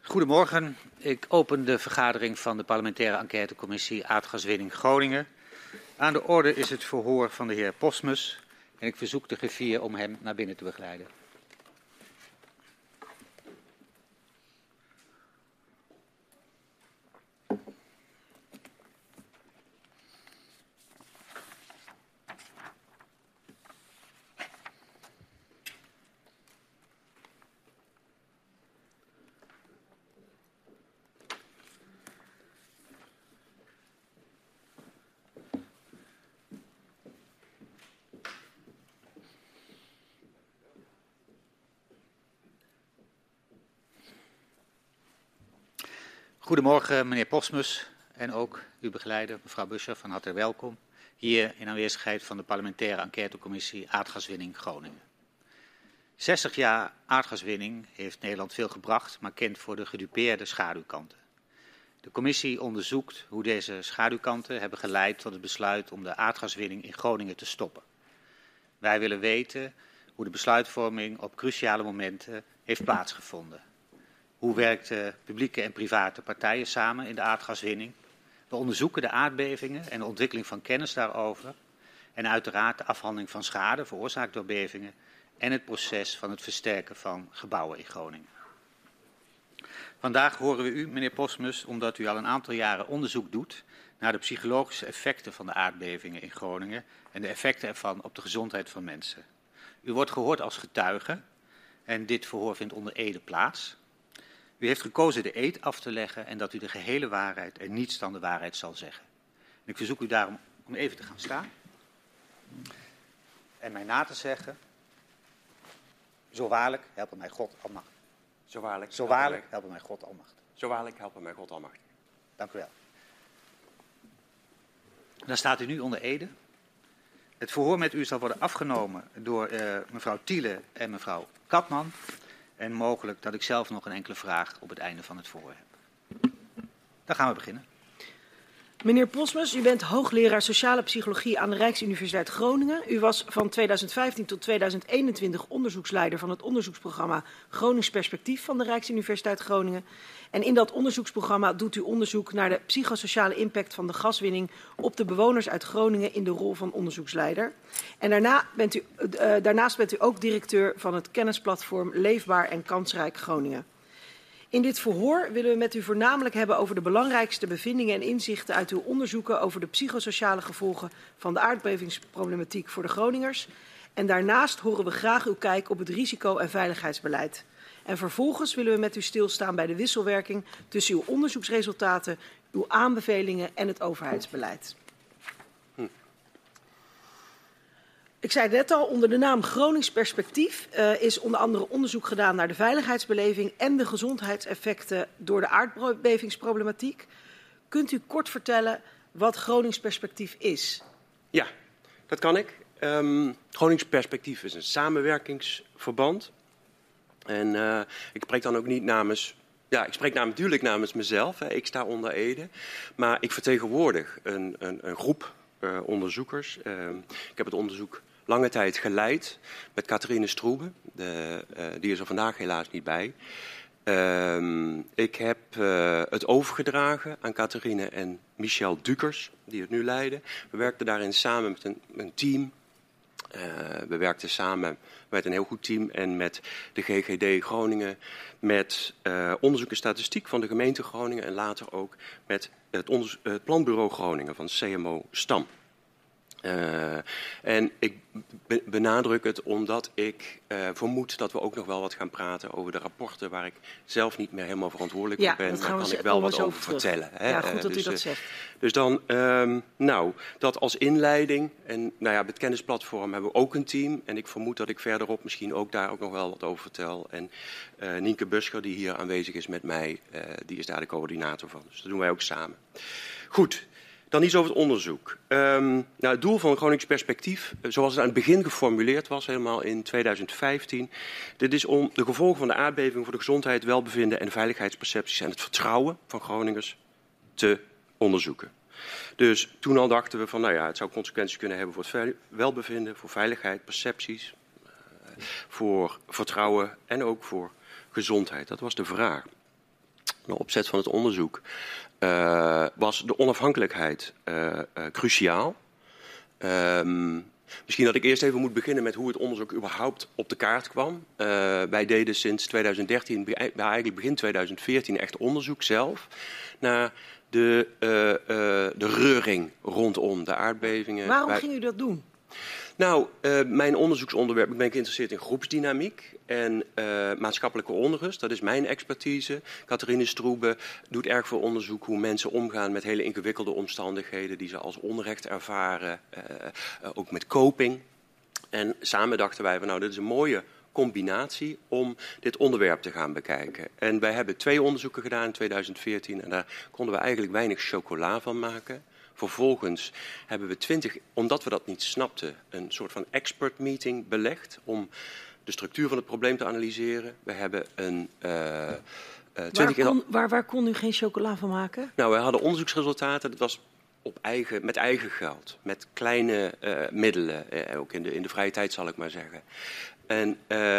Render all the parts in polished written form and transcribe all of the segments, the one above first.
Goedemorgen. Ik open de vergadering van de parlementaire enquêtecommissie Aardgaswinning Groningen. Aan de orde is het verhoor van de heer Posmus en ik verzoek de griffier om hem naar binnen te begeleiden. Goedemorgen meneer Posmus en ook uw begeleider mevrouw Buscher, van harte welkom. Hier in aanwezigheid van de parlementaire enquêtecommissie Aardgaswinning Groningen. 60 jaar aardgaswinning heeft Nederland veel gebracht, maar kent voor de gedupeerde schaduwkanten. De commissie onderzoekt hoe deze schaduwkanten hebben geleid tot het besluit om de aardgaswinning in Groningen te stoppen. Wij willen weten hoe de besluitvorming op cruciale momenten heeft plaatsgevonden. Hoe werkten publieke en private partijen samen in de aardgaswinning? We onderzoeken de aardbevingen en de ontwikkeling van kennis daarover. En uiteraard de afhandeling van schade veroorzaakt door bevingen en het proces van het versterken van gebouwen in Groningen. Vandaag horen we u, meneer Posmus, omdat u al een aantal jaren onderzoek doet naar de psychologische effecten van de aardbevingen in Groningen en de effecten ervan op de gezondheid van mensen. U wordt gehoord als getuige en dit verhoor vindt onder ede plaats. U heeft gekozen de eed af te leggen en dat u de gehele waarheid en niets dan de waarheid zal zeggen. En ik verzoek u daarom om even te gaan staan en mij na te zeggen: zo waarlijk helpen mij God almachtig. Zo waarlijk helpen mij God almachtig. Zo waarlijk helpen mij God almachtig. Dank u wel. Dan staat u nu onder ede. Het verhoor met u zal worden afgenomen door mevrouw Thiele en mevrouw Katman. En mogelijk dat ik zelf nog een enkele vraag op het einde van het verhoor heb. Dan gaan we beginnen. Meneer Posmus, u bent hoogleraar sociale psychologie aan de Rijksuniversiteit Groningen. U was van 2015 tot 2021 onderzoeksleider van het onderzoeksprogramma Gronings Perspectief van de Rijksuniversiteit Groningen. En in dat onderzoeksprogramma doet u onderzoek naar de psychosociale impact van de gaswinning op de bewoners uit Groningen in de rol van onderzoeksleider. En daarnaast bent u ook directeur van het kennisplatform Leefbaar en Kansrijk Groningen. In dit verhoor willen we met u voornamelijk hebben over de belangrijkste bevindingen en inzichten uit uw onderzoeken over de psychosociale gevolgen van de aardbevingsproblematiek voor de Groningers. En daarnaast horen we graag uw kijk op het risico- en veiligheidsbeleid. En vervolgens willen we met u stilstaan bij de wisselwerking tussen uw onderzoeksresultaten, uw aanbevelingen en het overheidsbeleid. Ik zei het net al, onder de naam Gronings Perspectief is onder andere onderzoek gedaan naar de veiligheidsbeleving en de gezondheidseffecten door de aardbevingsproblematiek. Kunt u kort vertellen wat Gronings Perspectief is? Ja, dat kan ik. Gronings Perspectief is een samenwerkingsverband. En ik spreek dan ook niet namens... Ja, ik spreek natuurlijk namens mezelf. Hè. Ik sta onder ede. Maar ik vertegenwoordig een groep onderzoekers. Ik heb het onderzoek lange tijd geleid met Catharine Stroebe. Die is er vandaag helaas niet bij. Ik heb het overgedragen aan Catharine en Michel Dukers, die het nu leiden. We werkten daarin samen met een team. We werkten samen met een heel goed team en met de GGD Groningen, met onderzoek en statistiek van de gemeente Groningen en later ook met het Planbureau Groningen van CMO Stam. En ik benadruk het omdat ik vermoed dat we ook nog wel wat gaan praten over de rapporten waar ik zelf niet meer helemaal verantwoordelijk voor ben. Daar kan ik wel wat over vertellen. Hè? Ja, goed dat u dat zegt. Dus dan, dat als inleiding. En het kennisplatform hebben we ook een team. En ik vermoed dat ik verderop misschien ook daar ook nog wel wat over vertel. En Nienke Buscher, die hier aanwezig is met mij, die is daar de coördinator van. Dus dat doen wij ook samen. Goed. Dan iets over het onderzoek. Het doel van Gronings Perspectief, zoals het aan het begin geformuleerd was, helemaal in 2015. Dit is om de gevolgen van de aardbeving voor de gezondheid, welbevinden en veiligheidspercepties en het vertrouwen van Groningers te onderzoeken. Dus toen al dachten we van, het zou consequenties kunnen hebben voor het welbevinden, voor veiligheid, percepties, voor vertrouwen en ook voor gezondheid. Dat was de vraag. de opzet van het onderzoek, was de onafhankelijkheid cruciaal. Misschien dat ik eerst even moet beginnen met hoe het onderzoek überhaupt op de kaart kwam. Wij deden sinds 2013, eigenlijk begin 2014, echt onderzoek zelf naar de reuring rondom de aardbevingen. Waarom ging u dat doen? Nou, mijn onderzoeksonderwerp, ik ben geïnteresseerd in groepsdynamiek en maatschappelijke onrust. Dat is mijn expertise. Catharine Stroebe doet erg veel onderzoek hoe mensen omgaan met hele ingewikkelde omstandigheden die ze als onrecht ervaren, ook met coping. En samen dachten wij van nou, dit is een mooie combinatie om dit onderwerp te gaan bekijken. En wij hebben 2 onderzoeken gedaan in 2014 en daar konden we eigenlijk weinig chocola van maken. Vervolgens hebben we 20, omdat we dat niet snapten, een soort van expert meeting belegd om de structuur van het probleem te analyseren. We hebben een 20 waar kon u geen chocola van maken? Nou, we hadden onderzoeksresultaten. Dat was met eigen geld, met kleine middelen, ook in de vrije tijd zal ik maar zeggen. En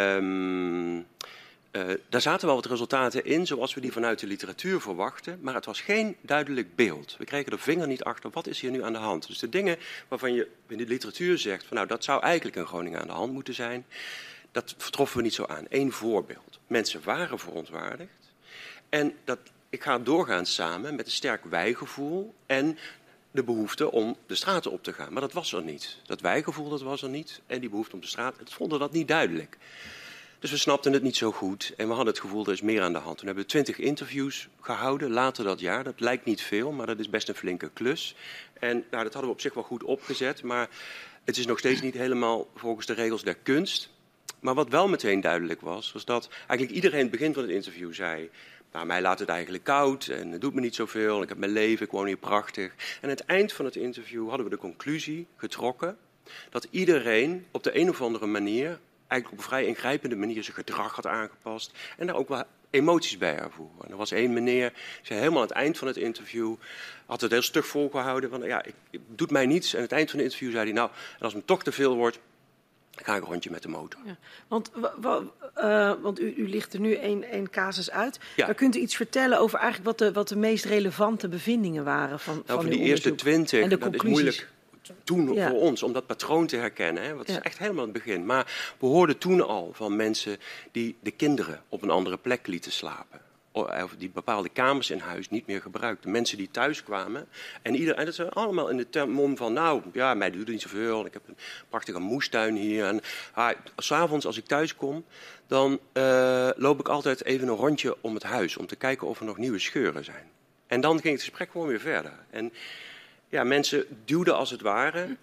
daar zaten wel wat resultaten in, zoals we die vanuit de literatuur verwachten, maar het was geen duidelijk beeld. We kregen de vinger niet achter, wat is hier nu aan de hand? Dus de dingen waarvan je in de literatuur zegt, van nou, dat zou eigenlijk in Groningen aan de hand moeten zijn, dat troffen we niet zo aan. 1 voorbeeld. Mensen waren verontwaardigd en ik ga doorgaans samen met een sterk wijgevoel en de behoefte om de straten op te gaan. Maar dat was er niet. Dat wijgevoel, dat was er niet. En die behoefte om de straat, het vonden dat niet duidelijk. Dus we snapten het niet zo goed en we hadden het gevoel, er is meer aan de hand. Toen hebben we 20 interviews gehouden later dat jaar. Dat lijkt niet veel, maar dat is best een flinke klus. En nou, dat hadden we op zich wel goed opgezet, maar het is nog steeds niet helemaal volgens de regels der kunst. Maar wat wel meteen duidelijk was dat eigenlijk iedereen in het begin van het interview zei, nou, mij laat het eigenlijk koud en het doet me niet zoveel. Ik heb mijn leven, ik woon hier prachtig. En aan het eind van het interview hadden we de conclusie getrokken dat iedereen op de een of andere manier, eigenlijk op een vrij ingrijpende manier, zijn gedrag had aangepast en daar ook wel emoties bij ervoeren. En er was 1 meneer, die helemaal aan het eind van het interview, had het heel stug volgehouden, van ja, het doet mij niets. En aan het eind van het interview zei hij, nou, en als het me toch te veel wordt, dan ga ik een rondje met de motor. Ja, want u licht er nu één casus uit. Ja. Maar kunt u iets vertellen over eigenlijk wat de meest relevante bevindingen waren van uw onderzoek? Voor die eerste 20, en de dat is moeilijk toen voor ons om dat patroon te herkennen. Hè? Want het is echt helemaal het begin. Maar we hoorden toen al van mensen die de kinderen op een andere plek lieten slapen. Of die bepaalde kamers in huis niet meer gebruikten. Mensen die thuis kwamen. En dat zijn allemaal in de mom van, nou, ja, mij doet het niet zoveel. Ik heb een prachtige moestuin hier. En 's avonds als ik thuis kom, dan loop ik altijd even een rondje om het huis. Om te kijken of er nog nieuwe scheuren zijn. En dan ging het gesprek gewoon weer verder. En ja, mensen duwden als het ware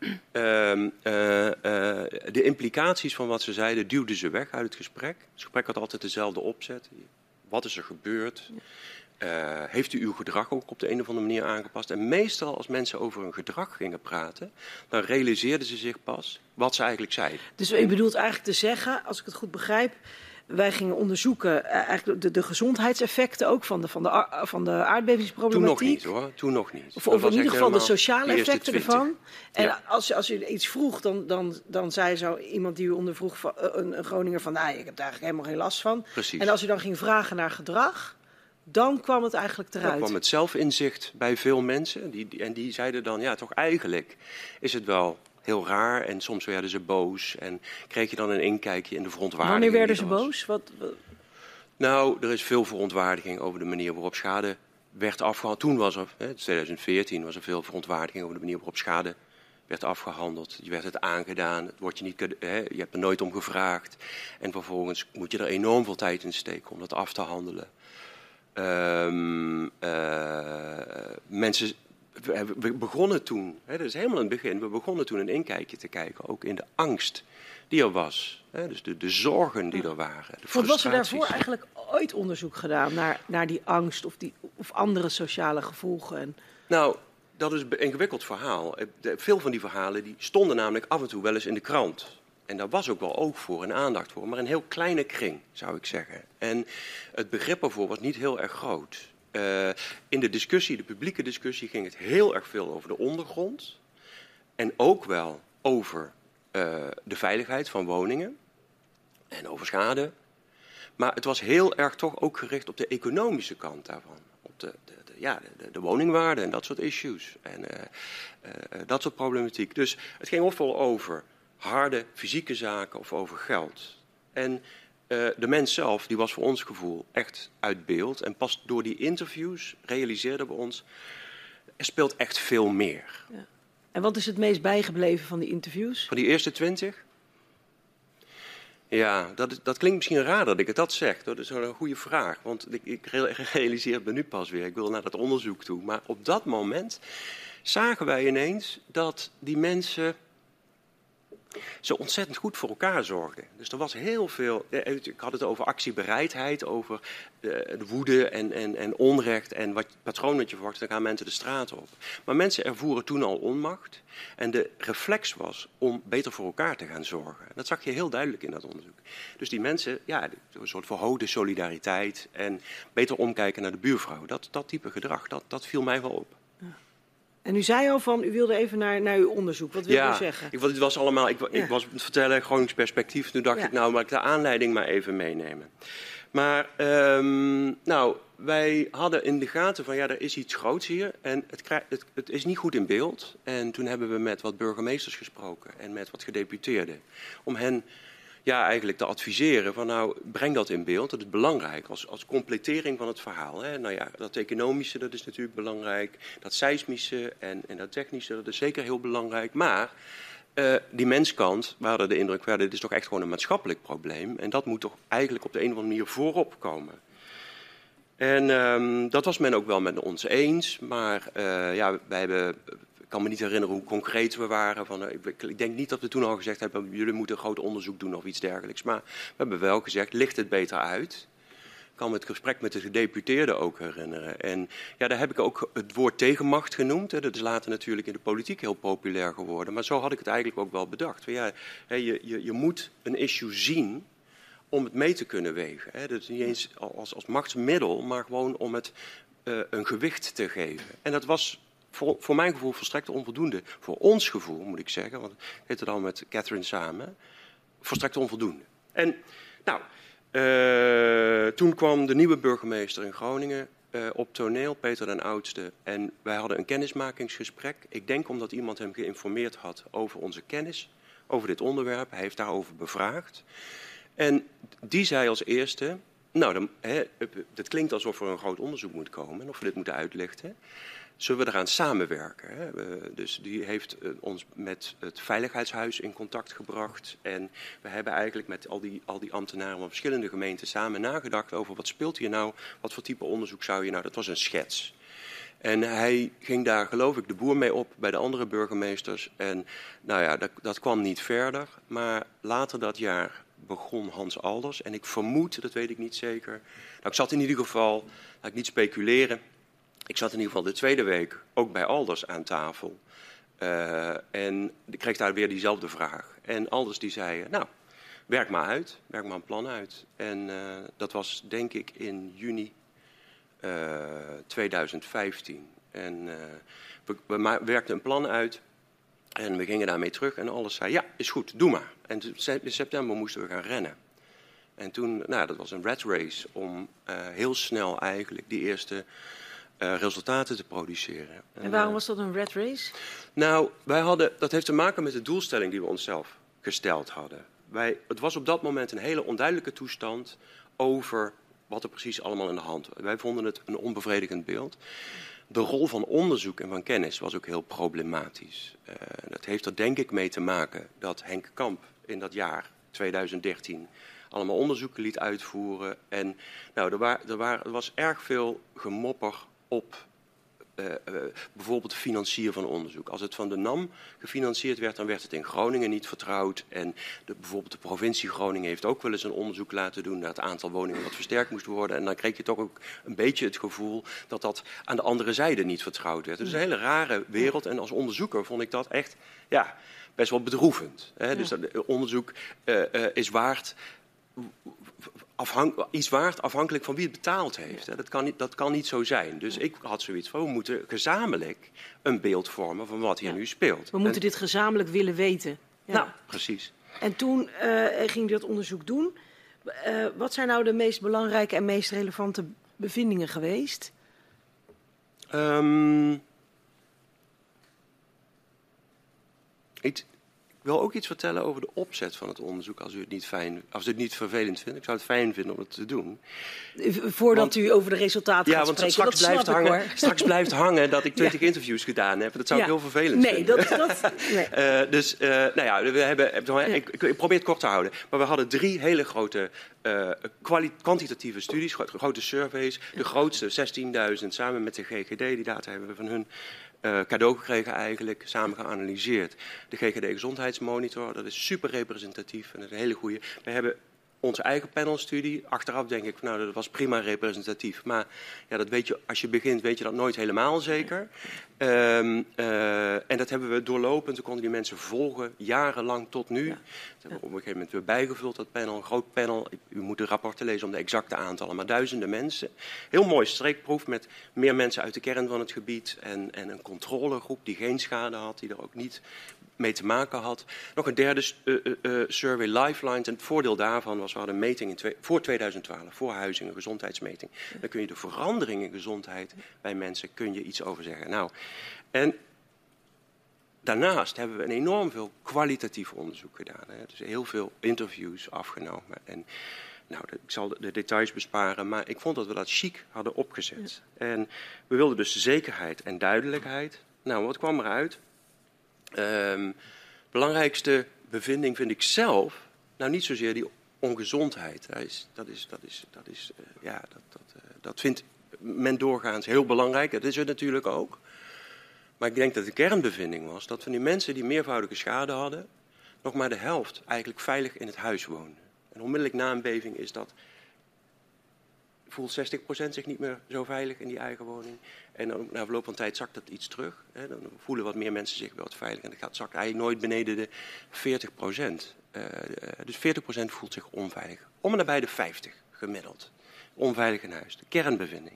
de implicaties van wat ze zeiden, duwden ze weg uit het gesprek. Het gesprek had altijd dezelfde opzet. Wat is er gebeurd? Heeft u uw gedrag ook op de een of andere manier aangepast? En meestal als mensen over hun gedrag gingen praten, dan realiseerden ze zich pas wat ze eigenlijk zeiden. Dus u bedoelt eigenlijk te zeggen, als ik het goed begrijp, wij gingen onderzoeken eigenlijk de gezondheidseffecten ook van de aardbevingsproblematiek. Toen nog niet hoor, toen nog niet. Of in ieder geval de sociale effecten ervan. En ja. als u iets vroeg, dan zei zo iemand die u ondervroeg, een Groninger van, nou, ik heb daar eigenlijk helemaal geen last van. Precies. En als u dan ging vragen naar gedrag, dan kwam het eigenlijk eruit. Dan kwam het zelfinzicht bij veel mensen. Die zeiden dan, ja, toch eigenlijk is het wel heel raar en soms werden ze boos en kreeg je dan een inkijkje in de verontwaardiging. Wanneer werden ze boos? Nou, er is veel verontwaardiging over de manier waarop schade werd afgehandeld. Toen was er, in 2014, was er veel verontwaardiging over de manier waarop schade werd afgehandeld. Je werd het aangedaan, het wordt je niet, je hebt er nooit om gevraagd. En vervolgens moet je er enorm veel tijd in steken om dat af te handelen. Mensen. We begonnen toen, dat is helemaal in het begin, we begonnen toen een inkijkje te kijken, ook in de angst die er was. Dus de zorgen die er waren. Want was er daarvoor eigenlijk ooit onderzoek gedaan naar die angst of andere sociale gevolgen? Nou, dat is een ingewikkeld verhaal. Veel van die verhalen die stonden namelijk af en toe wel eens in de krant. En daar was ook wel oog voor en aandacht voor, maar een heel kleine kring, zou ik zeggen. En het begrip ervoor was niet heel erg groot. In de discussie, de publieke discussie, ging het heel erg veel over de ondergrond. En ook wel over de veiligheid van woningen en over schade. Maar het was heel erg toch ook gericht op de economische kant daarvan. Op de woningwaarde en dat soort issues. En dat soort problematiek. Dus het ging ofwel over harde fysieke zaken of over geld. En de mens zelf, die was voor ons gevoel echt uit beeld. En pas door die interviews realiseerden we ons, er speelt echt veel meer. Ja. En wat is het meest bijgebleven van die interviews? Van die eerste 20? Ja, dat klinkt misschien raar dat ik dat zeg. Dat is een goede vraag, want ik realiseer het me nu pas weer. Ik wil naar dat onderzoek toe. Maar op dat moment zagen wij ineens dat die mensen zo ontzettend goed voor elkaar zorgden. Dus er was heel veel. Ik had het over actiebereidheid, over de woede en onrecht en wat patroon dat je verwacht, dan gaan mensen de straat op. Maar mensen ervoeren toen al onmacht. En de reflex was om beter voor elkaar te gaan zorgen. Dat zag je heel duidelijk in dat onderzoek. Dus die mensen, ja, een soort verhoogde solidariteit en beter omkijken naar de buurvrouw. Dat type gedrag, dat viel mij wel op. En u zei al van, u wilde even naar uw onderzoek. Wat wil u zeggen? Het was allemaal, ik was het vertellen, Gronings perspectief. Toen dacht ik, nou, maar ik de aanleiding maar even meenemen. Maar, wij hadden in de gaten van, ja, er is iets groots hier. En het is niet goed in beeld. En toen hebben we met wat burgemeesters gesproken en met wat gedeputeerden. Om hen eigenlijk te adviseren van, nou, breng dat in beeld. Dat is belangrijk als completering van het verhaal. Hè. Nou ja, dat economische, dat is natuurlijk belangrijk. Dat seismische en dat technische, dat is zeker heel belangrijk. Maar die menskant, we hadden de indruk, dit is toch echt gewoon een maatschappelijk probleem. En dat moet toch eigenlijk op de een of andere manier voorop komen. En dat was men ook wel met ons eens. Maar wij hebben... Ik kan me niet herinneren hoe concreet we waren. Ik denk niet dat we toen al gezegd hebben, jullie moeten een groot onderzoek doen of iets dergelijks. Maar we hebben wel gezegd, licht het beter uit. Ik kan me het gesprek met de gedeputeerden ook herinneren. En ja, daar heb ik ook het woord tegenmacht genoemd. Hè. Dat is later natuurlijk in de politiek heel populair geworden. Maar zo had ik het eigenlijk ook wel bedacht. Ja, je moet een issue zien om het mee te kunnen wegen. Hè. Dat is niet eens als machtsmiddel, maar gewoon om het een gewicht te geven. En dat was voor mijn gevoel volstrekt onvoldoende. Voor ons gevoel, moet ik zeggen, want ik deed het al met Catherine samen, volstrekt onvoldoende. En toen kwam de nieuwe burgemeester in Groningen op toneel, Peter den Oudste. En wij hadden een kennismakingsgesprek. Ik denk omdat iemand hem geïnformeerd had over onze kennis, over dit onderwerp. Hij heeft daarover bevraagd. En die zei als eerste, dat klinkt alsof er een groot onderzoek moet komen, of we dit moeten uitlichten. Zullen we eraan samenwerken? Hè? Dus die heeft ons met het Veiligheidshuis in contact gebracht. En we hebben eigenlijk met al die ambtenaren van verschillende gemeenten samen nagedacht over wat speelt hier nou, wat voor type onderzoek zou je nou... Dat was een schets. En hij ging daar, geloof ik, de boer mee op bij de andere burgemeesters. En dat kwam niet verder. Maar later dat jaar begon Hans Alders. En ik vermoed, dat weet ik niet zeker. Ik zat in ieder geval, laat ik niet speculeren. Ik zat in ieder geval de tweede week ook bij Alders aan tafel. En ik kreeg daar weer diezelfde vraag. En Alders die zei, werk maar uit, werk maar een plan uit. En dat was denk ik in juni 2015. En we werkten een plan uit en we gingen daarmee terug. En Alders zei, ja, is goed, doe maar. En in september moesten we gaan rennen. En toen, dat was een rat race om heel snel eigenlijk die eerste resultaten te produceren. En waarom was dat een rat race? Nou, dat heeft te maken met de doelstelling die we onszelf gesteld hadden. Het was op dat moment een hele onduidelijke toestand over wat er precies allemaal in de hand was. Wij vonden het een onbevredigend beeld. De rol van onderzoek en van kennis was ook heel problematisch. Dat heeft er denk ik mee te maken dat Henk Kamp in dat jaar 2013 allemaal onderzoeken liet uitvoeren. En er was erg veel gemopper op bijvoorbeeld de financier van onderzoek. Als het van de NAM gefinancierd werd, dan werd het in Groningen niet vertrouwd. En bijvoorbeeld de provincie Groningen heeft ook wel eens een onderzoek laten doen naar het aantal woningen dat versterkt moest worden. En dan kreeg je toch ook een beetje het gevoel dat dat aan de andere zijde niet vertrouwd werd. Dus een hele rare wereld. En als onderzoeker vond ik dat echt best wel bedroevend. Hè? Dus onderzoek is waard... iets waard afhankelijk van wie het betaald heeft. Hè. Dat kan niet zo zijn. Dus ik had zoiets van, we moeten gezamenlijk een beeld vormen van wat hier nu speelt. We moeten dit gezamenlijk willen weten. Ja. Nou, precies. En toen ging je dat onderzoek doen. Wat zijn nou de meest belangrijke en meest relevante bevindingen geweest? Ik wil ook iets vertellen over de opzet van het onderzoek, als u het niet vervelend vindt. Ik zou het fijn vinden om het te doen. Voordat u over de resultaten gaat spreken, straks blijft hangen dat ik 20 interviews gedaan heb. Dat zou ik heel vervelend vinden. Ik probeer het kort te houden. Maar we hadden 3 hele grote kwantitatieve studies, grote surveys. De grootste, 16.000, samen met de GGD. Die data hebben we van hun cadeau gekregen eigenlijk, samen geanalyseerd. De GGD Gezondheidsmonitor, dat is super representatief en dat is een hele goede. We hebben onze eigen panelstudie. Achteraf denk ik, nou, dat was prima representatief. Maar ja, dat weet je, als je begint, weet je dat nooit helemaal zeker. En dat hebben we doorlopend. We konden die mensen volgen, jarenlang tot nu. Dat hebben we op een gegeven moment weer bijgevuld, dat panel. Een groot panel. U moet de rapporten lezen om de exacte aantallen, maar duizenden mensen. Heel mooi streekproef met meer mensen uit de kern van het gebied. En een controlegroep die geen schade had, die er ook niet mee te maken had. Nog een derde survey, Lifelines. En het voordeel daarvan was, we hadden een meting voor 2012, voor Huizingen, gezondheidsmeting. Dan kun je de verandering in gezondheid bij mensen, kun je iets over zeggen. Nou, en daarnaast hebben we een enorm veel kwalitatief onderzoek gedaan. Hè. Dus heel veel interviews afgenomen. En nou, ik zal de details besparen, maar ik vond dat we dat chic hadden opgezet. Ja. En we wilden dus zekerheid en duidelijkheid. Nou, wat kwam eruit? Belangrijkste bevinding vind ik zelf, nou niet zozeer die ongezondheid. Dat vindt men doorgaans heel belangrijk. Dat is het natuurlijk ook. Maar ik denk dat de kernbevinding was dat van die mensen die meervoudige schade hadden, nog maar de helft eigenlijk veilig in het huis woonden. En onmiddellijk na een beving is dat, voelt 60% zich niet meer zo veilig in die eigen woning. En dan, na verloop van tijd zakt dat iets terug. Hè. Dan voelen wat meer mensen zich wel wat veilig. En dat zakt eigenlijk nooit beneden de 40%. Dus 40% voelt zich onveilig. Om en nabij de 50 gemiddeld. Onveilig in huis. De kernbevinding.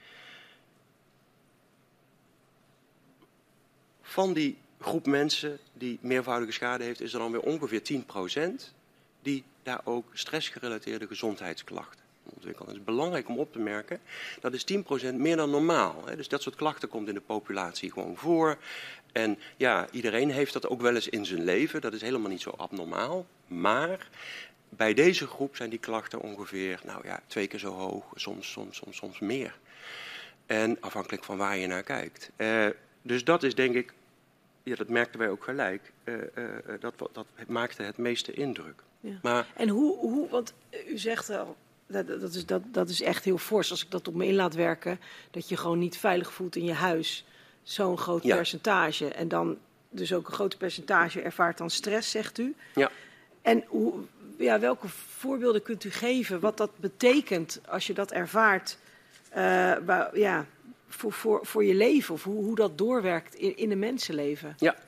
Van die groep mensen die meervoudige schade heeft, is er dan weer ongeveer 10% die daar ook stressgerelateerde gezondheidsklachten ontwikkelen. Het is belangrijk om op te merken, dat is 10% meer dan normaal. Hè. Dus dat soort klachten komt in de populatie gewoon voor. En ja, iedereen heeft dat ook wel eens in zijn leven. Dat is helemaal niet zo abnormaal. Maar bij deze groep zijn die klachten ongeveer 2 keer zo hoog, soms meer. En afhankelijk van waar je naar kijkt. Dus dat is denk ik, ja, dat merkten wij ook gelijk, dat maakte het meeste indruk. Ja. Maar, en hoe, want u zegt al, dat is echt heel fors als ik dat op me in laat werken, dat je gewoon niet veilig voelt in je huis. Zo'n groot percentage. En dan dus ook een groot percentage ervaart dan stress, zegt u. Ja. En welke voorbeelden kunt u geven wat dat betekent als je dat ervaart voor je leven? Of hoe dat doorwerkt in een mensenleven? Ja.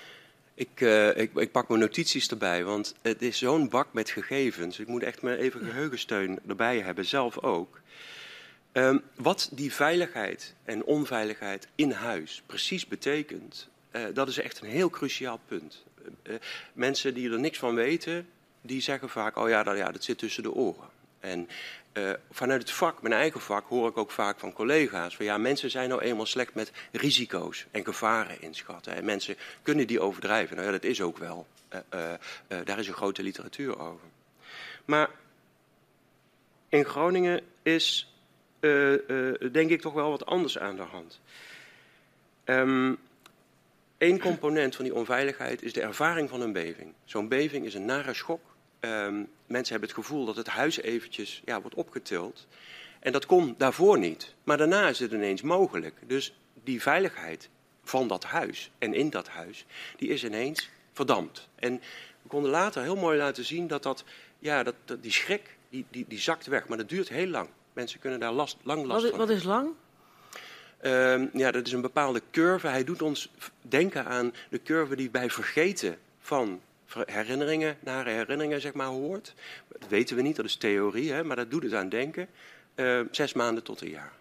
Ik pak mijn notities erbij, want het is zo'n bak met gegevens. Ik moet echt maar even geheugensteun erbij hebben, zelf ook. Wat die veiligheid en onveiligheid in huis precies betekent, dat is echt een heel cruciaal punt. Mensen die er niks van weten, die zeggen vaak, dat zit tussen de oren. En vanuit het vak, mijn eigen vak, hoor ik ook vaak van collega's van mensen zijn nou eenmaal slecht met risico's en gevaren inschatten. En mensen kunnen die overdrijven. Nou ja, dat is ook wel. Daar is een grote literatuur over. Maar in Groningen is, denk ik, toch wel wat anders aan de hand. Eén component van die onveiligheid is de ervaring van een beving. Zo'n beving is een nare schok. Mensen hebben het gevoel dat het huis eventjes wordt opgetild. En dat kon daarvoor niet. Maar daarna is het ineens mogelijk. Dus die veiligheid van dat huis en in dat huis, die is ineens verdampt. En we konden later heel mooi laten zien dat die schrik, die zakt weg. Maar dat duurt heel lang. Mensen kunnen daar lang last van. Wat is lang? Dat is een bepaalde curve. Hij doet ons denken aan de curve die bij vergeten van nare herinneringen, zeg maar, hoort. Dat weten we niet, dat is theorie, hè, maar dat doet het aan denken. 6 maanden tot een jaar.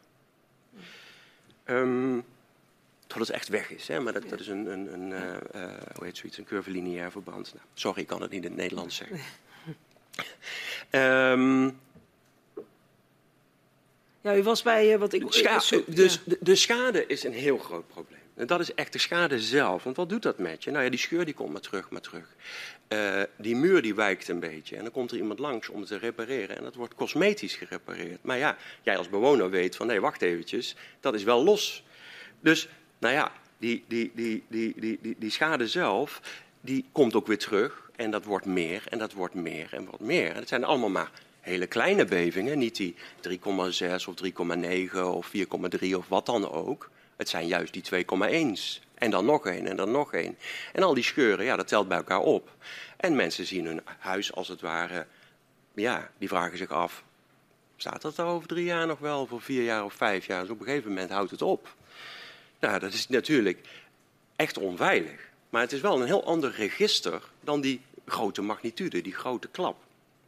Tot het echt weg is, hè, maar dat is een curvilineair verband. Nou, sorry, ik kan het niet in het Nederlands zeggen. Ja, u was bij wat ik... De schade is een heel groot probleem. En dat is echt de schade zelf. Want wat doet dat met je? Nou ja, die scheur die komt maar terug. Die muur die wijkt een beetje. En dan komt er iemand langs om het te repareren. En dat wordt cosmetisch gerepareerd. Maar ja, jij als bewoner weet van, nee, wacht eventjes. Dat is wel los. Dus, nou ja, die schade zelf, die komt ook weer terug. En dat wordt meer en dat wordt meer en wordt meer. En het zijn allemaal maar hele kleine bevingen. Niet die 3,6 of 3,9 of 4,3 of wat dan ook. Het zijn juist die 2,1's. En dan nog één en dan nog één. En al die scheuren, ja, dat telt bij elkaar op. En mensen zien hun huis als het ware, ja, die vragen zich af, staat dat er over 3 jaar nog wel, voor 4 jaar of 5 jaar? Dus op een gegeven moment houdt het op. Nou, dat is natuurlijk echt onveilig. Maar het is wel een heel ander register dan die grote magnitude, die grote klap.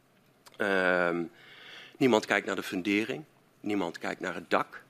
Niemand kijkt naar de fundering. Niemand kijkt naar het dak.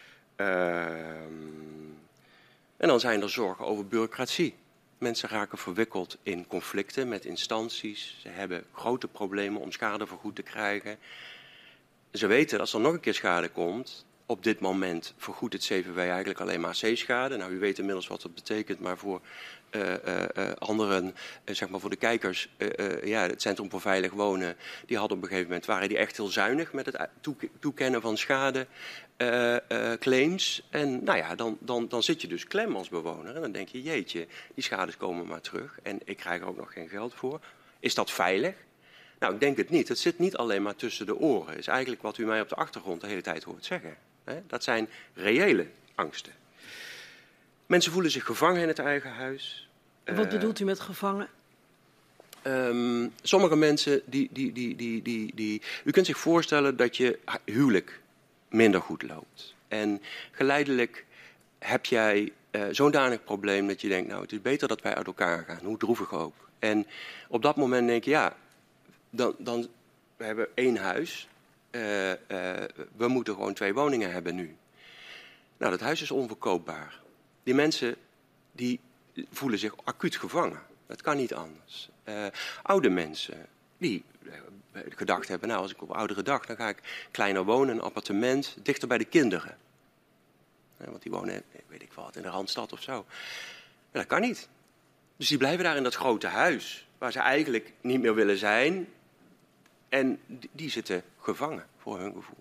En dan zijn er zorgen over bureaucratie. Mensen raken verwikkeld in conflicten met instanties. Ze hebben grote problemen om schade vergoed te krijgen. Ze weten dat als er nog een keer schade komt, op dit moment vergoedt het CVW eigenlijk alleen maar C-schade. Nou, u weet inmiddels wat dat betekent, maar voor anderen, zeg maar voor de kijkers, ja, het Centrum voor Veilig Wonen, die hadden op een gegeven moment, waren die echt heel zuinig met het toekennen van schadeclaims. En nou ja, dan zit je dus klem als bewoner. En dan denk je, jeetje, die schades komen maar terug. En ik krijg er ook nog geen geld voor. Is dat veilig? Nou, ik denk het niet. Het zit niet alleen maar tussen de oren. Dat is eigenlijk wat u mij op de achtergrond de hele tijd hoort zeggen. Dat zijn reële angsten. Mensen voelen zich gevangen in het eigen huis. Wat bedoelt u met gevangen? Sommige mensen, u kunt zich voorstellen dat je huwelijk minder goed loopt. En geleidelijk heb jij zo'n danig probleem dat je denkt, nou, het is beter dat wij uit elkaar gaan, hoe droevig ook. En op dat moment denk je, ja, we hebben 1 huis. We moeten gewoon 2 woningen hebben nu. Nou, dat huis is onverkoopbaar. Die mensen die voelen zich acuut gevangen. Dat kan niet anders. Oude mensen die gedacht hebben, nou, als ik op oudere dag, dan ga ik kleiner wonen, een appartement, dichter bij de kinderen. Want die wonen, weet ik wat, in de Randstad of zo. Maar dat kan niet. Dus die blijven daar in dat grote huis, waar ze eigenlijk niet meer willen zijn. En die zitten gevangen, voor hun gevoel.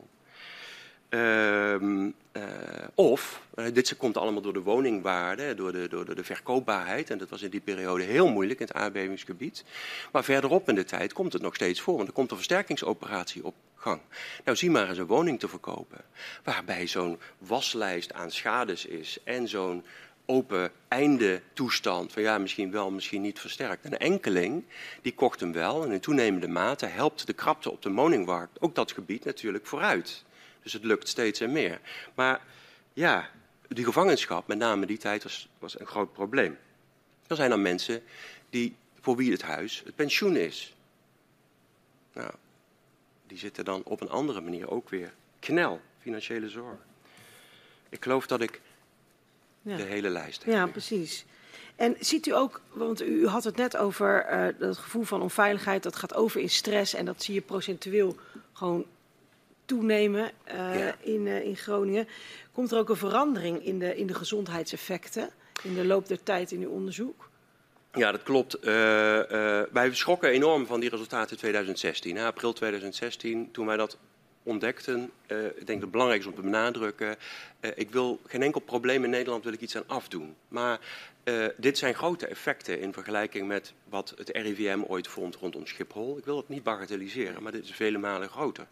Dit komt allemaal door de woningwaarde, door de verkoopbaarheid. En dat was in die periode heel moeilijk in het aardbevingsgebied. Maar verderop in de tijd komt het nog steeds voor. Want er komt een versterkingsoperatie op gang. Nou, zie maar eens een woning te verkopen. Waarbij zo'n waslijst aan schades is. En zo'n open einde toestand. Van ja, misschien wel, misschien niet versterkt. Een enkeling, die kocht hem wel. En in toenemende mate helpt de krapte op de woningmarkt ook dat gebied natuurlijk vooruit. Dus het lukt steeds en meer. Maar ja, die gevangenschap, met name die tijd, was een groot probleem. Er zijn dan mensen voor wie het huis het pensioen is. Nou, die zitten dan op een andere manier ook weer knel, financiële zorg. Ik geloof dat ik de hele lijst heb. Ja, precies. En ziet u ook, want u had het net over dat gevoel van onveiligheid, dat gaat over in stress en dat zie je procentueel gewoon toenemen in Groningen. Komt er ook een verandering in de gezondheidseffecten in de loop der tijd in uw onderzoek? Ja, dat klopt. Wij schrokken enorm van die resultaten in 2016. April 2016, toen wij dat ontdekten. Ik denk dat het belangrijk is om te benadrukken. Ik wil geen enkel probleem in Nederland wil ik iets aan afdoen. Maar dit zijn grote effecten in vergelijking met wat het RIVM ooit vond rondom Schiphol. Ik wil het niet bagatelliseren, maar dit is vele malen groter.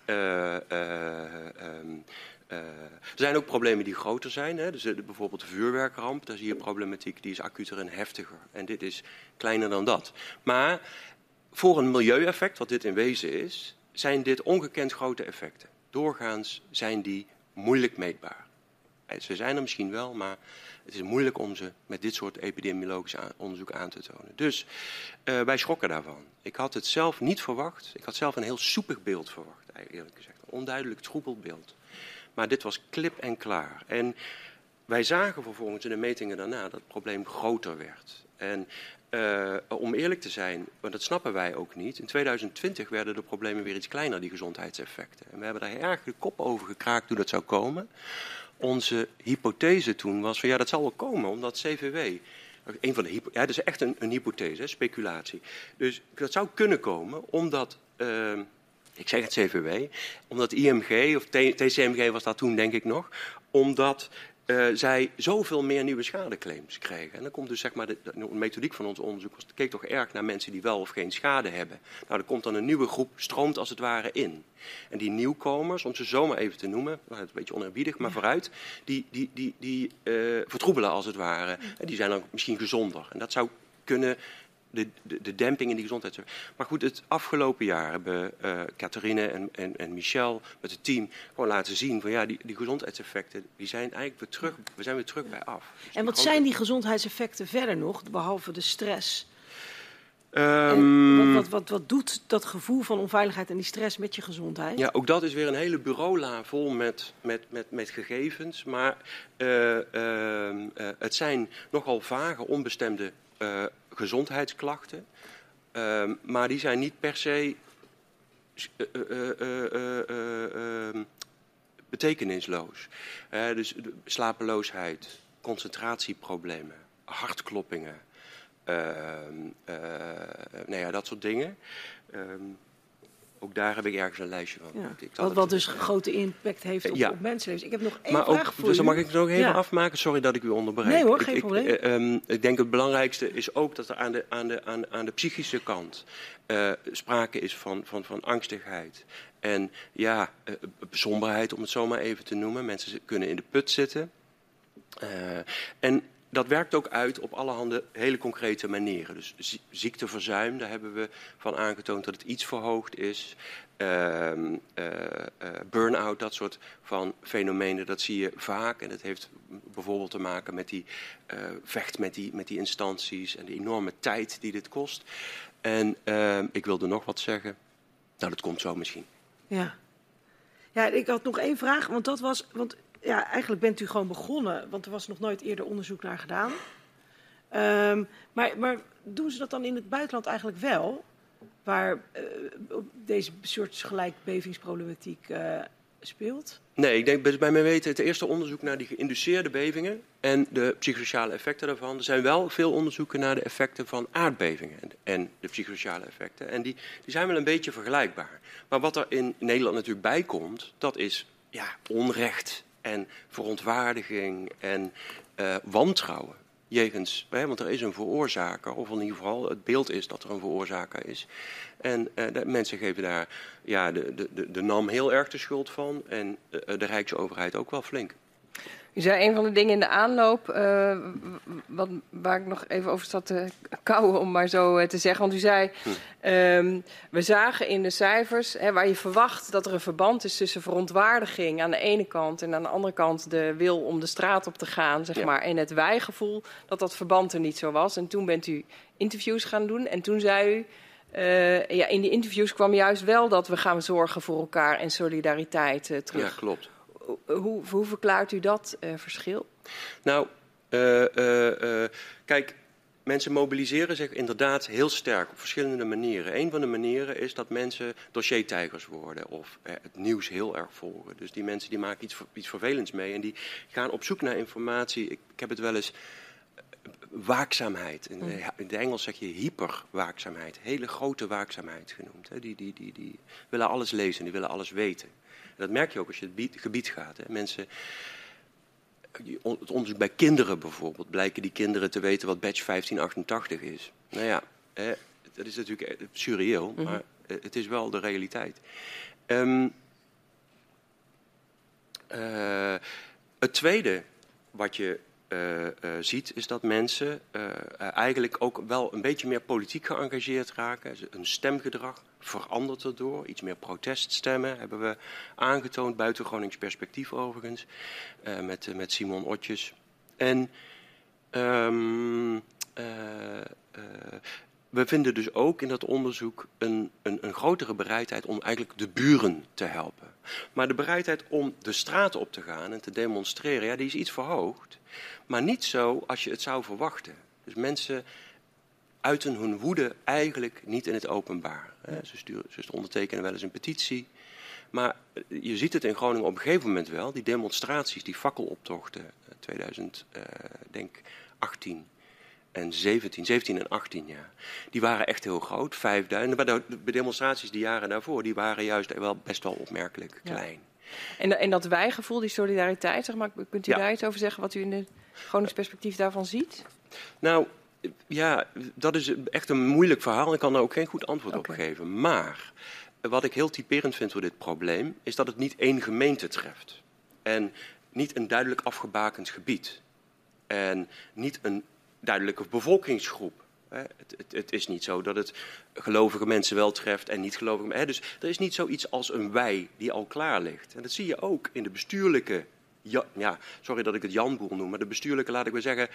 Er zijn ook problemen die groter zijn. Hè? Dus bijvoorbeeld de vuurwerkramp, daar zie je problematiek die is acuter en heftiger. En dit is kleiner dan dat. Maar voor een milieueffect, wat dit in wezen is, zijn dit ongekend grote effecten. Doorgaans zijn die moeilijk meetbaar. Ze zijn er misschien wel, maar het is moeilijk om ze met dit soort epidemiologisch onderzoek aan te tonen. Dus wij schrokken daarvan. Ik had het zelf niet verwacht. Ik had zelf een heel soepig beeld verwacht, eerlijk gezegd. Een onduidelijk troebel beeld. Maar dit was klip en klaar. En wij zagen vervolgens in de metingen daarna dat het probleem groter werd. En om eerlijk te zijn, want dat snappen wij ook niet. In 2020 werden de problemen weer iets kleiner, die gezondheidseffecten. En we hebben daar erg de kop over gekraakt hoe dat zou komen. Onze hypothese toen was van dat zal wel komen, omdat CVW... dat is echt een hypothese, speculatie. Dus dat zou kunnen komen omdat... ik zeg het CVW, omdat IMG, of TCMG was dat toen denk ik nog, omdat zij zoveel meer nieuwe schadeclaims kregen. En dan komt dus zeg maar de methodiek van ons onderzoek, keek toch erg naar mensen die wel of geen schade hebben. Nou, er komt dan een nieuwe groep, stroomt als het ware in. En die nieuwkomers, om ze zomaar even te noemen, het is een beetje oneerbiedig, maar vooruit, die vertroebelen als het ware. En die zijn dan misschien gezonder. En dat zou kunnen... De demping in die gezondheidszorg. Maar goed, het afgelopen jaar hebben Catherine en Michel met het team gewoon laten zien van die gezondheidseffecten, die zijn eigenlijk weer terug. We zijn weer terug bij af. Dus en wat zijn die gezondheidseffecten verder nog, behalve de stress? Wat doet dat gevoel van onveiligheid en die stress met je gezondheid? Ja, ook dat is weer een hele bureaula vol met gegevens. Maar het zijn nogal vage, onbestemde gezondheidsklachten, maar die zijn niet per se betekenisloos. Dus slapeloosheid, concentratieproblemen, hartkloppingen, dat soort dingen. Ook daar heb ik ergens een lijstje van. Ja, wat dus grote impact heeft op mensenlevens. Ik heb nog één vraag voor u. Dus dan mag ik het nog even afmaken. Sorry dat ik u onderbreek. Nee hoor, geen probleem. Ik denk het belangrijkste is ook dat er aan de psychische kant sprake is van angstigheid. En somberheid, om het zo maar even te noemen. Mensen kunnen in de put zitten. En dat werkt ook uit op allerhande hele concrete manieren. Dus ziekteverzuim, daar hebben we van aangetoond dat het iets verhoogd is. Burn-out, dat soort van fenomenen, dat zie je vaak. En dat heeft bijvoorbeeld te maken met die vecht met die instanties en de enorme tijd die dit kost. En ik wilde nog wat zeggen. Nou, dat komt zo misschien. Ja, ik had nog één vraag, want dat was... eigenlijk bent u gewoon begonnen, want er was nog nooit eerder onderzoek naar gedaan. Maar doen ze dat dan in het buitenland eigenlijk wel? Waar deze soortgelijk bevingsproblematiek speelt? Nee, ik denk bij mijn weten het eerste onderzoek naar die geïnduceerde bevingen en de psychosociale effecten daarvan. Er zijn wel veel onderzoeken naar de effecten van aardbevingen en de psychosociale effecten. En die zijn wel een beetje vergelijkbaar. Maar wat er in Nederland natuurlijk bij komt, dat is onrecht en verontwaardiging en wantrouwen. Jegens, want er is een veroorzaker, of in ieder geval het beeld is dat er een veroorzaker is. En de mensen geven daar de NAM heel erg de schuld van en de Rijksoverheid ook wel flink. U zei een van de dingen in de aanloop, waar ik nog even over zat te kauwen, om maar zo te zeggen. Want u zei, we zagen in de cijfers, waar je verwacht dat er een verband is tussen verontwaardiging aan de ene kant en aan de andere kant de wil om de straat op te gaan, zeg maar, en het wijgevoel, dat verband er niet zo was. En toen bent u interviews gaan doen en toen zei u, in die interviews kwam juist wel dat we gaan zorgen voor elkaar en solidariteit terug. Ja, klopt. Hoe verklaart u dat verschil? Nou, kijk, mensen mobiliseren zich inderdaad heel sterk op verschillende manieren. Een van de manieren is dat mensen dossiertijgers worden of het nieuws heel erg volgen. Dus die mensen die maken iets vervelends mee en die gaan op zoek naar informatie. Ik heb het wel eens waakzaamheid. In het Engels zeg je hyperwaakzaamheid, hele grote waakzaamheid genoemd. Hè. Die willen alles lezen, die willen alles weten. Dat merk je ook als je het gebied gaat. Hè. Mensen, het onderzoek bij kinderen bijvoorbeeld, blijken die kinderen te weten wat badge 1588 is. Nou ja, dat is natuurlijk surreëel, maar het is wel de realiteit. Het tweede wat je ziet, is dat mensen eigenlijk ook wel een beetje meer politiek geëngageerd raken. Hun stemgedrag verandert erdoor. Iets meer proteststemmen hebben we aangetoond, buiten Gronings perspectief overigens, met Simon Otjes. En we vinden dus ook in dat onderzoek een grotere bereidheid om eigenlijk de buren te helpen. Maar de bereidheid om de straat op te gaan en te demonstreren, die is iets verhoogd. Maar niet zo als je het zou verwachten. Dus mensen uiten hun woede eigenlijk niet in het openbaar. Ze ondertekenen wel eens een petitie. Maar je ziet het in Groningen op een gegeven moment wel. Die demonstraties, die fakkeloptochten, 2018 en 17 en 18 jaar. Die waren echt heel groot, 5000. Maar de demonstraties die jaren daarvoor, die waren juist wel best wel opmerkelijk klein. En dat wijgevoel, die solidariteit, zeg maar, kunt u daar iets over zeggen wat u in het Gronings perspectief daarvan ziet? Nou, ja, dat is echt een moeilijk verhaal. Ik kan daar ook geen goed antwoord op geven. Maar wat ik heel typerend vind voor dit probleem, is dat het niet één gemeente treft. En niet een duidelijk afgebakend gebied. En niet een duidelijke bevolkingsgroep. Het is niet zo dat het gelovige mensen wel treft en niet gelovige mensen. Dus er is niet zoiets als een wij die al klaar ligt. En dat zie je ook in de bestuurlijke, sorry dat ik het Jan Boel noem, maar de bestuurlijke, laat ik maar zeggen,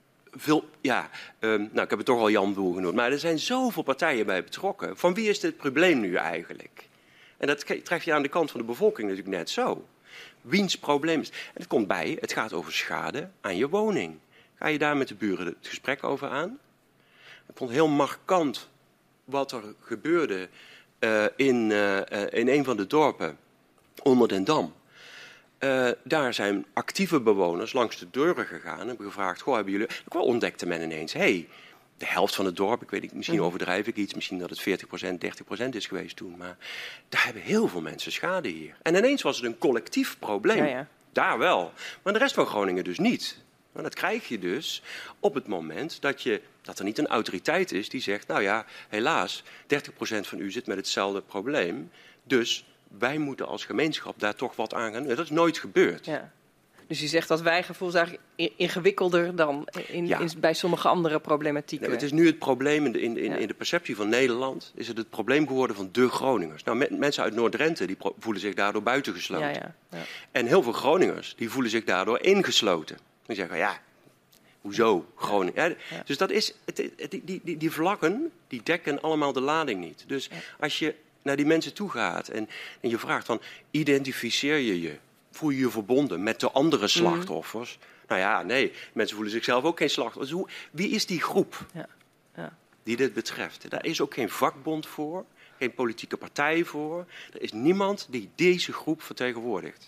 ik heb het toch al Jan Boel genoemd. Maar er zijn zoveel partijen bij betrokken. Van wie is dit probleem nu eigenlijk? En dat tref je aan de kant van de bevolking natuurlijk net zo. Wiens probleem is het? En het komt bij, het gaat over schade aan je woning. Ga je daar met de buren het gesprek over aan? Ik vond heel markant wat er gebeurde in een van de dorpen onder den Dam. Daar zijn actieve bewoners langs de deuren gegaan en hebben gevraagd, hebben jullie... Ik ontdekte men ineens, de helft van het dorp, ik weet niet, misschien overdrijf ik iets, misschien dat het 40%, 30% is geweest toen, maar daar hebben heel veel mensen schade hier. En ineens was het een collectief probleem. Ja. Daar wel, maar de rest van Groningen dus niet. Maar dat krijg je dus op het moment dat er niet een autoriteit is die zegt, helaas, 30% van u zit met hetzelfde probleem, dus wij moeten als gemeenschap daar toch wat aan gaan doen. Dat is nooit gebeurd. Ja. Dus u zegt dat wijgevoel is eigenlijk ingewikkelder dan bij sommige andere problematieken. Nee, het is nu het probleem in de perceptie van Nederland, is het probleem geworden van de Groningers. Nou, mensen uit Noord-Drenthe die voelen zich daardoor buitengesloten. Ja. En heel veel Groningers die voelen zich daardoor ingesloten. Die zeggen, hoezo Groningen? Ja. Dus dat is, die vlakken, die dekken allemaal de lading niet. Dus als je naar die mensen toe gaat en je vraagt van, identificeer je? Voel je je verbonden met de andere slachtoffers? Nee, mensen voelen zichzelf ook geen slachtoffers. Dus wie is die groep die dit betreft? Daar is ook geen vakbond voor, geen politieke partij voor. Er is niemand die deze groep vertegenwoordigt.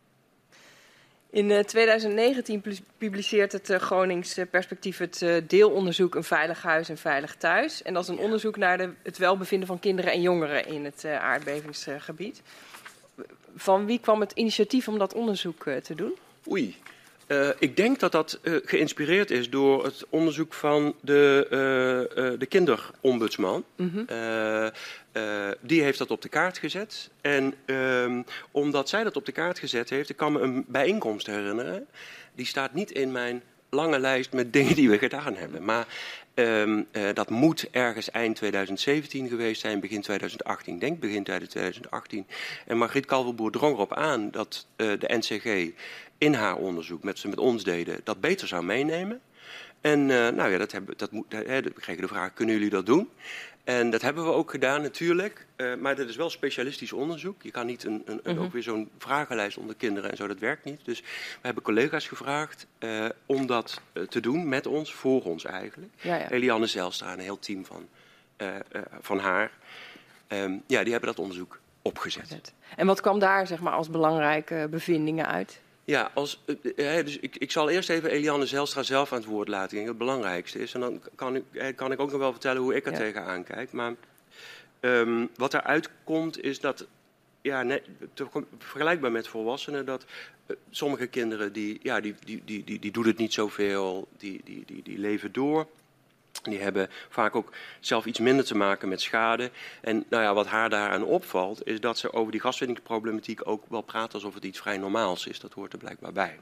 In 2019 publiceert het Gronings Perspectief het deelonderzoek Een Veilig Huis en Veilig Thuis. En dat is een onderzoek naar het welbevinden van kinderen en jongeren in het aardbevingsgebied. Van wie kwam het initiatief om dat onderzoek te doen? Ik denk dat geïnspireerd is door het onderzoek van de kinderombudsman. Mm-hmm. Die heeft dat op de kaart gezet. En omdat zij dat op de kaart gezet heeft, ik kan me een bijeenkomst herinneren. Die staat niet in mijn lange lijst met dingen die we gedaan hebben. Maar dat moet ergens eind 2017 geweest zijn, begin 2018. Ik denk begin 2018. En Margriet Kalverboer drong erop aan dat de NCG in haar onderzoek, met ons deden, dat beter zou meenemen. En we kregen de vraag, kunnen jullie dat doen? En dat hebben we ook gedaan natuurlijk. Maar dat is wel specialistisch onderzoek. Je kan niet ook weer zo'n vragenlijst onder kinderen en zo, dat werkt niet. Dus we hebben collega's gevraagd om dat te doen met ons, voor ons eigenlijk. Ja. Eliane Zijlstra, een heel team van haar. Die hebben dat onderzoek opgezet. En wat kwam daar zeg maar als belangrijke bevindingen uit? Ja, dus ik zal eerst even Eliane Zijlstra zelf aan het woord laten. Ik denk dat het belangrijkste is. En dan kan ik ook nog wel vertellen hoe ik er tegenaan kijk. Maar wat eruit komt is dat, vergelijkbaar met volwassenen, dat sommige kinderen die doen het niet zoveel, die leven door. Die hebben vaak ook zelf iets minder te maken met schade. En wat haar daaraan opvalt, is dat ze over die gaswinningsproblematiek ook wel praat alsof het iets vrij normaals is. Dat hoort er blijkbaar bij.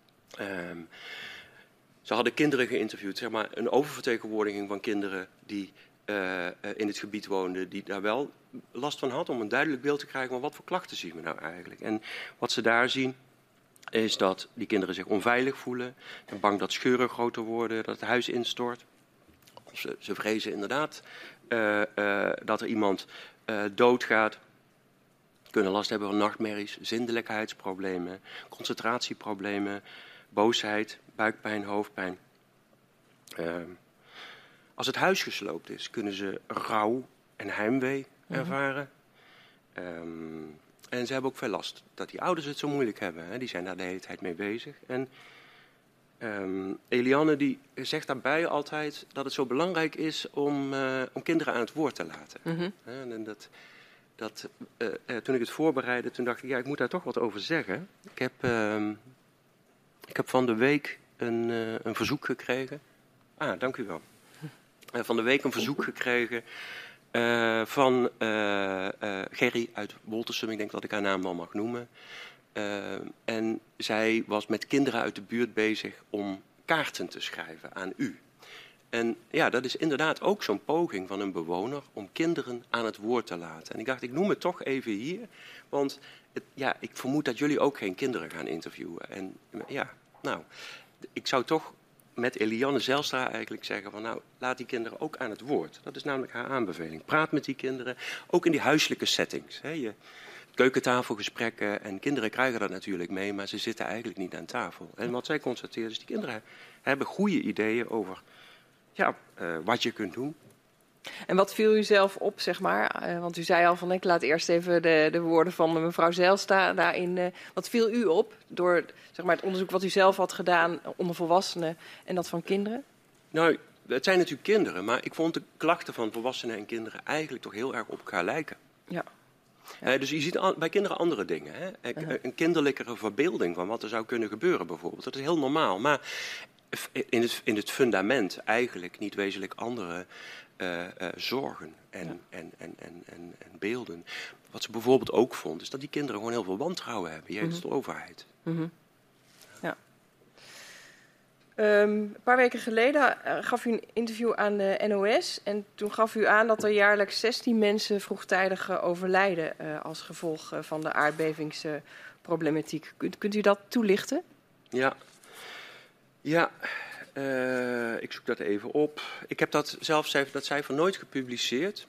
Ze hadden kinderen geïnterviewd, zeg maar een oververtegenwoordiging van kinderen die in het gebied woonden, die daar wel last van had, om een duidelijk beeld te krijgen van wat voor klachten zien we nou eigenlijk. En wat ze daar zien, is dat die kinderen zich onveilig voelen, bang dat scheuren groter worden, dat het huis instort. Ze vrezen inderdaad dat er iemand doodgaat. Kunnen last hebben van nachtmerries, zindelijkheidsproblemen, concentratieproblemen, boosheid, buikpijn, hoofdpijn. Als het huis gesloopt is, kunnen ze rouw en heimwee ervaren. En ze hebben ook veel last dat die ouders het zo moeilijk hebben. Hè. Die zijn daar de hele tijd mee bezig. En Eliane die zegt daarbij altijd dat het zo belangrijk is om kinderen aan het woord te laten. En toen ik het voorbereidde, toen dacht ik, ja, ik moet daar toch wat over zeggen. Ik heb van de week een verzoek gekregen. Dank u wel. Van de week een verzoek gekregen van Gerry uit Woltersum. Ik denk dat ik haar naam wel mag noemen. En zij was met kinderen uit de buurt bezig om kaarten te schrijven aan u. En ja, dat is inderdaad ook zo'n poging van een bewoner om kinderen aan het woord te laten. En ik dacht, ik noem het toch even hier, want ik vermoed dat jullie ook geen kinderen gaan interviewen. En ja, nou, ik zou toch met Eliane Zijlstra eigenlijk zeggen van, nou, laat die kinderen ook aan het woord. Dat is namelijk haar aanbeveling. Praat met die kinderen, ook in die huiselijke settings. Hè. Keukentafelgesprekken en kinderen krijgen dat natuurlijk mee, maar ze zitten eigenlijk niet aan tafel. En wat zij constateert is, die kinderen hebben goede ideeën over wat je kunt doen. En wat viel u zelf op, zeg maar? Want u zei al van, ik laat eerst even de woorden van mevrouw Zijlstra daarin. Wat viel u op door, zeg maar, het onderzoek wat u zelf had gedaan onder volwassenen en dat van kinderen? Nou, het zijn natuurlijk kinderen, maar ik vond de klachten van volwassenen en kinderen eigenlijk toch heel erg op elkaar lijken. Ja. Dus je ziet bij kinderen andere dingen. Hè? Een kinderlijkere verbeelding van wat er zou kunnen gebeuren bijvoorbeeld. Dat is heel normaal, maar in het fundament eigenlijk niet wezenlijk andere zorgen en beelden. Wat ze bijvoorbeeld ook vond, is dat die kinderen gewoon heel veel wantrouwen hebben jegens de overheid. Ja. Een paar weken geleden gaf u een interview aan de NOS. En toen gaf u aan dat er jaarlijks 16 mensen vroegtijdig overlijden als gevolg van de aardbevingsproblematiek. Kunt u dat toelichten? Ja, ik zoek dat even op. Ik heb dat zelf, dat cijfer nooit gepubliceerd.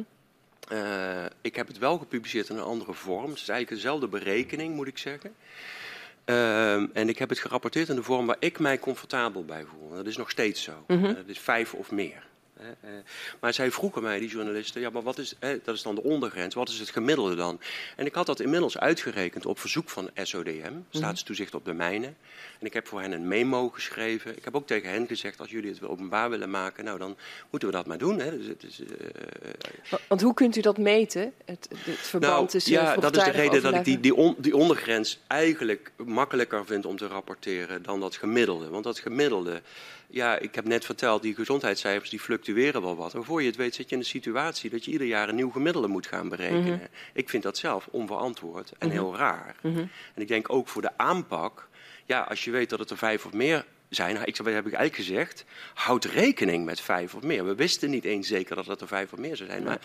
Ik heb het wel gepubliceerd in een andere vorm. Het is eigenlijk dezelfde berekening, moet ik zeggen. En ik heb het gerapporteerd in de vorm waar ik mij comfortabel bij voel. Dat is nog steeds zo. Dat is 5 of meer. Maar zij vroegen mij, die journalisten, ja, maar wat is, dat is dan de ondergrens, wat is het gemiddelde dan? En ik had dat inmiddels uitgerekend op verzoek van SODM, Staatstoezicht op de Mijnen. En ik heb voor hen een memo geschreven. Ik heb ook tegen hen gezegd, als jullie het openbaar willen maken, nou dan moeten we dat maar doen. Hè. Dus het is, Want hoe kunt u dat meten, het verband tussen dat is de reden overlijden? Dat ik die ondergrens eigenlijk makkelijker vind om te rapporteren dan dat gemiddelde. Want dat gemiddelde, ja, ik heb net verteld, die gezondheidscijfers die fluctueren wel wat. Maar voor je het weet zit je in een situatie dat je ieder jaar een nieuw gemiddelde moet gaan berekenen. Ik vind dat zelf onverantwoord en heel raar. En ik denk ook voor de aanpak, ja, als je weet dat het er 5 of meer zijn, heb ik eigenlijk gezegd, houd rekening met 5 of meer. We wisten niet eens zeker dat het er 5 of meer zou zijn, maar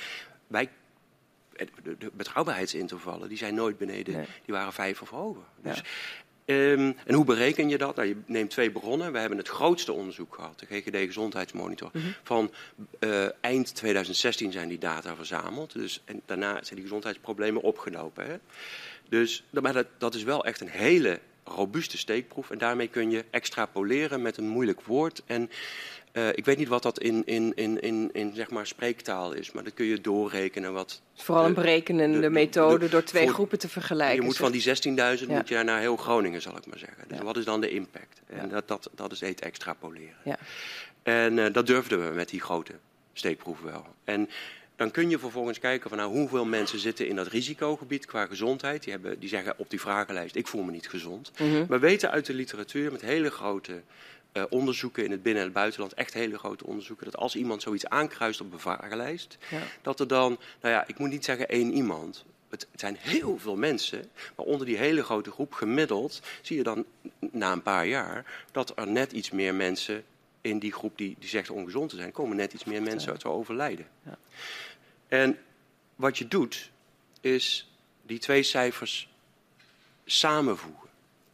de betrouwbaarheidsintervallen, die zijn nooit beneden, die waren 5 of hoger. Dus, en hoe bereken je dat? Nou, je neemt 2 bronnen. We hebben het grootste onderzoek gehad, de GGD Gezondheidsmonitor. Van eind 2016 zijn die data verzameld. Dus, en daarna zijn die gezondheidsproblemen opgelopen. Hè? Dus, maar dat is wel echt een hele robuuste steekproef. En daarmee kun je extrapoleren met een moeilijk woord. En ik weet niet wat dat in zeg maar spreektaal is, maar dat kun je doorrekenen. Vooral een berekenende methode door 2 groepen te vergelijken. Je moet van die 16.000 moet je naar heel Groningen, zal ik maar zeggen. Dus wat is dan de impact? En dat is het extrapoleren. Ja. En dat durfden we met die grote steekproef wel. En dan kun je vervolgens kijken van hoeveel mensen zitten in dat risicogebied qua gezondheid. Die zeggen op die vragenlijst, ik voel me niet gezond. We weten uit de literatuur met hele grote onderzoeken in het binnen- en het buitenland, echt hele grote onderzoeken, dat als iemand zoiets aankruist op een vragenlijst, dat er dan, ik moet niet zeggen 1 iemand, het zijn heel veel mensen, maar onder die hele grote groep gemiddeld zie je dan na een paar jaar dat er net iets meer mensen in die groep die zegt ongezond te zijn, komen net iets meer mensen te overlijden. Ja. En wat je doet, is die 2 cijfers samenvoegen.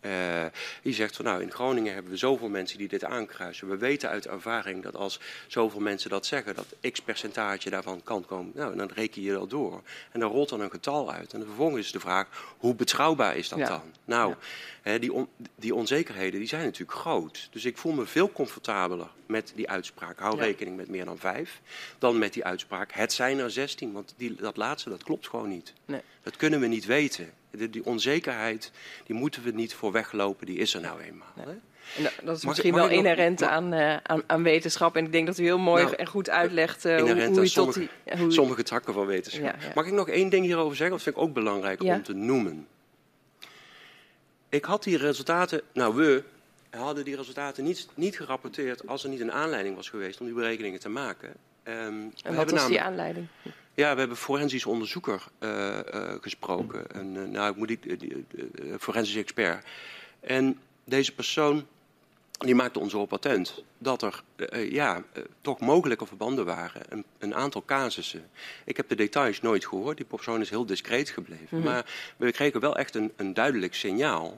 Die zegt van nou, in Groningen hebben we zoveel mensen die dit aankruisen. We weten uit ervaring dat als zoveel mensen dat zeggen, dat x percentage daarvan kan komen. Nou, dan reken je dat door. En dan rolt dan een getal uit. En vervolgens is de vraag, hoe betrouwbaar is dat dan? Nou, die onzekerheden die zijn natuurlijk groot. Dus ik voel me veel comfortabeler met die uitspraak. Hou rekening met meer dan 5. Dan met die uitspraak, het zijn er 16. Want dat laatste, dat klopt gewoon niet. Nee. Dat kunnen we niet weten. Die onzekerheid, die moeten we niet voor weglopen. Die is er nou eenmaal. Nee. En dat is misschien wel inherent aan wetenschap. En ik denk dat u heel mooi en goed uitlegt hoe u tot die... Sommige takken van wetenschap. Ja. Mag ik nog één ding hierover zeggen? Dat vind ik ook belangrijk om te noemen. Ik had die resultaten... we hadden die resultaten niet gerapporteerd als er niet een aanleiding was geweest om die berekeningen te maken. En wat was die aanleiding? Ja, we hebben forensisch onderzoeker gesproken. Forensisch expert. En deze persoon die maakte ons erop attent dat er toch mogelijke verbanden waren. Een aantal casussen. Ik heb de details nooit gehoord. Die persoon is heel discreet gebleven. Mm-hmm. Maar we kregen wel echt een duidelijk signaal.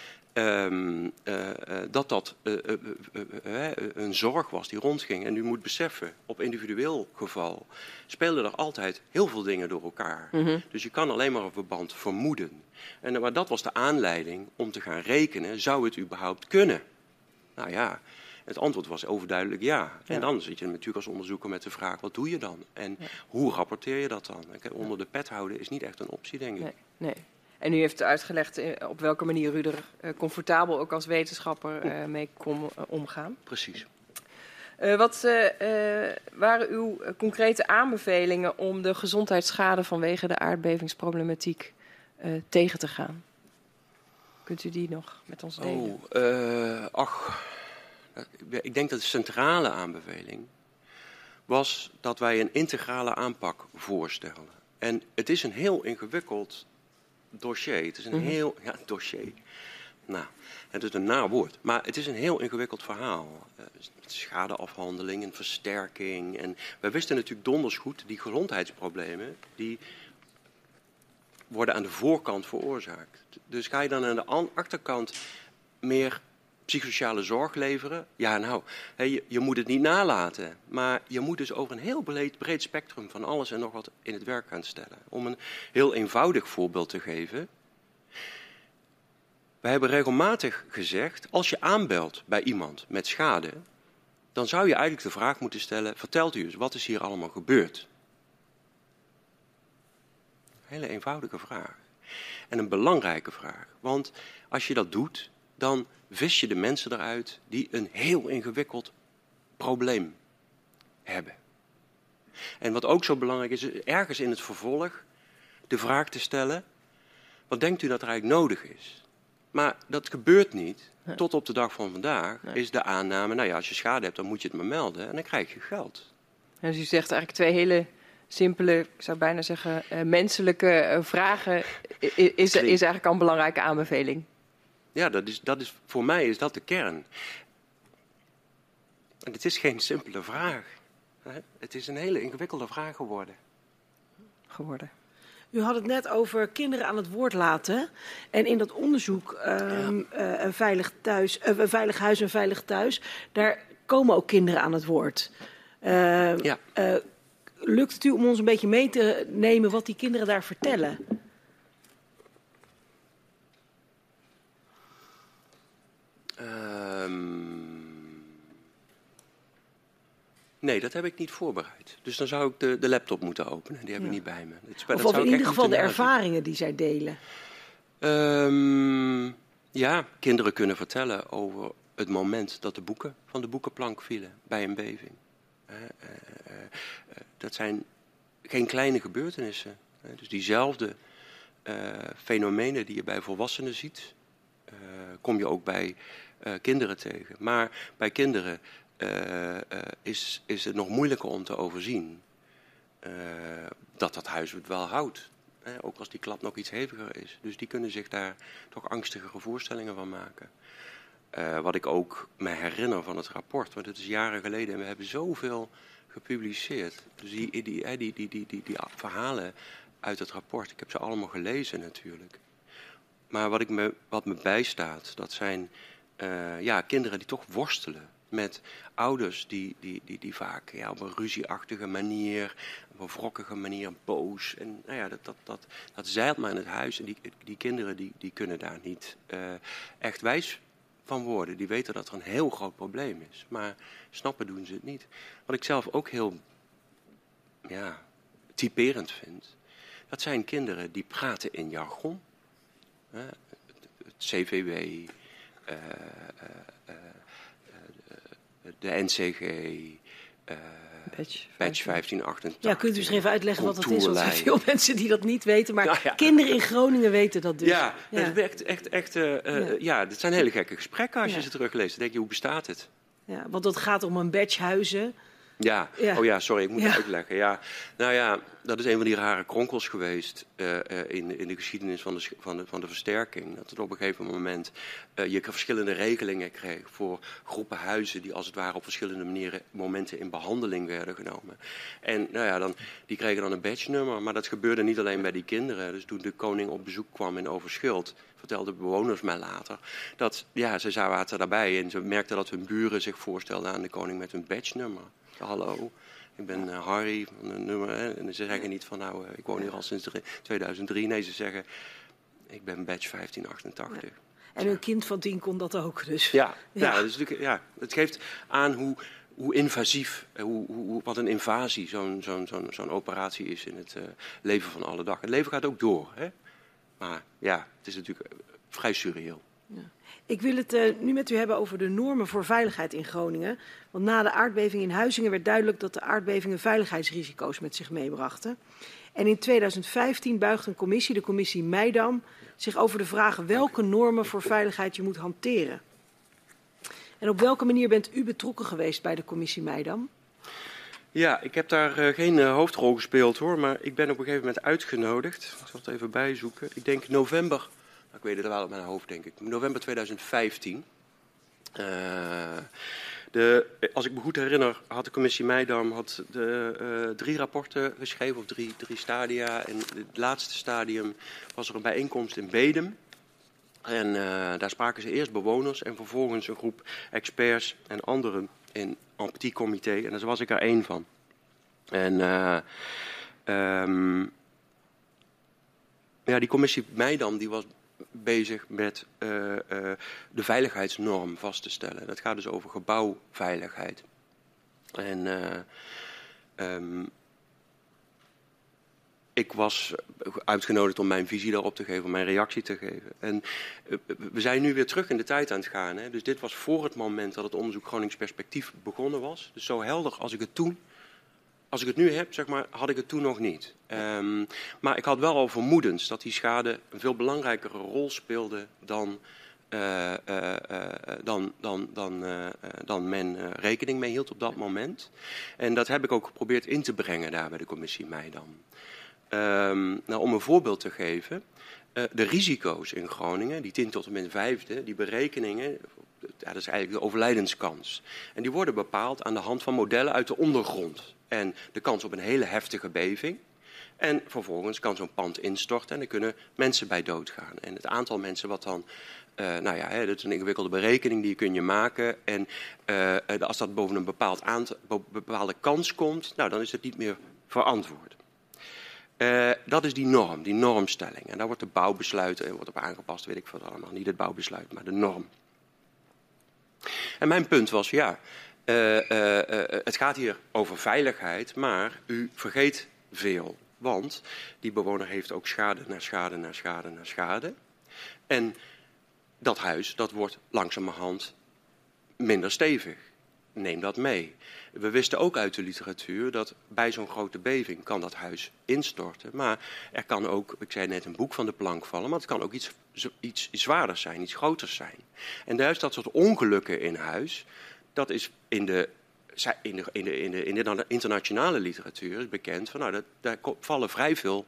Dat een zorg was die rondging. En u moet beseffen, op individueel geval speelden er altijd heel veel dingen door elkaar. Mm-hmm. Dus je kan alleen maar een verband vermoeden. Maar dat was de aanleiding om te gaan rekenen, zou het überhaupt kunnen? Nou ja, het antwoord was overduidelijk ja. En dan zit je natuurlijk als onderzoeker met de vraag, wat doe je dan? En hoe rapporteer je dat dan? Onder de pet houden is niet echt een optie, denk ik. Nee. En u heeft uitgelegd op welke manier u er comfortabel ook als wetenschapper mee kon omgaan. Precies. Wat waren uw concrete aanbevelingen om de gezondheidsschade vanwege de aardbevingsproblematiek tegen te gaan? Kunt u die nog met ons delen? Ik denk dat de centrale aanbeveling was dat wij een integrale aanpak voorstellen. En het is een heel ingewikkeld dossier. Het is een heel... Ja, dossier. Nou, het is een naar woord. Maar het is een heel ingewikkeld verhaal. Schadeafhandeling en versterking. En wij wisten natuurlijk donders goed, die gezondheidsproblemen, die worden aan de voorkant veroorzaakt. Dus ga je dan aan de achterkant meer psychosociale zorg leveren? Ja, nou, je moet het niet nalaten. Maar je moet dus over een heel breed spectrum van alles en nog wat in het werk gaan stellen. Om een heel eenvoudig voorbeeld te geven. We hebben regelmatig gezegd, als je aanbelt bij iemand met schade, dan zou je eigenlijk de vraag moeten stellen, vertelt u eens, wat is hier allemaal gebeurd? Een hele eenvoudige vraag. En een belangrijke vraag. Want als je dat doet, dan vis je de mensen eruit die een heel ingewikkeld probleem hebben. En wat ook zo belangrijk is ergens in het vervolg de vraag te stellen, wat denkt u dat er eigenlijk nodig is? Maar dat gebeurt niet. Tot op de dag van vandaag is de aanname, nou ja, als je schade hebt, dan moet je het maar melden en dan krijg je geld. Dus u zegt eigenlijk twee hele simpele, ik zou bijna zeggen, menselijke vragen is eigenlijk al een belangrijke aanbeveling. Ja, voor mij is dat de kern. En het is geen simpele vraag. Het is een hele ingewikkelde vraag geworden. U had het net over kinderen aan het woord laten. En in dat onderzoek een veilig huis en veilig thuis, daar komen ook kinderen aan het woord. Lukt het u om ons een beetje mee te nemen wat die kinderen daar vertellen? Nee, dat heb ik niet voorbereid. Dus dan zou ik de laptop moeten openen. Die heb ik niet bij me. Of in ieder geval de ervaringen die zij delen. Kinderen kunnen vertellen over het moment dat de boeken van de boekenplank vielen bij een beving. Dat zijn geen kleine gebeurtenissen. Dus diezelfde fenomenen die je bij volwassenen ziet, kom je ook bij kinderen tegen. Maar bij kinderen is het nog moeilijker om te overzien dat huis het wel houdt. Ook als die klap nog iets heviger is. Dus die kunnen zich daar toch angstigere voorstellingen van maken. Wat ik ook me herinner van het rapport, want het is jaren geleden en we hebben zoveel gepubliceerd. Dus die verhalen uit het rapport, ik heb ze allemaal gelezen natuurlijk. Maar wat me bijstaat, dat zijn kinderen die toch worstelen met ouders die vaak op een ruzieachtige manier, op een wrokkige manier, boos. En dat zeilt maar in het huis. En die kinderen die kunnen daar niet echt wijs van worden. Die weten dat er een heel groot probleem is. Maar snappen doen ze het niet. Wat ik zelf ook heel typerend vind, dat zijn kinderen die praten in jargon. Het CVW, de NCG, Badge 1588. Ja, kunt u eens even uitleggen wat dat is? Want er zijn veel mensen die dat niet weten, maar kinderen in Groningen weten dat dus. Ja, het werkt echt. Dit zijn hele gekke gesprekken als je ze terugleest. Dan denk je, hoe bestaat het? Ja, want het gaat om een badgehuizen. Ja, sorry, ik moet het uitleggen. Ja. Nou ja, dat is een van die rare kronkels geweest in de geschiedenis van de versterking. Dat het op een gegeven moment je verschillende regelingen kreeg voor groepen huizen die als het ware op verschillende momenten in behandeling werden genomen. En die kregen dan een badge-nummer, maar dat gebeurde niet alleen bij die kinderen. Dus toen de koning op bezoek kwam in Overschild, vertelden bewoners mij later, dat ze zaten daarbij en ze merkten dat hun buren zich voorstelden aan de koning met hun badge-nummer. Hallo, ik ben Harry van de nummer. En ze zeggen niet van ik woon hier al sinds 2003. Nee, ze zeggen, ik ben badge 1588. Ja. En een kind van 10 kon dat ook dus. Dus het geeft aan hoe invasief, wat een invasie zo'n operatie is in het leven van alle dag. Het leven gaat ook door, hè? Maar het is natuurlijk vrij surreëel. Ja. Ik wil het nu met u hebben over de normen voor veiligheid in Groningen. Want na de aardbeving in Huizingen werd duidelijk dat de aardbevingen veiligheidsrisico's met zich meebrachten. En in 2015 buigt een commissie, de commissie Meidam, zich over de vraag welke normen voor veiligheid je moet hanteren. En op welke manier bent u betrokken geweest bij de commissie Meidam? Ja, ik heb daar geen hoofdrol gespeeld hoor, maar ik ben op een gegeven moment uitgenodigd. Ik zal het even bijzoeken. Ik denk november. Ik weet het wel op mijn hoofd, denk ik. November 2015. Als ik me goed herinner, had de commissie Meidam 3 rapporten geschreven, of drie stadia. En het laatste stadium was er een bijeenkomst in Bedum. En daar spraken ze eerst bewoners en vervolgens een groep experts en anderen in een petit comité. En daar was ik er één van. En die commissie Meidam die was bezig met de veiligheidsnorm vast te stellen. Dat gaat dus over gebouwveiligheid. En ik was uitgenodigd om mijn visie daarop te geven, om mijn reactie te geven. En we zijn nu weer terug in de tijd aan het gaan. Hè? Dus dit was voor het moment dat het onderzoek Gronings Perspectief begonnen was. Dus zo helder als ik het nu heb, zeg maar, had ik het toen nog niet. Maar ik had wel al vermoedens dat die schade een veel belangrijkere rol speelde dan men rekening mee hield op dat moment. En dat heb ik ook geprobeerd in te brengen daar bij de commissie Meidam. Om een voorbeeld te geven, de risico's in Groningen, die 10 tot en met 5e, die berekeningen, dat is eigenlijk de overlijdenskans. En die worden bepaald aan de hand van modellen uit de ondergrond. En de kans op een hele heftige beving. En vervolgens kan zo'n pand instorten en er kunnen mensen bij doodgaan. En het aantal mensen wat dan, dat is een ingewikkelde berekening die kun je maken. En als dat boven een bepaalde kans komt, dan is het niet meer verantwoord. Dat is die normstelling. En daar wordt de bouwbesluit wordt op aangepast, weet ik veel allemaal. Niet het bouwbesluit, maar de norm. En mijn punt was, het gaat hier over veiligheid, maar u vergeet veel. Want die bewoner heeft ook schade na schade na schade na schade. En dat huis, dat wordt langzamerhand minder stevig. Neem dat mee. We wisten ook uit de literatuur dat bij zo'n grote beving kan dat huis instorten. Maar er kan ook, ik zei net, een boek van de plank vallen, maar het kan ook iets zwaarders zijn, iets groters zijn. En juist dat soort ongelukken in huis, dat is in de internationale literatuur is bekend van, daar vallen vrij veel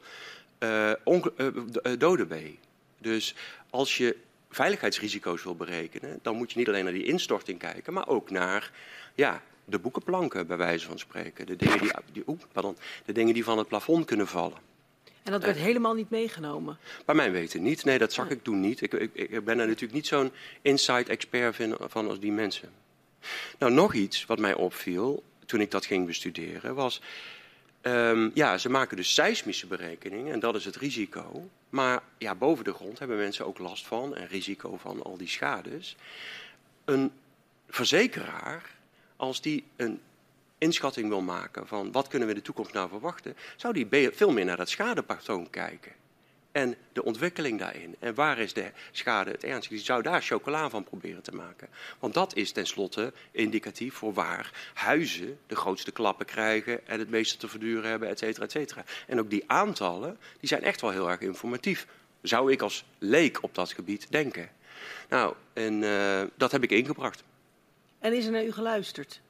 doden bij. Dus als je veiligheidsrisico's wil berekenen, dan moet je niet alleen naar die instorting kijken, maar ook naar de boekenplanken, bij wijze van spreken. De dingen die van het plafond kunnen vallen. En dat werd helemaal niet meegenomen? Bij mijn weten niet. Nee, dat zag ik toen niet. Ik ben er natuurlijk niet zo'n inside-expert van als die mensen. Nou, nog iets wat mij opviel toen ik dat ging bestuderen was... ze maken dus seismische berekeningen en dat is het risico. Maar ja, boven de grond hebben mensen ook last van en risico van al die schades. Een verzekeraar, als die een inschatting wil maken van wat kunnen we in de toekomst nou verwachten, zou die veel meer naar dat schadepatroon kijken. En de ontwikkeling daarin. En waar is de schade het ernstigste? Die zou daar chocola van proberen te maken. Want dat is tenslotte indicatief voor waar huizen de grootste klappen krijgen en het meeste te verduren hebben, et cetera, et cetera. En ook die aantallen, die zijn echt wel heel erg informatief. Zou ik als leek op dat gebied denken. Nou, en dat heb ik ingebracht. En is er naar u geluisterd?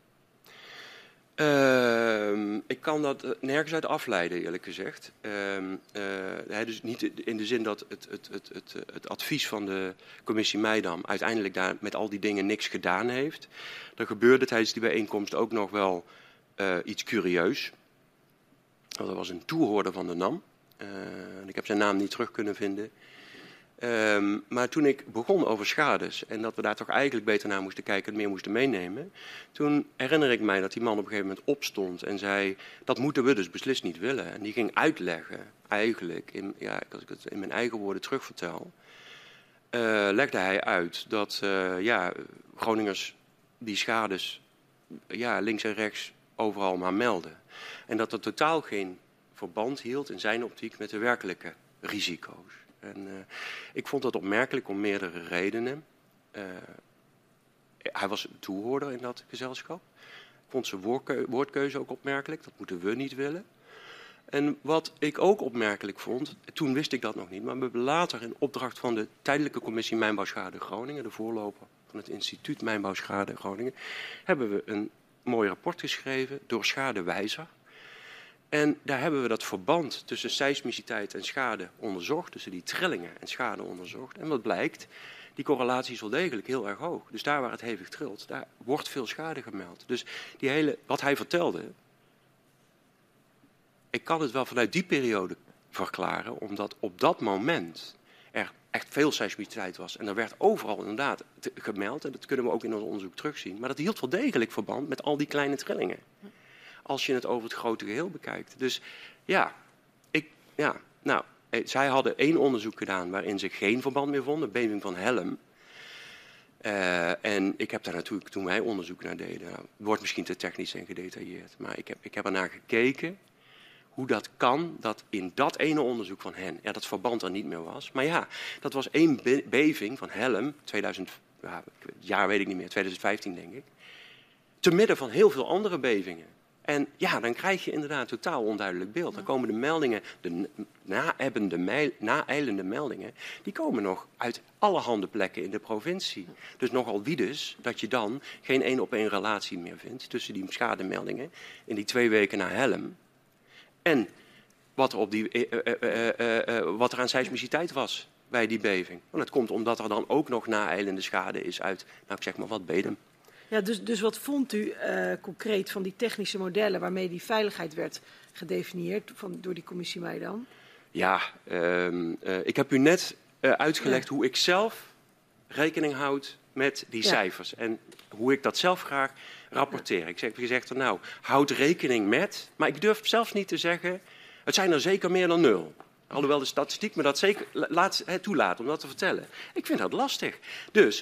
Ik kan dat nergens uit afleiden, eerlijk gezegd. Dus niet in de zin dat het advies van de commissie Meidam uiteindelijk daar met al die dingen niks gedaan heeft. Er gebeurde tijdens die bijeenkomst ook nog wel iets curieus. Dat was een toehoorder van de NAM. Ik heb zijn naam niet terug kunnen vinden. Maar toen ik begon over schades en dat we daar toch eigenlijk beter naar moesten kijken en meer moesten meenemen, toen herinner ik mij dat die man op een gegeven moment opstond en zei, dat moeten we dus beslist niet willen. En die ging uitleggen, eigenlijk, als ik het in mijn eigen woorden terugvertel, legde hij uit dat Groningers die schades links en rechts overal maar melden. En dat er totaal geen verband hield in zijn optiek met de werkelijke risico's. En ik vond dat opmerkelijk om meerdere redenen. Hij was een toehoorder in dat gezelschap. Ik vond zijn woordkeuze ook opmerkelijk. Dat moeten we niet willen. En wat ik ook opmerkelijk vond, toen wist ik dat nog niet, maar we hebben later in opdracht van de Tijdelijke Commissie Mijnbouwschade Groningen, de voorloper van het Instituut Mijnbouwschade Groningen, hebben we een mooi rapport geschreven door Schadewijzer. En daar hebben we dat verband tussen seismiciteit en schade onderzocht, tussen die trillingen en schade onderzocht. En wat blijkt, die correlatie is wel degelijk heel erg hoog. Dus daar waar het hevig trilt, daar wordt veel schade gemeld. Dus wat hij vertelde, ik kan het wel vanuit die periode verklaren, omdat op dat moment er echt veel seismiciteit was. En er werd overal inderdaad gemeld, en dat kunnen we ook in ons onderzoek terugzien. Maar dat hield wel degelijk verband met al die kleine trillingen. Als je het over het grote geheel bekijkt. Dus zij hadden 1 onderzoek gedaan waarin ze geen verband meer vonden, beving van Helm. En ik heb daar natuurlijk, toen wij onderzoek naar deden, wordt misschien te technisch en gedetailleerd, maar ik heb er naar gekeken hoe dat kan, dat in dat ene onderzoek van hen, dat verband er niet meer was. Maar ja, dat was 1 beving van Helm, 2000, het jaar weet ik niet meer, 2015 denk ik, te midden van heel veel andere bevingen. En ja, dan krijg je inderdaad een totaal onduidelijk beeld. Dan komen de meldingen, de naeilende meldingen, die komen nog uit allerhande plekken in de provincie. Dus nogal wiedes dat je dan geen 1-op-1 relatie meer vindt tussen die schademeldingen in die 2 weken na Helm en wat er aan seismiciteit was bij die beving. Want het komt omdat er dan ook nog naeilende schade is uit, ik zeg maar wat, Bedum. Ja, dus wat vond u concreet van die technische modellen waarmee die veiligheid werd gedefinieerd door die commissie Meidam? Ja, ik heb u net uitgelegd hoe ik zelf rekening houd met die cijfers. En hoe ik dat zelf graag rapporteer. Ik heb gezegd, houd rekening met, maar ik durf zelfs niet te zeggen, het zijn er zeker meer dan 0. Alhoewel de statistiek me dat zeker toelaat om dat te vertellen. Ik vind dat lastig. Dus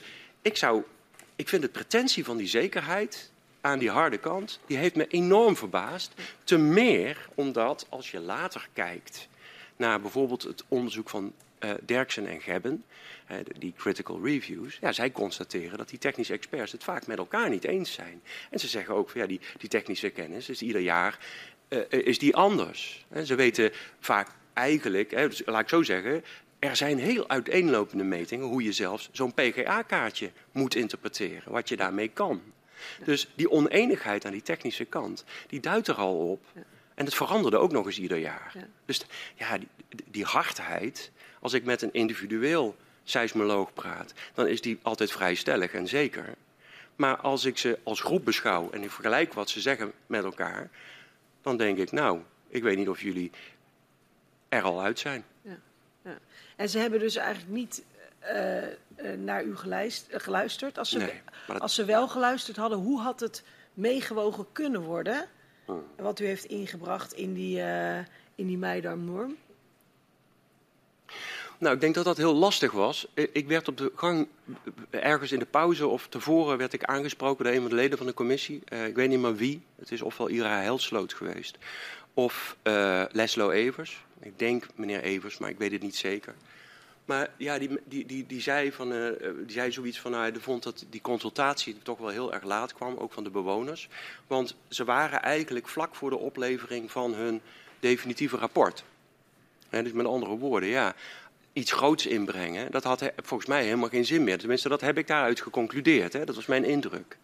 ik vind de pretentie van die zekerheid aan die harde kant, die heeft me enorm verbaasd. Te meer omdat als je later kijkt naar bijvoorbeeld het onderzoek van Derksen en Gebben, die critical reviews, zij constateren dat die technische experts het vaak met elkaar niet eens zijn. En ze zeggen ook, die technische kennis is ieder jaar is die anders. Ze weten vaak eigenlijk, dus laat ik zo zeggen, er zijn heel uiteenlopende metingen hoe je zelfs zo'n PGA-kaartje moet interpreteren, wat je daarmee kan. Dus die oneenigheid aan die technische kant, die duidt er al op. En het veranderde ook nog eens ieder jaar. Dus die hardheid, als ik met een individueel seismoloog praat, dan is die altijd vrij stellig en zeker. Maar als ik ze als groep beschouw en ik vergelijk wat ze zeggen met elkaar, dan denk ik, ik weet niet of jullie er al uit zijn. Ja. En ze hebben dus eigenlijk niet naar u geluisterd. Als ze wel geluisterd hadden, hoe had het meegewogen kunnen worden? Wat u heeft ingebracht in die meidarmnorm? Nou, ik denk dat dat heel lastig was. Ik werd op de gang, ergens in de pauze of tevoren, werd ik aangesproken door een van de leden van de commissie. Ik weet niet meer wie. Het is ofwel Ira Helsloot geweest. Of Leslo Evers. Ik denk meneer Evers, maar ik weet het niet zeker. Maar ja, die zei zoiets van, hij vond dat die consultatie toch wel heel erg laat kwam, ook van de bewoners. Want ze waren eigenlijk vlak voor de oplevering van hun definitieve rapport. Dus met andere woorden, ja, iets groots inbrengen, dat had volgens mij helemaal geen zin meer. Tenminste, dat heb ik daaruit geconcludeerd. Dat was mijn indruk.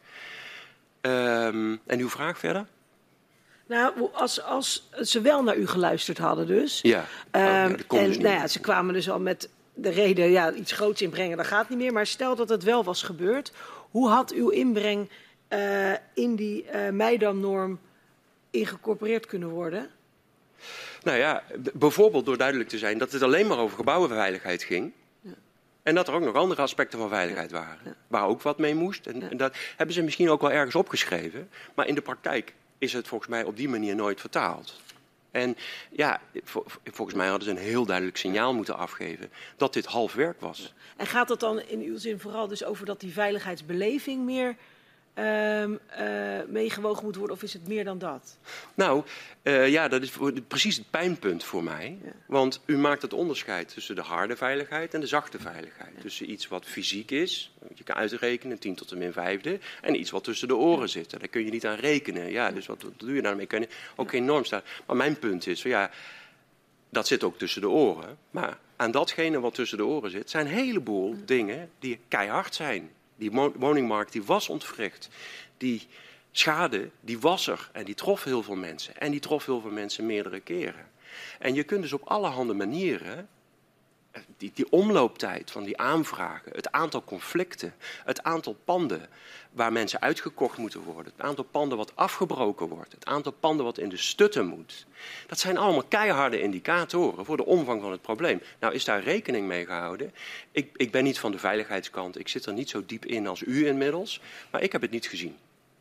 En uw vraag verder? Nou, als ze wel naar u geluisterd hadden dus. Ja, dat kon dus niet. Ze kwamen dus al met de reden, iets groots inbrengen, dat gaat niet meer. Maar stel dat het wel was gebeurd. Hoe had uw inbreng in die meidarmnorm ingecorporeerd kunnen worden? Nou ja, bijvoorbeeld door duidelijk te zijn dat het alleen maar over gebouwenveiligheid ging. Ja. En dat er ook nog andere aspecten van veiligheid waren. Ja. Waar ook wat mee moest. En dat hebben ze misschien ook wel ergens opgeschreven. Maar in de praktijk is het volgens mij op die manier nooit vertaald. En ja, volgens mij hadden ze een heel duidelijk signaal moeten afgeven dat dit half werk was. Ja. En gaat dat dan in uw zin vooral dus over dat die veiligheidsbeleving meer meegewogen moet worden, of is het meer dan dat? Nou, dat is precies het pijnpunt voor mij. Ja. Want u maakt het onderscheid tussen de harde veiligheid en de zachte veiligheid. Ja. Tussen iets wat fysiek is, je kan uitrekenen, 10 tot de -5, en iets wat tussen de oren zit. Daar kun je niet aan rekenen. Ja, dus wat doe je daarmee? Kan je ook geen norm stellen. Maar mijn punt is, dat zit ook tussen de oren. Maar aan datgene wat tussen de oren zit, zijn een heleboel dingen die keihard zijn. Die woningmarkt die was ontwricht. Die schade die was er en die trof heel veel mensen. En die trof heel veel mensen meerdere keren. En je kunt dus op allerhande manieren die omlooptijd van die aanvragen, het aantal conflicten, het aantal panden waar mensen uitgekocht moeten worden, het aantal panden wat afgebroken wordt, het aantal panden wat in de stutten moet. Dat zijn allemaal keiharde indicatoren voor de omvang van het probleem. Nou, is daar rekening mee gehouden? Ik ben niet van de veiligheidskant, ik zit er niet zo diep in als u inmiddels, maar ik heb het niet gezien.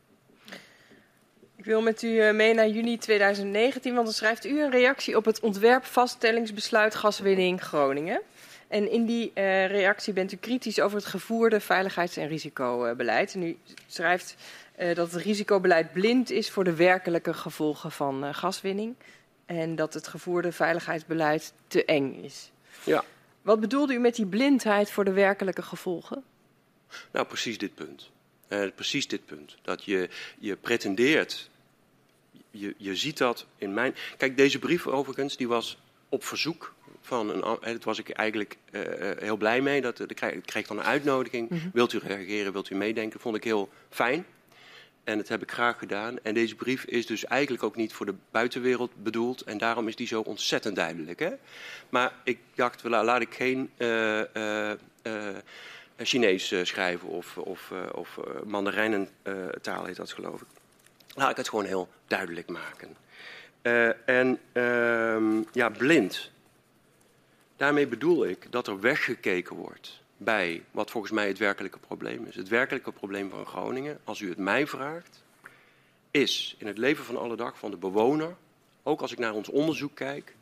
Ik wil met u mee naar juni 2019, want dan schrijft u een reactie op het ontwerpvaststellingsbesluit gaswinning Groningen. En in die reactie bent u kritisch over het gevoerde veiligheids- en risicobeleid. En u schrijft dat het risicobeleid blind is voor de werkelijke gevolgen van gaswinning. En dat het gevoerde veiligheidsbeleid te eng is. Ja. Wat bedoelde u met die blindheid voor de werkelijke gevolgen? Nou, precies dit punt. Precies dit punt. Dat je pretendeert, je ziet dat in mijn... Kijk, deze brief overigens, die was op verzoek van daar was ik eigenlijk heel blij mee. Ik kreeg dan een uitnodiging. Mm-hmm. Wilt u reageren, wilt u meedenken? Dat vond ik heel fijn. En dat heb ik graag gedaan. En deze brief is dus eigenlijk ook niet voor de buitenwereld bedoeld. En daarom is die zo ontzettend duidelijk. Hè? Maar ik dacht, laat ik geen Chinees schrijven of Mandarijnentaal heet dat, geloof ik. Laat ik het gewoon heel duidelijk maken. Blind. Daarmee bedoel ik dat er weggekeken wordt bij wat volgens mij het werkelijke probleem is. Het werkelijke probleem van Groningen, als u het mij vraagt, is in het leven van alle dag van de bewoner, ook als ik naar ons onderzoek kijk.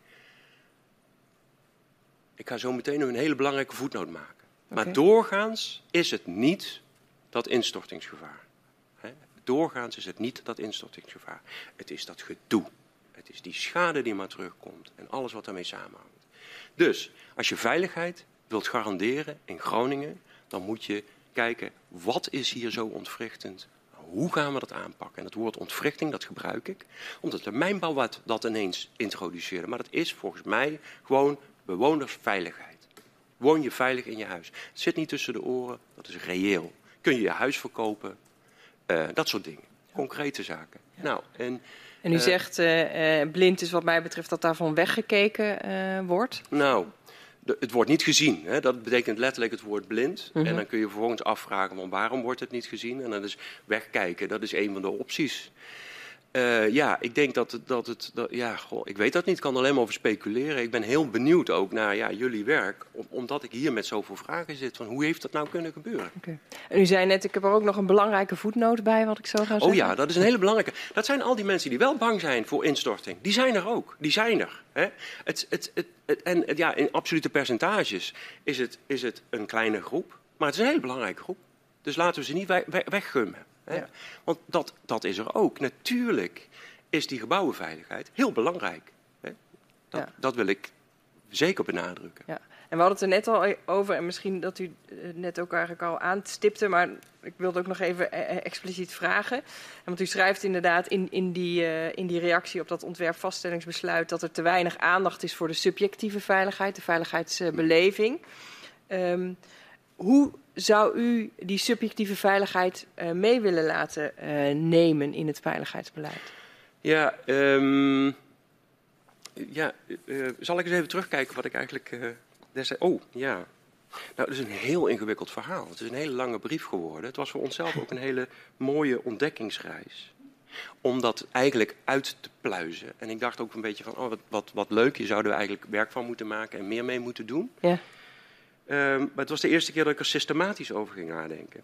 Ik ga zo meteen een hele belangrijke voetnoot maken. Okay. Maar doorgaans is het niet dat instortingsgevaar. Doorgaans is het niet dat instortingsgevaar. Het is dat gedoe. Het is die schade die maar terugkomt en alles wat daarmee samenhangt. Dus als je veiligheid wilt garanderen in Groningen, dan moet je kijken, wat is hier zo ontwrichtend? Hoe gaan we dat aanpakken? En het woord ontwrichting, dat gebruik ik, omdat de mijnbouwwet dat ineens introduceerde. Maar dat is volgens mij gewoon bewonersveiligheid. Woon je veilig in je huis. Het zit niet tussen de oren, dat is reëel. Kun je je huis verkopen? Dat soort dingen. Concrete zaken. Ja. Nou, en u zegt, blind is wat mij betreft dat daarvan weggekeken wordt? Nou, het wordt niet gezien. Hè? Dat betekent letterlijk het woord blind. Mm-hmm. En dan kun je vervolgens afvragen, waarom wordt het niet gezien? En dat is wegkijken, dat is een van de opties. Ik denk ik weet dat niet. Ik kan er alleen maar over speculeren. Ik ben heel benieuwd ook naar jullie werk. Omdat ik hier met zoveel vragen zit. Van hoe heeft dat nou kunnen gebeuren? Okay. En u zei net, ik heb er ook nog een belangrijke voetnoot bij, wat ik zo ga zeggen. Oh ja, dat is een hele belangrijke. Dat zijn al die mensen die wel bang zijn voor instorting. Die zijn er ook. Die zijn er. Hè? In absolute percentages is het een kleine groep. Maar het is een hele belangrijke groep. Dus laten we ze niet weggummen. Ja. Want dat is er ook. Natuurlijk is die gebouwenveiligheid heel belangrijk. Hè? Dat wil ik zeker benadrukken. Ja. En we hadden het er net al over, en misschien dat u net ook eigenlijk al aanstipte, maar ik wilde ook nog even expliciet vragen. Want u schrijft inderdaad in die reactie op dat ontwerpvaststellingsbesluit dat er te weinig aandacht is voor de subjectieve veiligheid, de veiligheidsbeleving. Hoe zou u die subjectieve veiligheid mee willen laten nemen in het veiligheidsbeleid? Zal ik eens even terugkijken wat ik eigenlijk destijds... Nou, dat is een heel ingewikkeld verhaal. Het is een hele lange brief geworden. Het was voor onszelf ook een hele mooie ontdekkingsreis. Om dat eigenlijk uit te pluizen. En ik dacht ook een beetje van, wat leuk. Hier zouden we eigenlijk werk van moeten maken en meer mee moeten doen. Ja. Maar het was de eerste keer dat ik er systematisch over ging nadenken.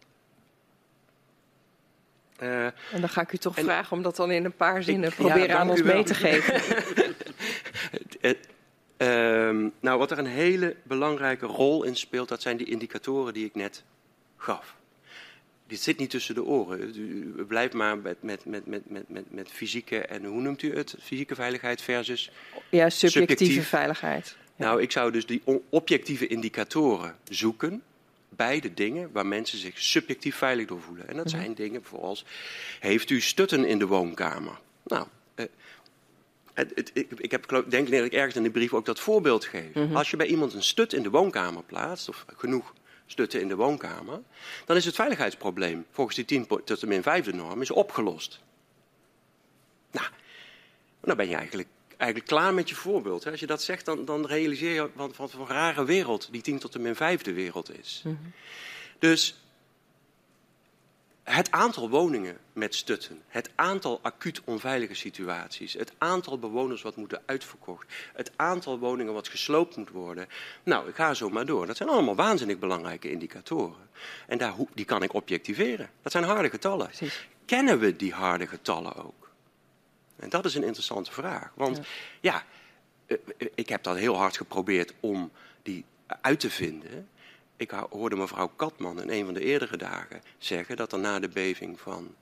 En dan ga ik u toch vragen om dat dan in een paar zinnen proberen aan ons mee te geven. Wat er een hele belangrijke rol in speelt, dat zijn die indicatoren die ik net gaf. Dit zit niet tussen de oren. U blijft maar met fysieke en hoe noemt u het? Fysieke veiligheid versus subjectieve veiligheid. Ja. Nou, ik zou dus die objectieve indicatoren zoeken bij de dingen waar mensen zich subjectief veilig door voelen. En dat zijn dingen zoals, heeft u stutten in de woonkamer? Nou, ik denk dat ik ergens in de brief ook dat voorbeeld geef. Als je bij iemand een stut in de woonkamer plaatst, of genoeg stutten in de woonkamer, dan is het veiligheidsprobleem volgens die 10 tot de min 5e norm is opgelost. Nou, dan ben je eigenlijk klaar met je voorbeeld. Hè. Als je dat zegt, dan realiseer je wat voor een rare wereld die 10 tot de min 5e wereld is. Dus het aantal woningen met stutten, het aantal acuut onveilige situaties, het aantal bewoners wat moeten uitverkocht, het aantal woningen wat gesloopt moet worden. Nou, ik ga zo maar door. Dat zijn allemaal waanzinnig belangrijke indicatoren. En die kan ik objectiveren. Dat zijn harde getallen. Precies. Kennen we die harde getallen ook? En dat is een interessante vraag. Want ik heb dat heel hard geprobeerd om die uit te vinden. Ik hoorde mevrouw Katman in een van de eerdere dagen zeggen dat er na de beving van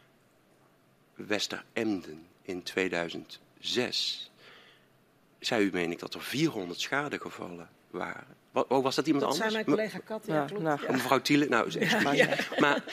Westeremden in 2006... zei u, meen ik, dat er 400 schadegevallen waren. Was dat iemand anders? Dat zei mijn collega Kat, ja, klopt. Nou, mevrouw Thiele, maar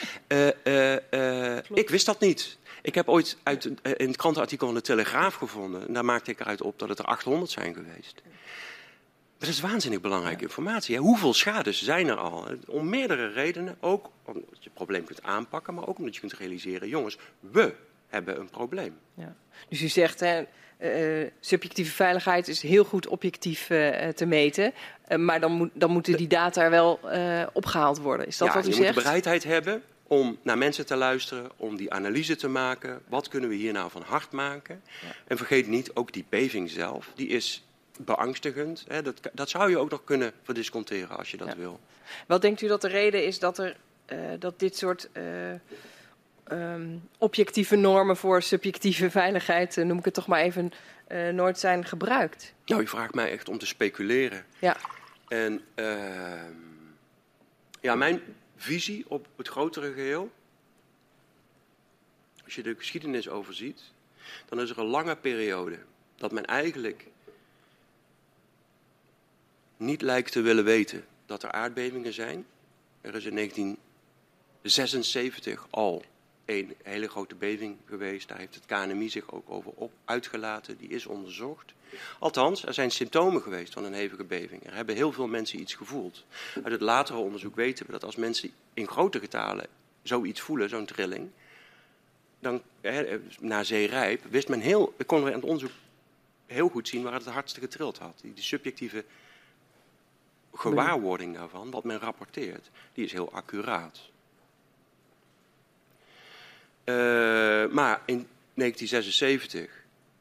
ik wist dat niet. Ik heb ooit in het krantenartikel van de Telegraaf gevonden, en daar maakte ik eruit op dat het er 800 zijn geweest. Dat is waanzinnig belangrijke informatie. Hè? Hoeveel schades zijn er al? Om meerdere redenen. Ook omdat je het probleem kunt aanpakken, maar ook omdat je kunt realiseren, jongens, we hebben een probleem. Ja. Dus u zegt, subjectieve veiligheid is heel goed objectief te meten. Maar dan moeten die data er wel opgehaald worden. Is dat wat u zegt? Je moet de bereidheid hebben om naar mensen te luisteren, om die analyse te maken. Wat kunnen we hier nou van hard maken? Ja. En vergeet niet, ook die beving zelf, die is beangstigend. Hè? Dat zou je ook nog kunnen verdisconteren als je dat wil. Wat denkt u dat de reden is dat dit soort objectieve normen voor subjectieve veiligheid, noem ik het toch maar even, nooit zijn gebruikt? Nou, je vraagt mij echt om te speculeren. Ja. En mijn visie op het grotere geheel, als je de geschiedenis overziet, dan is er een lange periode dat men eigenlijk niet lijkt te willen weten dat er aardbevingen zijn. Er is in 1976 al een hele grote beving geweest. Daar heeft het KNMI zich ook over uitgelaten. Die is onderzocht. Althans, er zijn symptomen geweest van een hevige beving. Er hebben heel veel mensen iets gevoeld. Uit het latere onderzoek weten we dat als mensen in grote getalen zoiets voelen, zo'n trilling, dan na zeerijp konden we aan het onderzoek heel goed zien waar het hardste getrild had. Die subjectieve gewaarwording daarvan, wat men rapporteert, die is heel accuraat. Maar in 1976,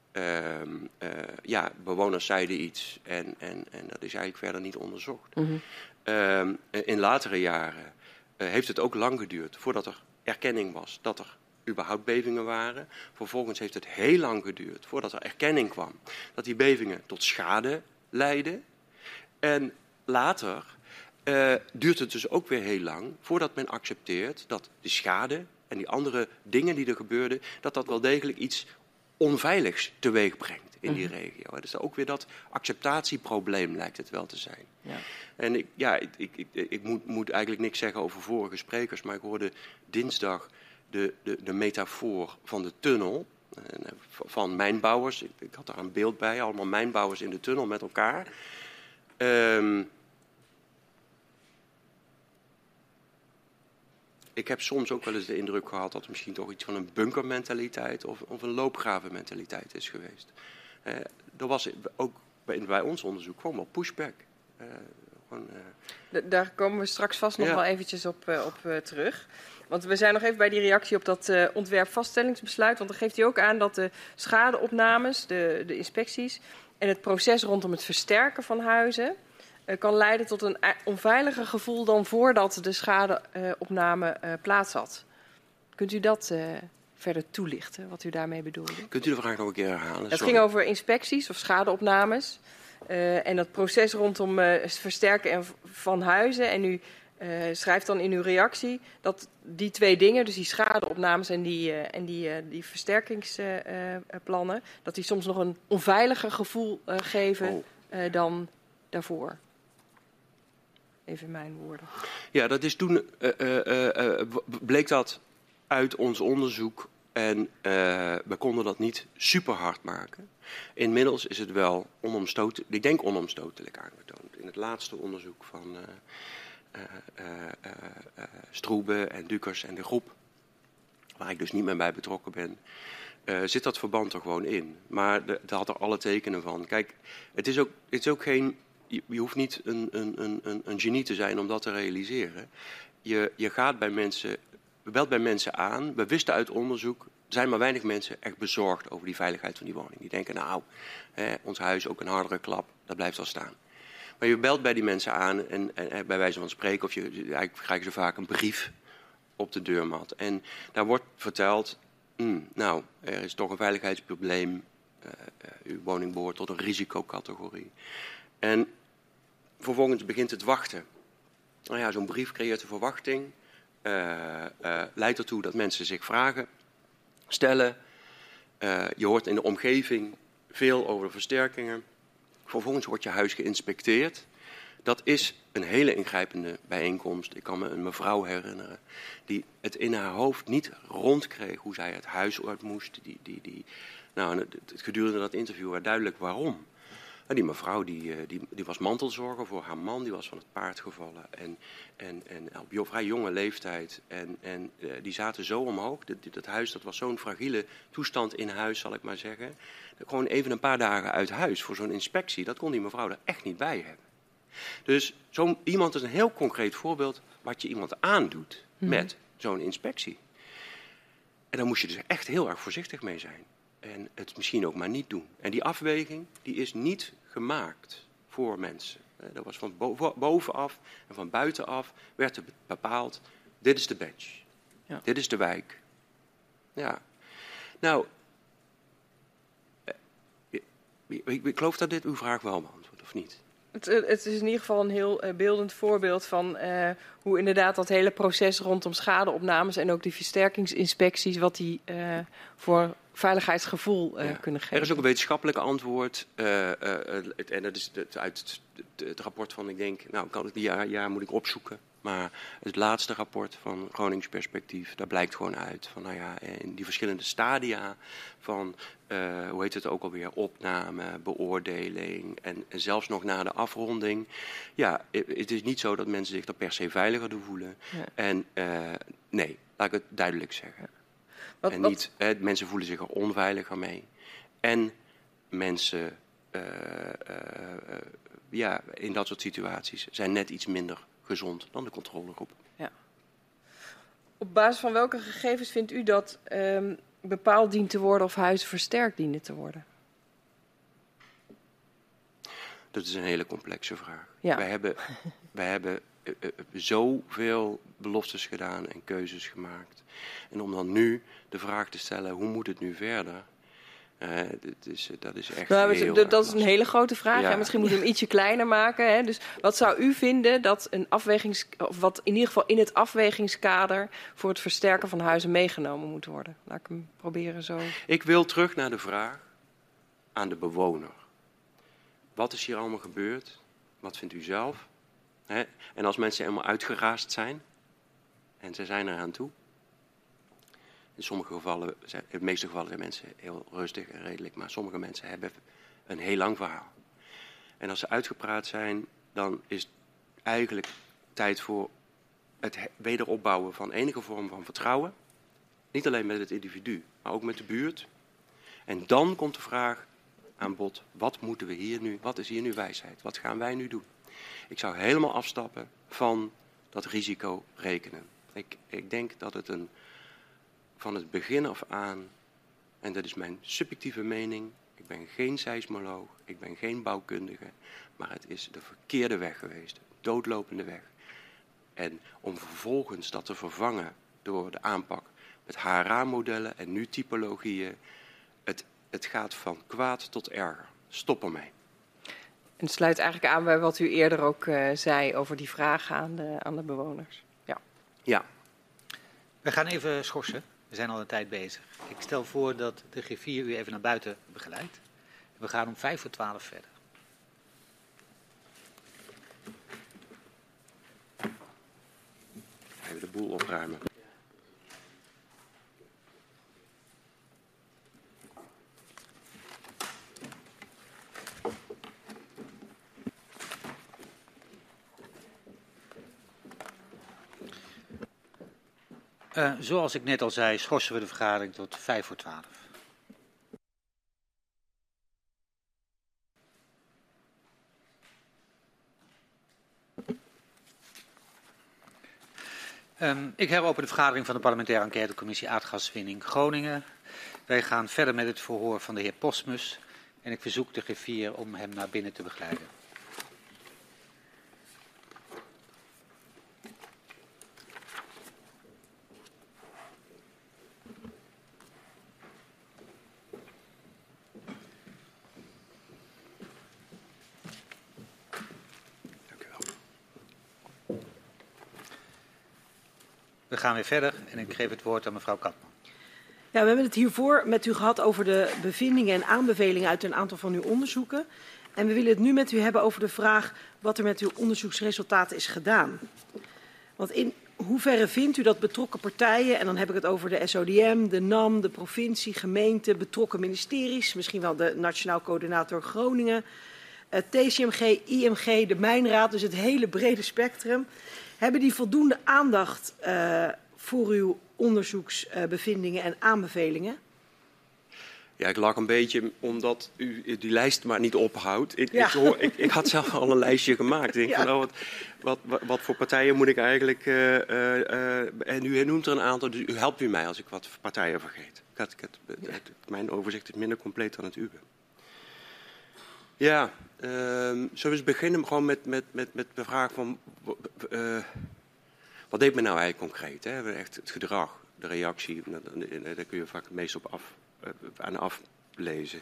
bewoners zeiden iets en dat is eigenlijk verder niet onderzocht. In latere jaren heeft het ook lang geduurd voordat er erkenning was dat er überhaupt bevingen waren. Vervolgens heeft het heel lang geduurd voordat er erkenning kwam dat die bevingen tot schade leidden. En later duurt het dus ook weer heel lang voordat men accepteert dat de schade en die andere dingen die er gebeurden, dat wel degelijk iets onveiligs teweeg brengt in die regio. Dus ook weer dat acceptatieprobleem lijkt het wel te zijn. Ja. En ik moet eigenlijk niks zeggen over vorige sprekers, maar ik hoorde dinsdag de metafoor van de tunnel van mijnbouwers. Ik had daar een beeld bij, allemaal mijnbouwers in de tunnel met elkaar. Ik heb soms ook wel eens de indruk gehad dat er misschien toch iets van een bunkermentaliteit of een loopgravenmentaliteit is geweest. Er was ook bij ons onderzoek gewoon wel pushback. Daar komen we straks vast nog wel eventjes op terug. Want we zijn nog even bij die reactie op dat ontwerpvaststellingsbesluit. Want dan geeft hij ook aan dat de schadeopnames, de inspecties en het proces rondom het versterken van huizen kan leiden tot een onveiliger gevoel dan voordat de schadeopname plaats had. Kunt u dat verder toelichten, wat u daarmee bedoelde? Kunt u de vraag nog een keer herhalen? Het ging over inspecties of schadeopnames. En dat proces rondom het versterken van huizen. En u schrijft dan in uw reactie dat die twee dingen, dus die schadeopnames en die versterkingsplannen, dat die soms nog een onveiliger gevoel geven dan daarvoor. Even mijn woorden. Ja, dat is toen bleek dat uit ons onderzoek en we konden dat niet super hard maken. Inmiddels is het wel onomstotelijk aangetoond. In het laatste onderzoek van Stroebe en Dukers en de groep, waar ik dus niet meer bij betrokken ben, zit dat verband er gewoon in. Maar daar had er alle tekenen van. Kijk, het is ook geen... Je hoeft niet een genie te zijn om dat te realiseren. Je gaat bij mensen, belt bij mensen aan. We wisten uit onderzoek, er zijn maar weinig mensen echt bezorgd over die veiligheid van die woning. Die denken, ons huis ook een hardere klap, dat blijft wel staan. Maar je belt bij die mensen aan en bij wijze van spreken, of eigenlijk krijgen ze vaak een brief op de deurmat. En daar wordt verteld, er is toch een veiligheidsprobleem. Uw woning behoort tot een risicocategorie. En vervolgens begint het wachten. Nou ja, zo'n brief creëert een verwachting. Leidt ertoe dat mensen zich vragen stellen. Je hoort in de omgeving veel over de versterkingen. Vervolgens wordt je huis geïnspecteerd. Dat is een hele ingrijpende bijeenkomst. Ik kan me een mevrouw herinneren die het in haar hoofd niet rondkreeg hoe zij het huis uit moest. Gedurende dat interview werd duidelijk waarom. Die mevrouw die was mantelzorger voor haar man, die was van het paard gevallen. En op vrij jonge leeftijd. En die zaten zo omhoog. Dat huis, dat was zo'n fragiele toestand in huis, zal ik maar zeggen. Gewoon even een paar dagen uit huis voor zo'n inspectie. Dat kon die mevrouw er echt niet bij hebben. Dus iemand is een heel concreet voorbeeld wat je iemand aandoet met zo'n inspectie. En daar moest je dus echt heel erg voorzichtig mee zijn. En het misschien ook maar niet doen. En die afweging die is niet gemaakt voor mensen. Dat was van bovenaf en van buitenaf werd er bepaald, dit is de badge. Ja. Dit is de wijk. Ja. Nou, ik geloof dat dit uw vraag wel beantwoordt, of niet? Het is in ieder geval een heel beeldend voorbeeld van hoe inderdaad dat hele proces rondom schadeopnames en ook die versterkingsinspecties, wat die voor veiligheidsgevoel kunnen geven. Er is ook een wetenschappelijk antwoord. En dat is uit het rapport van, ik denk, kan het jaar moet ik opzoeken. Maar het laatste rapport van Gronings Perspectief, daar blijkt gewoon uit van, in die verschillende stadia van, hoe heet het ook alweer, opname, beoordeling en zelfs nog na de afronding. Ja, het is niet zo dat mensen zich er per se veiliger door voelen. Ja. En nee, laat ik het duidelijk zeggen. Niet, mensen voelen zich er onveiliger mee. En mensen in dat soort situaties zijn net iets minder gezond dan de controlegroep. Ja. Op basis van welke gegevens vindt u dat bepaald dient te worden of huizen versterkt dienen te worden? Dat is een hele complexe vraag. Ja. Wij hebben zoveel beloftes gedaan en keuzes gemaakt. En om dan nu de vraag te stellen, hoe moet het nu verder? Dat is echt dat is een hele grote vraag. Ja. Misschien moeten we hem ietsje kleiner maken. Hè? Dus wat zou u vinden dat wat in ieder geval in het afwegingskader voor het versterken van huizen meegenomen moet worden? Laat ik hem proberen zo. Ik wil terug naar de vraag aan de bewoner. Wat is hier allemaal gebeurd? Wat vindt u zelf? En als mensen helemaal uitgeraasd zijn, en ze zijn eraan toe. In sommige gevallen, in de meeste gevallen zijn mensen heel rustig en redelijk, maar sommige mensen hebben een heel lang verhaal. En als ze uitgepraat zijn, dan is het eigenlijk tijd voor het wederopbouwen van enige vorm van vertrouwen. Niet alleen met het individu, maar ook met de buurt. En dan komt de vraag aan bod, wat moeten we hier nu, wat is hier nu wijsheid? Wat gaan wij nu doen? Ik zou helemaal afstappen van dat risico rekenen. Ik denk dat het van het begin af aan, en dat is mijn subjectieve mening, ik ben geen seismoloog, ik ben geen bouwkundige, maar het is de verkeerde weg geweest, de doodlopende weg. En om vervolgens dat te vervangen door de aanpak met HRA-modellen en nu typologieën, het gaat van kwaad tot erger. Stop ermee. En het sluit eigenlijk aan bij wat u eerder ook zei over die vragen aan de bewoners. Ja. We gaan even schorsen. We zijn al een tijd bezig. Ik stel voor dat de griffier u even naar buiten begeleidt. We gaan om 11:55 verder. Even de boel opruimen. Zoals ik net al zei, schorsen we de vergadering tot 11:55. Ik heropen de vergadering van de parlementaire enquêtecommissie aardgaswinning Groningen. Wij gaan verder met het verhoor van de heer Postmus en ik verzoek de griffier om hem naar binnen te begeleiden. We gaan weer verder en ik geef het woord aan mevrouw Katman. Ja, we hebben het hiervoor met u gehad over de bevindingen en aanbevelingen uit een aantal van uw onderzoeken. En we willen het nu met u hebben over de vraag wat er met uw onderzoeksresultaten is gedaan. Want in hoeverre vindt u dat betrokken partijen, en dan heb ik het over de SODM, de NAM, de provincie, gemeente, betrokken ministeries, misschien wel de Nationaal Coördinator Groningen, TCMG, IMG, de Mijnraad, dus het hele brede spectrum. Hebben die voldoende aandacht voor uw onderzoeksbevindingen en aanbevelingen? Ja, ik lach een beetje omdat u die lijst maar niet ophoudt. Ik had zelf al een lijstje gemaakt. Ik denk van, wat voor partijen moet ik eigenlijk... en u noemt er een aantal, dus u helpt u mij als ik wat partijen vergeet. Mijn overzicht is minder compleet dan het uwe. Ja, zullen we eens beginnen gewoon met de vraag van... wat deed men nou eigenlijk concreet? Hè? Echt het gedrag, de reactie, daar kun je vaak het meest op aan aflezen.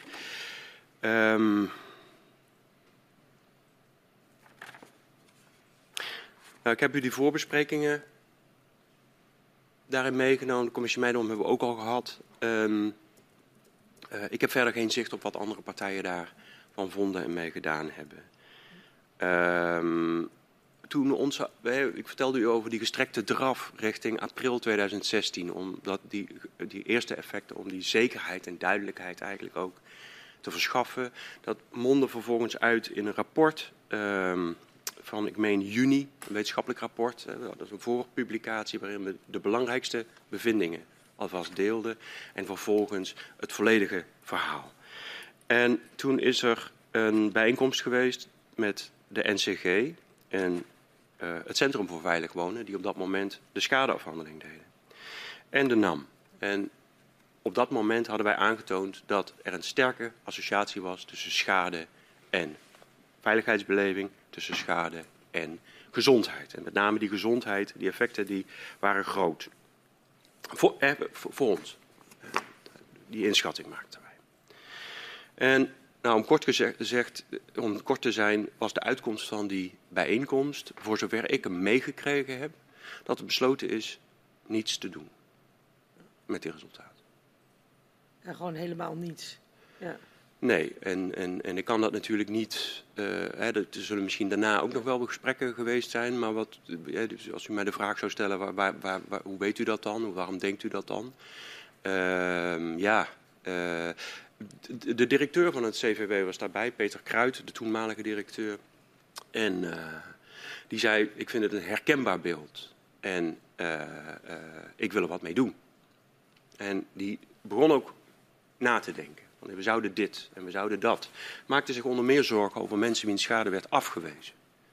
Ik heb u die voorbesprekingen daarin meegenomen. De commissie Meidom hebben we ook al gehad. Ik heb verder geen zicht op wat andere partijen daarvan vonden en mee gedaan hebben. Ik vertelde u over die gestrekte draf richting april 2016. Omdat die eerste effecten, om die zekerheid en duidelijkheid eigenlijk ook te verschaffen. Dat mondde vervolgens uit in een rapport van, ik meen juni, een wetenschappelijk rapport. Dat is een voorpublicatie waarin we de belangrijkste bevindingen alvast deelden. En vervolgens het volledige verhaal. En toen is er een bijeenkomst geweest met de NCG en het Centrum voor Veilig Wonen, die op dat moment de schadeafhandeling deden. En de NAM. En op dat moment hadden wij aangetoond dat er een sterke associatie was tussen schade en veiligheidsbeleving, tussen schade en gezondheid. En met name die gezondheid, die effecten, die waren groot. Voor ons. Die inschatting maakten wij. En nou, om kort te zijn, was de uitkomst van die bijeenkomst, voor zover ik hem meegekregen heb, dat er besloten is niets te doen met die resultaten. Ja, gewoon helemaal niets. Ja. Nee, en ik kan dat natuurlijk niet. Er zullen misschien daarna ook nog wel gesprekken geweest zijn, maar dus als u mij de vraag zou stellen, hoe weet u dat dan? Waarom denkt u dat dan? De directeur van het CVW was daarbij, Peter Kruijt, de toenmalige directeur. En die zei, ik vind het een herkenbaar beeld. En ik wil er wat mee doen. En die begon ook na te denken. We zouden dit en we zouden dat. Maakte zich onder meer zorgen over mensen wiens schade werd afgewezen.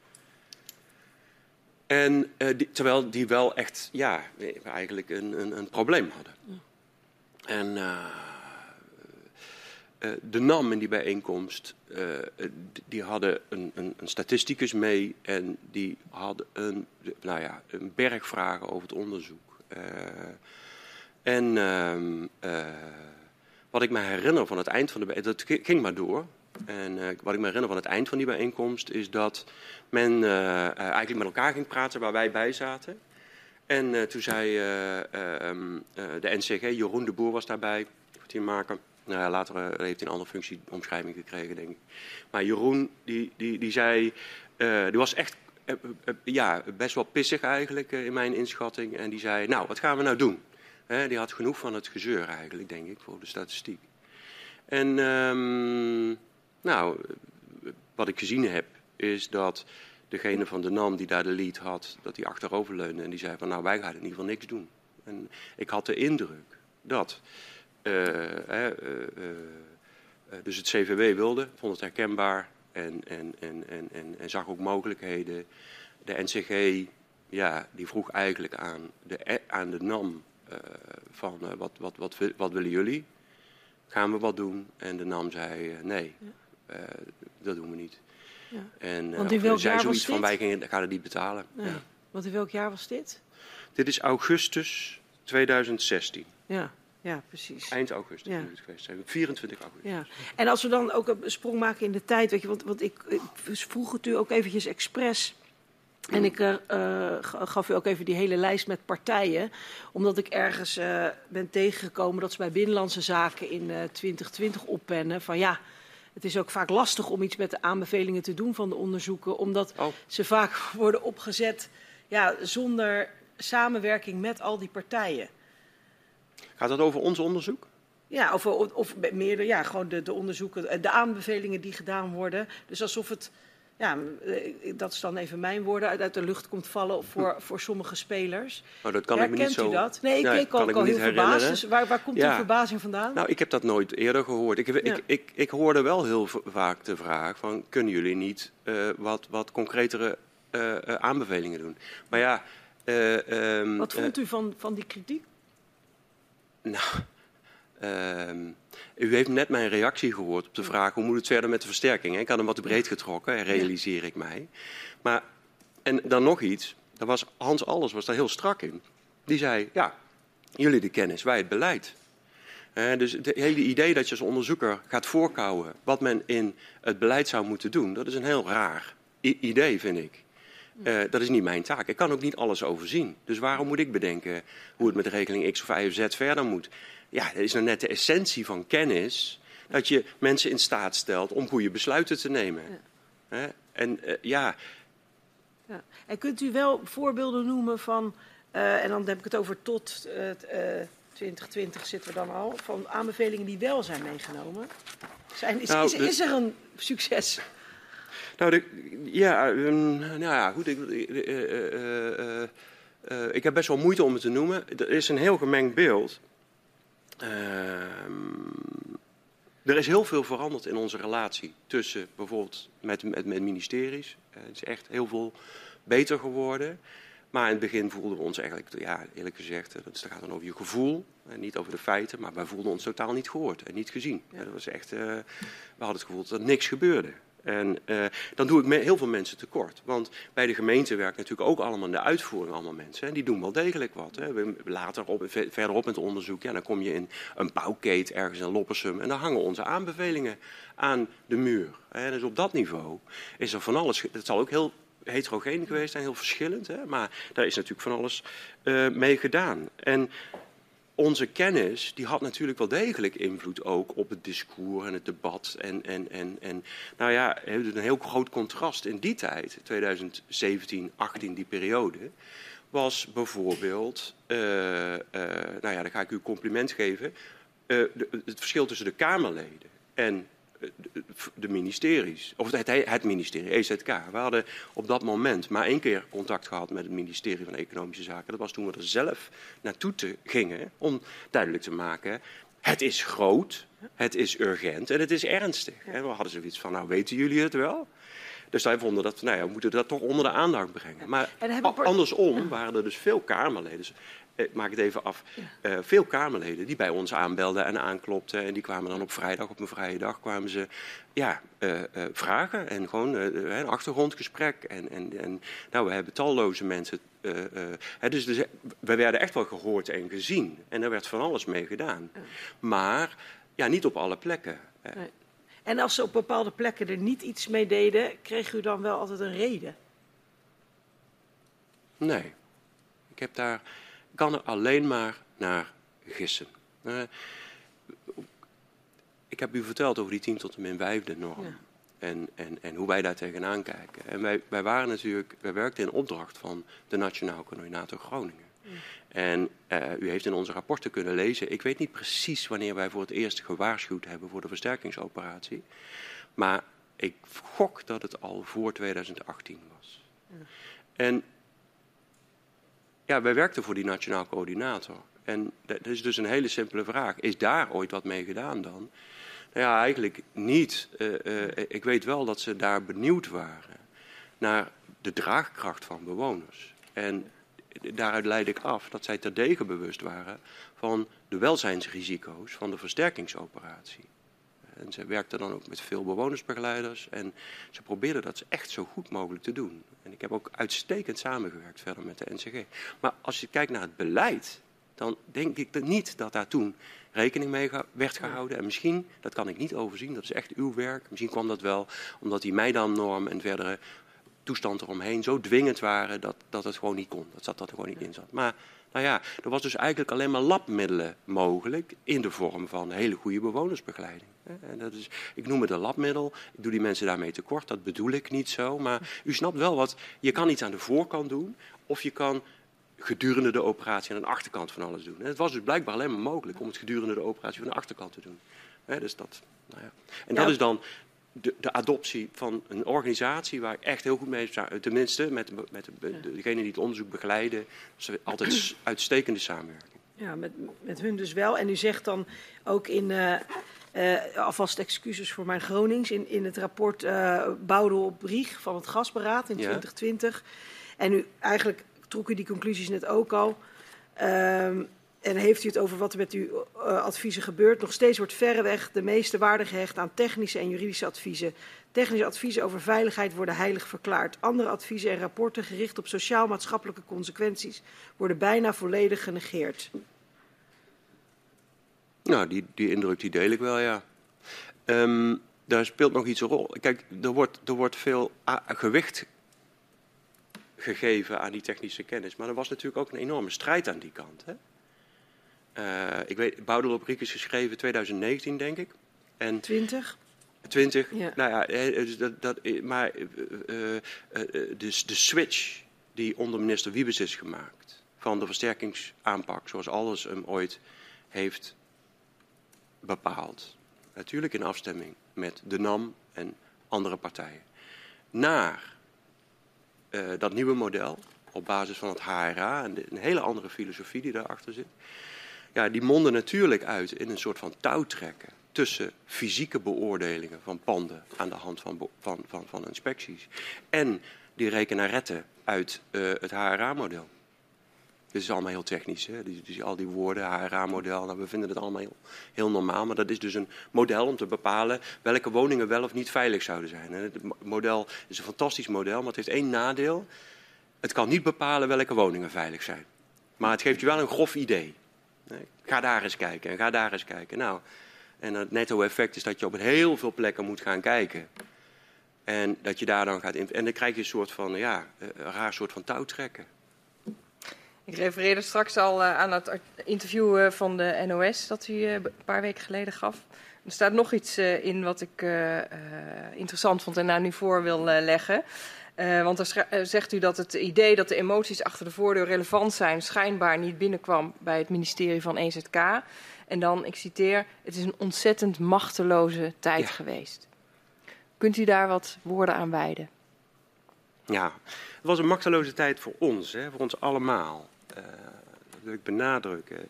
En terwijl die wel echt, eigenlijk een probleem hadden. En de NAM in die bijeenkomst, die hadden een statisticus mee en die hadden een berg vragen over het onderzoek. Wat ik me herinner van het eind van de bijeenkomst, dat ging maar door. En wat ik me herinner van het eind van die bijeenkomst is dat men eigenlijk met elkaar ging praten waar wij bij zaten. En toen zei de NCG, Jeroen de Boer was daarbij, kwartiermaker. Nou ja, later heeft hij een andere functieomschrijving gekregen, denk ik. Maar Jeroen, die zei, die was echt best wel pissig eigenlijk in mijn inschatting. En die zei, nou, wat gaan we nou doen? Die had genoeg van het gezeur eigenlijk, denk ik, voor de statistiek. En wat ik gezien heb, is dat degene van de NAM die daar de lead had, dat die achterover leunde en die zei van, nou, wij gaan in ieder geval niks doen. En ik had de indruk dat dus het CVW wilde, vond het herkenbaar en zag ook mogelijkheden. De NCG, die vroeg eigenlijk aan de NAM van wat willen jullie? Gaan we wat doen? En de NAM zei nee, dat doen we niet. Ja. En want in welk zei jaar zoiets was van dit? wij gaan het niet betalen. Nee. Ja. Want in welk jaar was dit? Dit is augustus 2016. Ja, precies. Eind augustus moet het geweest zijn. 24 augustus. Ja. En als we dan ook een sprong maken in de tijd, weet je, want ik vroeg het u ook eventjes expres. En ik gaf u ook even die hele lijst met partijen. Omdat ik ergens ben tegengekomen dat ze bij Binnenlandse Zaken in 2020 oppennen. Van ja, het is ook vaak lastig om iets met de aanbevelingen te doen van de onderzoeken. Omdat ze vaak worden opgezet zonder samenwerking met al die partijen. Gaat dat over ons onderzoek? Ja, of meerdere, gewoon de onderzoeken, de aanbevelingen die gedaan worden. Dus alsof het, dat is dan even mijn woorden, uit de lucht komt vallen voor sommige spelers. Oh, dat kan ik me niet zo... Herkent u dat? Nee, ik kan al heel verbaasd. Dus waar komt die verbazing vandaan? Nou, ik heb dat nooit eerder gehoord. Ik hoorde wel heel vaak de vraag van, kunnen jullie niet wat concretere aanbevelingen doen? Maar ja... wat vond u van die kritiek? Nou, u heeft net mijn reactie gehoord op de vraag hoe moet het verder met de versterking. Hè? Ik had hem wat te breed getrokken, realiseer ik mij. Maar, en dan nog iets, Hans Allers was daar heel strak in. Die zei, jullie de kennis, wij het beleid. Dus het hele idee dat je als onderzoeker gaat voorkouwen wat men in het beleid zou moeten doen, dat is een heel raar idee, vind ik. Dat is niet mijn taak. Ik kan ook niet alles overzien. Dus waarom moet ik bedenken hoe het met de regeling X of Y of Z verder moet? Ja, dat is nou net de essentie van kennis. Dat je mensen in staat stelt om goede besluiten te nemen. Ja. En kunt u wel voorbeelden noemen van, en dan heb ik het over tot 2020 zitten we dan al, van aanbevelingen die wel zijn meegenomen? Is er een succes? Nou, goed. Ik heb best wel moeite om het te noemen. Er is een heel gemengd beeld. Er is heel veel veranderd in onze relatie tussen bijvoorbeeld met ministeries. Het is echt heel veel beter geworden. Maar in het begin voelden we ons eigenlijk, ja, eerlijk gezegd, dat gaat dan over je gevoel. En niet over de feiten, maar wij voelden ons totaal niet gehoord en niet gezien. Ja. Dat was echt, we hadden het gevoel dat er niks gebeurde. En dan doe ik heel veel mensen tekort. Want bij de gemeente werken natuurlijk ook allemaal in de uitvoering allemaal mensen. En die doen wel degelijk wat. Hè. Later verderop in het onderzoek, ja, dan kom je in een bouwkeet ergens in Loppersum. En dan hangen onze aanbevelingen aan de muur. Hè. Dus op dat niveau is er van alles. Het zal ook heel heterogeen geweest zijn, heel verschillend. Hè. Maar daar is natuurlijk van alles mee gedaan. En onze kennis die had natuurlijk wel degelijk invloed ook op het discours en het debat. En nou ja, een heel groot contrast in die tijd, 2017, 18, die periode, was bijvoorbeeld, nou ja, dan ga ik u een compliment geven, het verschil tussen de Kamerleden en de ministeries, of het ministerie, EZK. We hadden op dat moment maar 1 keer contact gehad met het ministerie van Economische Zaken. Dat was toen we er zelf naartoe gingen om duidelijk te maken, het is groot, het is urgent en het is ernstig. En we hadden zoiets van, nou weten jullie het wel? Dus wij vonden dat, nou ja, we moeten dat toch onder de aandacht brengen. Maar andersom waren er dus veel Kamerleden. Ik maak het even af. Veel Kamerleden die bij ons aanbelden en aanklopten. En die kwamen dan op vrijdag, op een vrije dag, kwamen ze vragen. En gewoon een achtergrondgesprek. En nou, we hebben talloze mensen. Dus we werden echt wel gehoord en gezien. En er werd van alles mee gedaan. Maar ja, niet op alle plekken. Nee. En als ze op bepaalde plekken er niet iets mee deden, kreeg u dan wel altijd een reden? Nee. Ik kan er alleen maar naar gissen. Ik heb u verteld over die 10 tot en min 5e norm. Ja. En hoe wij daar tegenaan kijken. En wij werkten in opdracht van de Nationaal Coördinator Groningen. Ja. En u heeft in onze rapporten kunnen lezen. Ik weet niet precies wanneer wij voor het eerst gewaarschuwd hebben voor de versterkingsoperatie. Maar ik gok dat het al voor 2018 was. Ja. En ja, wij werkten voor die Nationaal Coördinator. En dat is dus een hele simpele vraag. Is daar ooit wat mee gedaan dan? Nou ja, eigenlijk niet. Ik weet wel dat ze daar benieuwd waren naar de draagkracht van bewoners. En daaruit leid ik af dat zij terdege bewust waren van de welzijnsrisico's van de versterkingsoperatie. En ze werkten dan ook met veel bewonersbegeleiders en ze probeerden dat echt zo goed mogelijk te doen. En ik heb ook uitstekend samengewerkt verder met de NCG. Maar als je kijkt naar het beleid, dan denk ik niet dat daar toen rekening mee werd gehouden. En misschien, dat kan ik niet overzien, dat is echt uw werk. Misschien kwam dat wel omdat die Meidan-norm en verdere toestand eromheen zo dwingend waren dat het gewoon niet kon. Dat er gewoon niet in zat. Maar nou ja, er was dus eigenlijk alleen maar labmiddelen mogelijk in de vorm van hele goede bewonersbegeleiding. En dat is, ik noem het een labmiddel, ik doe die mensen daarmee tekort, dat bedoel ik niet zo. Maar u snapt wel wat, je kan iets aan de voorkant doen of je kan gedurende de operatie aan de achterkant van alles doen. En het was dus blijkbaar alleen maar mogelijk om het gedurende de operatie van de achterkant te doen. Dus dat, nou ja. En dat is dan de adoptie van een organisatie waar ik echt heel goed mee sta. Tenminste, met degene die het onderzoek begeleiden. Dus altijd uitstekende samenwerking. Ja, met hun dus wel. En u zegt dan ook alvast excuses voor mijn Gronings. In het rapport Boudel op Brieg van het Gasberaad in 2020. En u eigenlijk trok u die conclusies net ook al. En heeft u het over wat er met uw adviezen gebeurt. Nog steeds wordt verreweg de meeste waarde gehecht aan technische en juridische adviezen. Technische adviezen over veiligheid worden heilig verklaard. Andere adviezen en rapporten gericht op sociaal-maatschappelijke consequenties worden bijna volledig genegeerd. Nou, die indruk die deel ik wel, ja. Daar speelt nog iets een rol. Kijk, er wordt veel gewicht gegeven aan die technische kennis. Maar er was natuurlijk ook een enorme strijd aan die kant, hè? Ik weet, Boudel op Brieg is geschreven 2019, denk ik. En 20? Ja. Nou ja, maar de switch die onder minister Wiebes is gemaakt van de versterkingsaanpak, zoals alles hem ooit heeft bepaald. Natuurlijk in afstemming met de NAM en andere partijen. Naar dat nieuwe model op basis van het HRA en een hele andere filosofie die daarachter zit. Ja, die monden natuurlijk uit in een soort van touwtrekken tussen fysieke beoordelingen van panden aan de hand van inspecties en die rekenaretten uit het HRA-model. Dit is allemaal heel technisch, hè? Dus al die woorden, HRA-model, nou, we vinden het allemaal heel normaal. Maar dat is dus een model om te bepalen welke woningen wel of niet veilig zouden zijn. Het model is een fantastisch model, maar het heeft één nadeel. Het kan niet bepalen welke woningen veilig zijn. Maar het geeft je wel een grof idee. Ga daar eens kijken en ga daar eens kijken. Nou, en het netto-effect is dat je op heel veel plekken moet gaan kijken. En dat je daar dan gaat en dan krijg je een soort van, een raar soort van touwtrekken. Ik refereerde straks al aan het interview van de NOS dat u een paar weken geleden gaf. Er staat nog iets in wat ik interessant vond en daar nu voor wil leggen. Want dan zegt u dat het idee dat de emoties achter de voordeur relevant zijn schijnbaar niet binnenkwam bij het ministerie van EZK. En dan, ik citeer, het is een ontzettend machteloze tijd geweest. Kunt u daar wat woorden aan wijden? Ja, het was een machteloze tijd voor ons, voor ons allemaal. Dat wil ik benadrukken.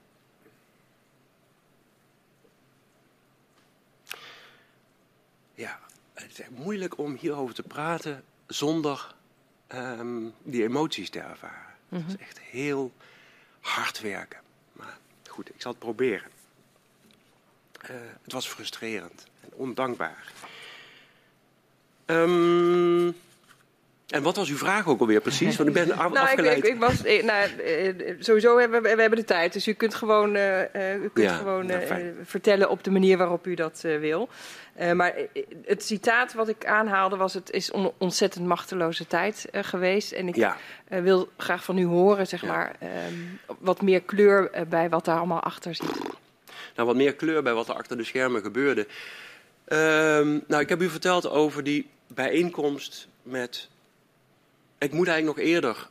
Ja, het is echt moeilijk om hierover te praten zonder die emoties te ervaren. Het is echt heel hard werken. Maar goed, ik zal het proberen. Het was frustrerend en ondankbaar. En wat was uw vraag ook alweer precies? Want ik ben afgeleid. Sowieso hebben we de tijd. Dus u kunt gewoon, vertellen op de manier waarop u dat wil. Maar het citaat wat ik aanhaalde was: het is een ontzettend machteloze tijd geweest. En ik wil graag van u horen, zeg maar, wat meer kleur bij wat daar allemaal achter zit. Nou, wat meer kleur bij wat er achter de schermen gebeurde. Ik heb u verteld over die bijeenkomst met... Ik moet eigenlijk nog eerder...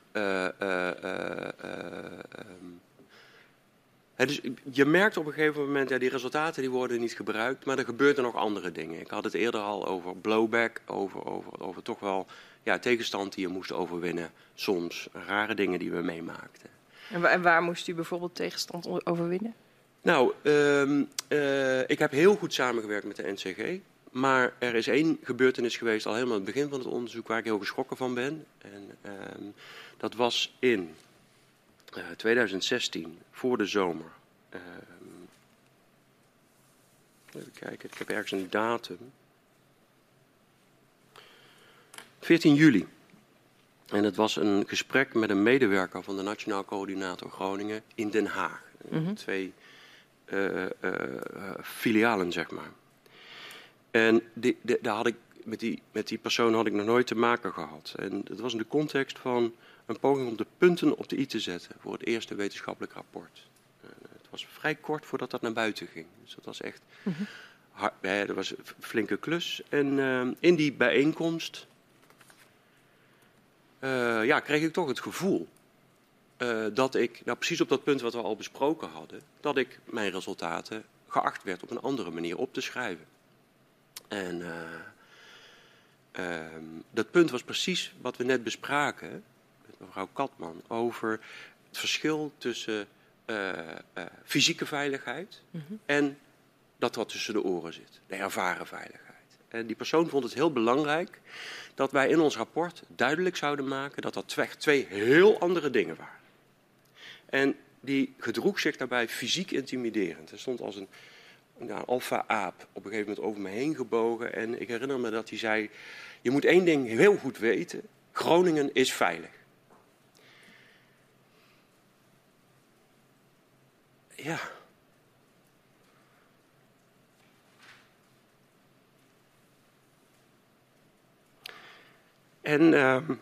Dus je merkt op een gegeven moment, die resultaten die worden niet gebruikt, maar er gebeuren nog andere dingen. Ik had het eerder al over blowback, over toch wel tegenstand die je moest overwinnen. Soms rare dingen die we meemaakten. En waar moest u bijvoorbeeld tegenstand overwinnen? Nou, ik heb heel goed samengewerkt met de NCG. Maar er is één gebeurtenis geweest al helemaal aan het begin van het onderzoek waar ik heel geschrokken van ben. En dat was in 2016, voor de zomer. Even kijken, ik heb ergens een datum. 14 juli. En het was een gesprek met een medewerker van de Nationaal Coördinator Groningen in Den Haag. 2 filialen, zeg maar. En daar had ik, met die persoon had ik nog nooit te maken gehad. En dat was in de context van een poging om de punten op de i te zetten voor het eerste wetenschappelijk rapport. Het was vrij kort voordat dat naar buiten ging. Dus dat was echt dat was een flinke klus. En in die bijeenkomst kreeg ik toch het gevoel dat ik, precies op dat punt wat we al besproken hadden, dat ik mijn resultaten geacht werd op een andere manier op te schrijven. En dat punt was precies wat we net bespraken met mevrouw Katman over het verschil tussen fysieke veiligheid en dat wat tussen de oren zit, de ervaren veiligheid. En die persoon vond het heel belangrijk dat wij in ons rapport duidelijk zouden maken dat dat 2 heel andere dingen waren. En die gedroeg zich daarbij fysiek intimiderend. Er stond als een alfa-aap op een gegeven moment over me heen gebogen. En ik herinner me dat hij zei, je moet één ding heel goed weten. Groningen is veilig. Ja. En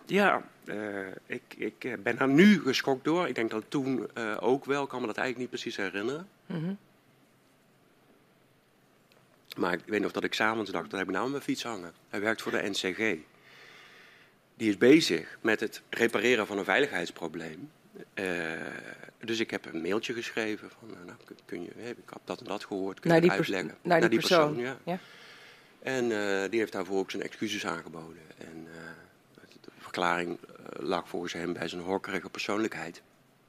ik ben daar nu geschokt door. Ik denk dat toen ook wel. Ik kan me dat eigenlijk niet precies herinneren. Maar ik weet nog dat ik 's avonds dacht, dat heb ik nou aan mijn fiets hangen. Hij werkt voor de NCG. Die is bezig met het repareren van een veiligheidsprobleem. Dus ik heb een mailtje geschreven van, ik heb dat en dat gehoord, kun je het uitleggen? Naar die persoon, ja. En die heeft daarvoor ook zijn excuses aangeboden. En de verklaring lag volgens hem bij zijn horkerige persoonlijkheid.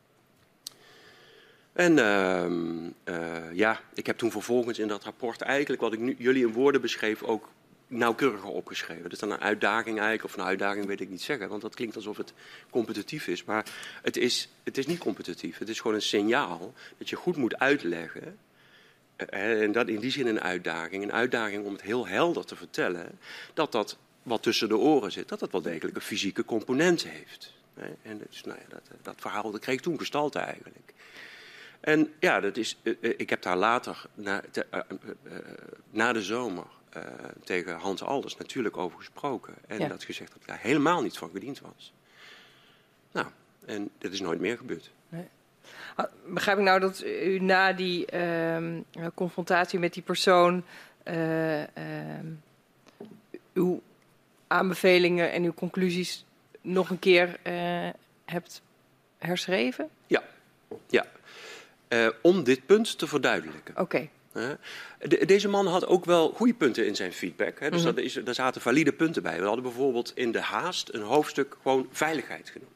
En ik heb toen vervolgens in dat rapport eigenlijk wat ik nu jullie in woorden beschreef ook nauwkeuriger opgeschreven. Dat is dan een uitdaging eigenlijk, of een uitdaging weet ik niet zeggen, want dat klinkt alsof het competitief is. Maar het is niet competitief. Het is gewoon een signaal dat je goed moet uitleggen. En dat in die zin een uitdaging om het heel helder te vertellen, dat wat tussen de oren zit, dat wel degelijk een fysieke component heeft. En dus, dat verhaal dat kreeg toen gestalte eigenlijk. En ja, ik heb daar later, na de zomer, tegen Hans Alders natuurlijk over gesproken. En dat gezegd dat ik daar helemaal niet van gediend was. Nou, en dat is nooit meer gebeurd. Nee. Begrijp ik nou dat u na die confrontatie met die persoon uw aanbevelingen en uw conclusies nog een keer hebt herschreven? Ja. Om dit punt te verduidelijken. Oké. Deze man had ook wel goede punten in zijn feedback. Hè? Dus daar zaten valide punten bij. We hadden bijvoorbeeld in de haast een hoofdstuk gewoon veiligheid genoemd.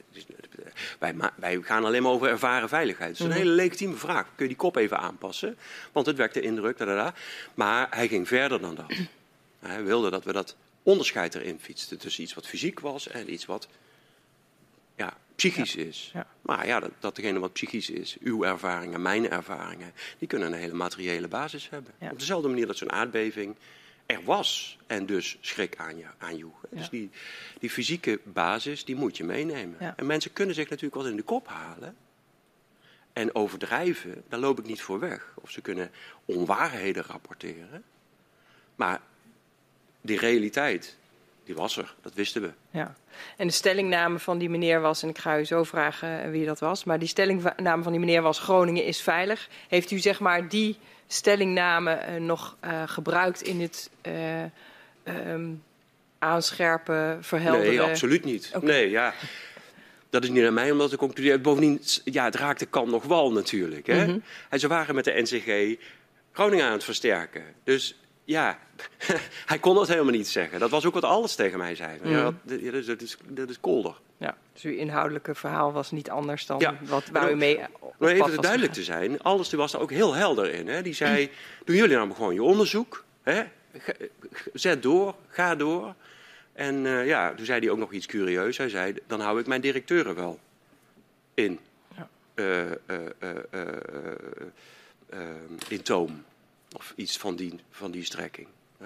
Wij gaan alleen maar over ervaren veiligheid. Dat is een hele legitieme vraag. Kun je die kop even aanpassen? Want het wekte indruk. Maar hij ging verder dan dat. Hij wilde dat we dat onderscheid erin fietsten tussen iets wat fysiek was en iets wat psychisch is. Ja. Maar ja, dat degene wat psychisch is, uw ervaringen, mijn ervaringen, die kunnen een hele materiële basis hebben. Ja. Op dezelfde manier dat zo'n aardbeving er was en dus schrik aanjoeg. Ja. Dus die fysieke basis, die moet je meenemen. Ja. En mensen kunnen zich natuurlijk wat in de kop halen en overdrijven, daar loop ik niet voor weg. Of ze kunnen onwaarheden rapporteren. Maar die realiteit, die was er, dat wisten we. Ja. En de stellingname van die meneer was, en ik ga u zo vragen wie dat was, maar die stellingname van die meneer was: Groningen is veilig. Heeft u zeg maar die stellingname nog gebruikt in het aanscherpen, verhelderen? Nee, absoluut niet. Okay. Nee, ja. Dat is niet aan mij om dat te concluderen. Bovendien, het raakte kan nog wel natuurlijk. Hè? Mm-hmm. En ze waren met de NCG Groningen aan het versterken. Dus ja, hij kon dat helemaal niet zeggen. Dat was ook wat alles tegen mij zei. Dat is kolder. Ja, dus uw inhoudelijke verhaal was niet anders dan waar u mee op pad even was duidelijk te zijn, Alders was daar ook heel helder in. Hè? Die zei, doen jullie nou gewoon je onderzoek. Hè? Zet door, ga door. En toen zei hij ook nog iets curieus. Hij zei, dan hou ik mijn directeuren wel in. In toom. Of iets van die strekking. Ja.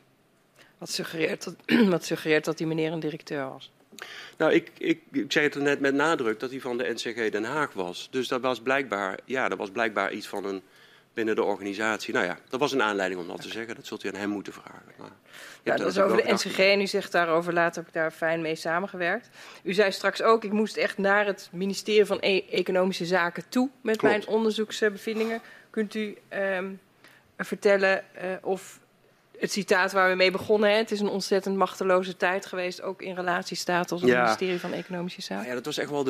Wat suggereert dat die meneer een directeur was? Nou, ik zei het er net met nadruk dat hij van de NCG Den Haag was. Dus dat was blijkbaar iets van binnen de organisatie. Nou ja, dat was een aanleiding om dat te zeggen. Dat zult u aan hem moeten vragen. Maar dat is over de NCG en u zegt daarover later heb ik daar fijn mee samengewerkt. U zei straks ook, ik moest echt naar het ministerie van Economische Zaken toe met mijn onderzoeksbevindingen. Kunt u vertellen of het citaat waar we mee begonnen, het is een ontzettend machteloze tijd geweest, ook in relatie staat als het ministerie van Economische Zaken? Ja, dat was echt wel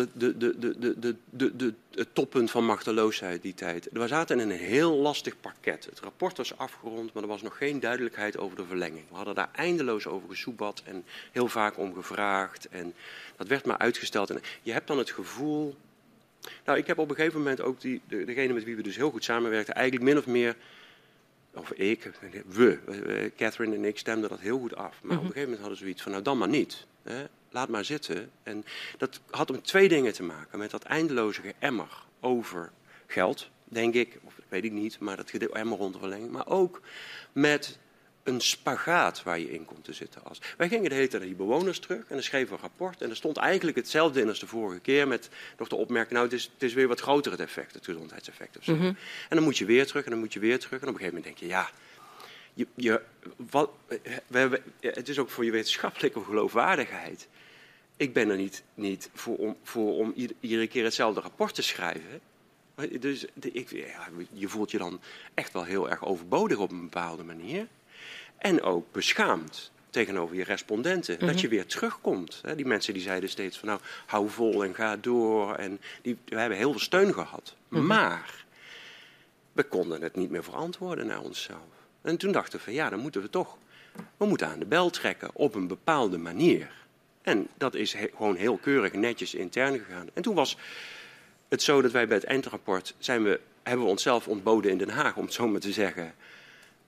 het toppunt van machteloosheid die tijd. We zaten in een heel lastig parket. Het rapport was afgerond, maar er was nog geen duidelijkheid over de verlenging. We hadden daar eindeloos over gesoebat en heel vaak om gevraagd. En dat werd maar uitgesteld. En je hebt dan het gevoel. Nou, ik heb op een gegeven moment ook degene met wie we dus heel goed samenwerkten, eigenlijk min of meer. Of Catherine en ik stemden dat heel goed af. Maar op een gegeven moment hadden ze zoiets van, nou dan maar niet. Hè? Laat maar zitten. En dat had met twee dingen te maken. Met dat eindeloze geëmmer over geld, denk ik. Of weet ik niet, maar dat geëmmer rond de verlenging. Maar ook met een spagaat waar je in komt te zitten. Wij gingen de hele tijd naar die bewoners terug en dan schreven we een rapport. En er stond eigenlijk hetzelfde in als de vorige keer met nog de opmerking, nou het is weer wat groter het effect, het gezondheidseffect of zo. En dan moet je weer terug en dan moet je weer terug. En op een gegeven moment denk je, het is ook voor je wetenschappelijke geloofwaardigheid. Ik ben er niet voor om iedere keer hetzelfde rapport te schrijven. Dus je voelt je dan echt wel heel erg overbodig op een bepaalde manier. En ook beschaamd tegenover je respondenten. Dat je weer terugkomt. Die mensen die zeiden steeds van, nou, hou vol en ga door. En we hebben heel veel steun gehad. Maar we konden het niet meer verantwoorden naar onszelf. En toen dachten we van, dan moeten we moeten aan de bel trekken op een bepaalde manier. En dat is gewoon heel keurig netjes intern gegaan. En toen was het zo dat wij bij het eindrapport hebben we onszelf ontboden in Den Haag, om het zo maar te zeggen.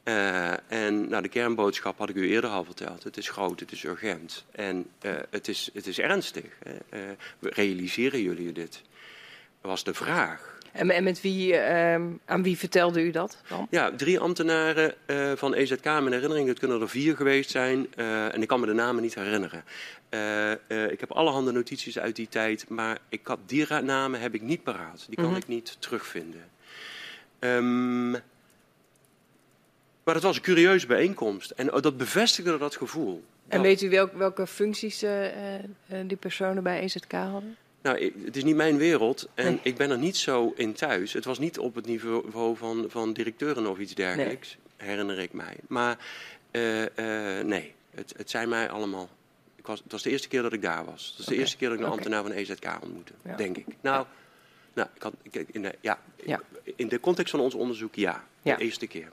En de kernboodschap had ik u eerder al verteld. Het is groot, het is urgent en het is ernstig. Realiseren jullie dit? Was de vraag. En met wie, aan wie vertelde u dat dan? Ja, 3 ambtenaren van EZK, mijn herinnering. Het kunnen er 4 geweest zijn. En ik kan me de namen niet herinneren. Ik heb allerhande notities uit die tijd. Maar die namen heb ik niet paraat. Die kan ik niet terugvinden. Maar het was een curieuze bijeenkomst. En dat bevestigde dat gevoel. En weet u welke functies die personen bij EZK hadden? Nou, het is niet mijn wereld en ik ben er niet zo in thuis. Het was niet op het niveau van directeuren of iets dergelijks, herinner ik mij. Maar nee, het zijn mij allemaal... Het was de eerste keer dat ik daar was. Het was de eerste keer dat ik een ambtenaar van EZK ontmoette, denk ik. In de context van ons onderzoek, de eerste keer.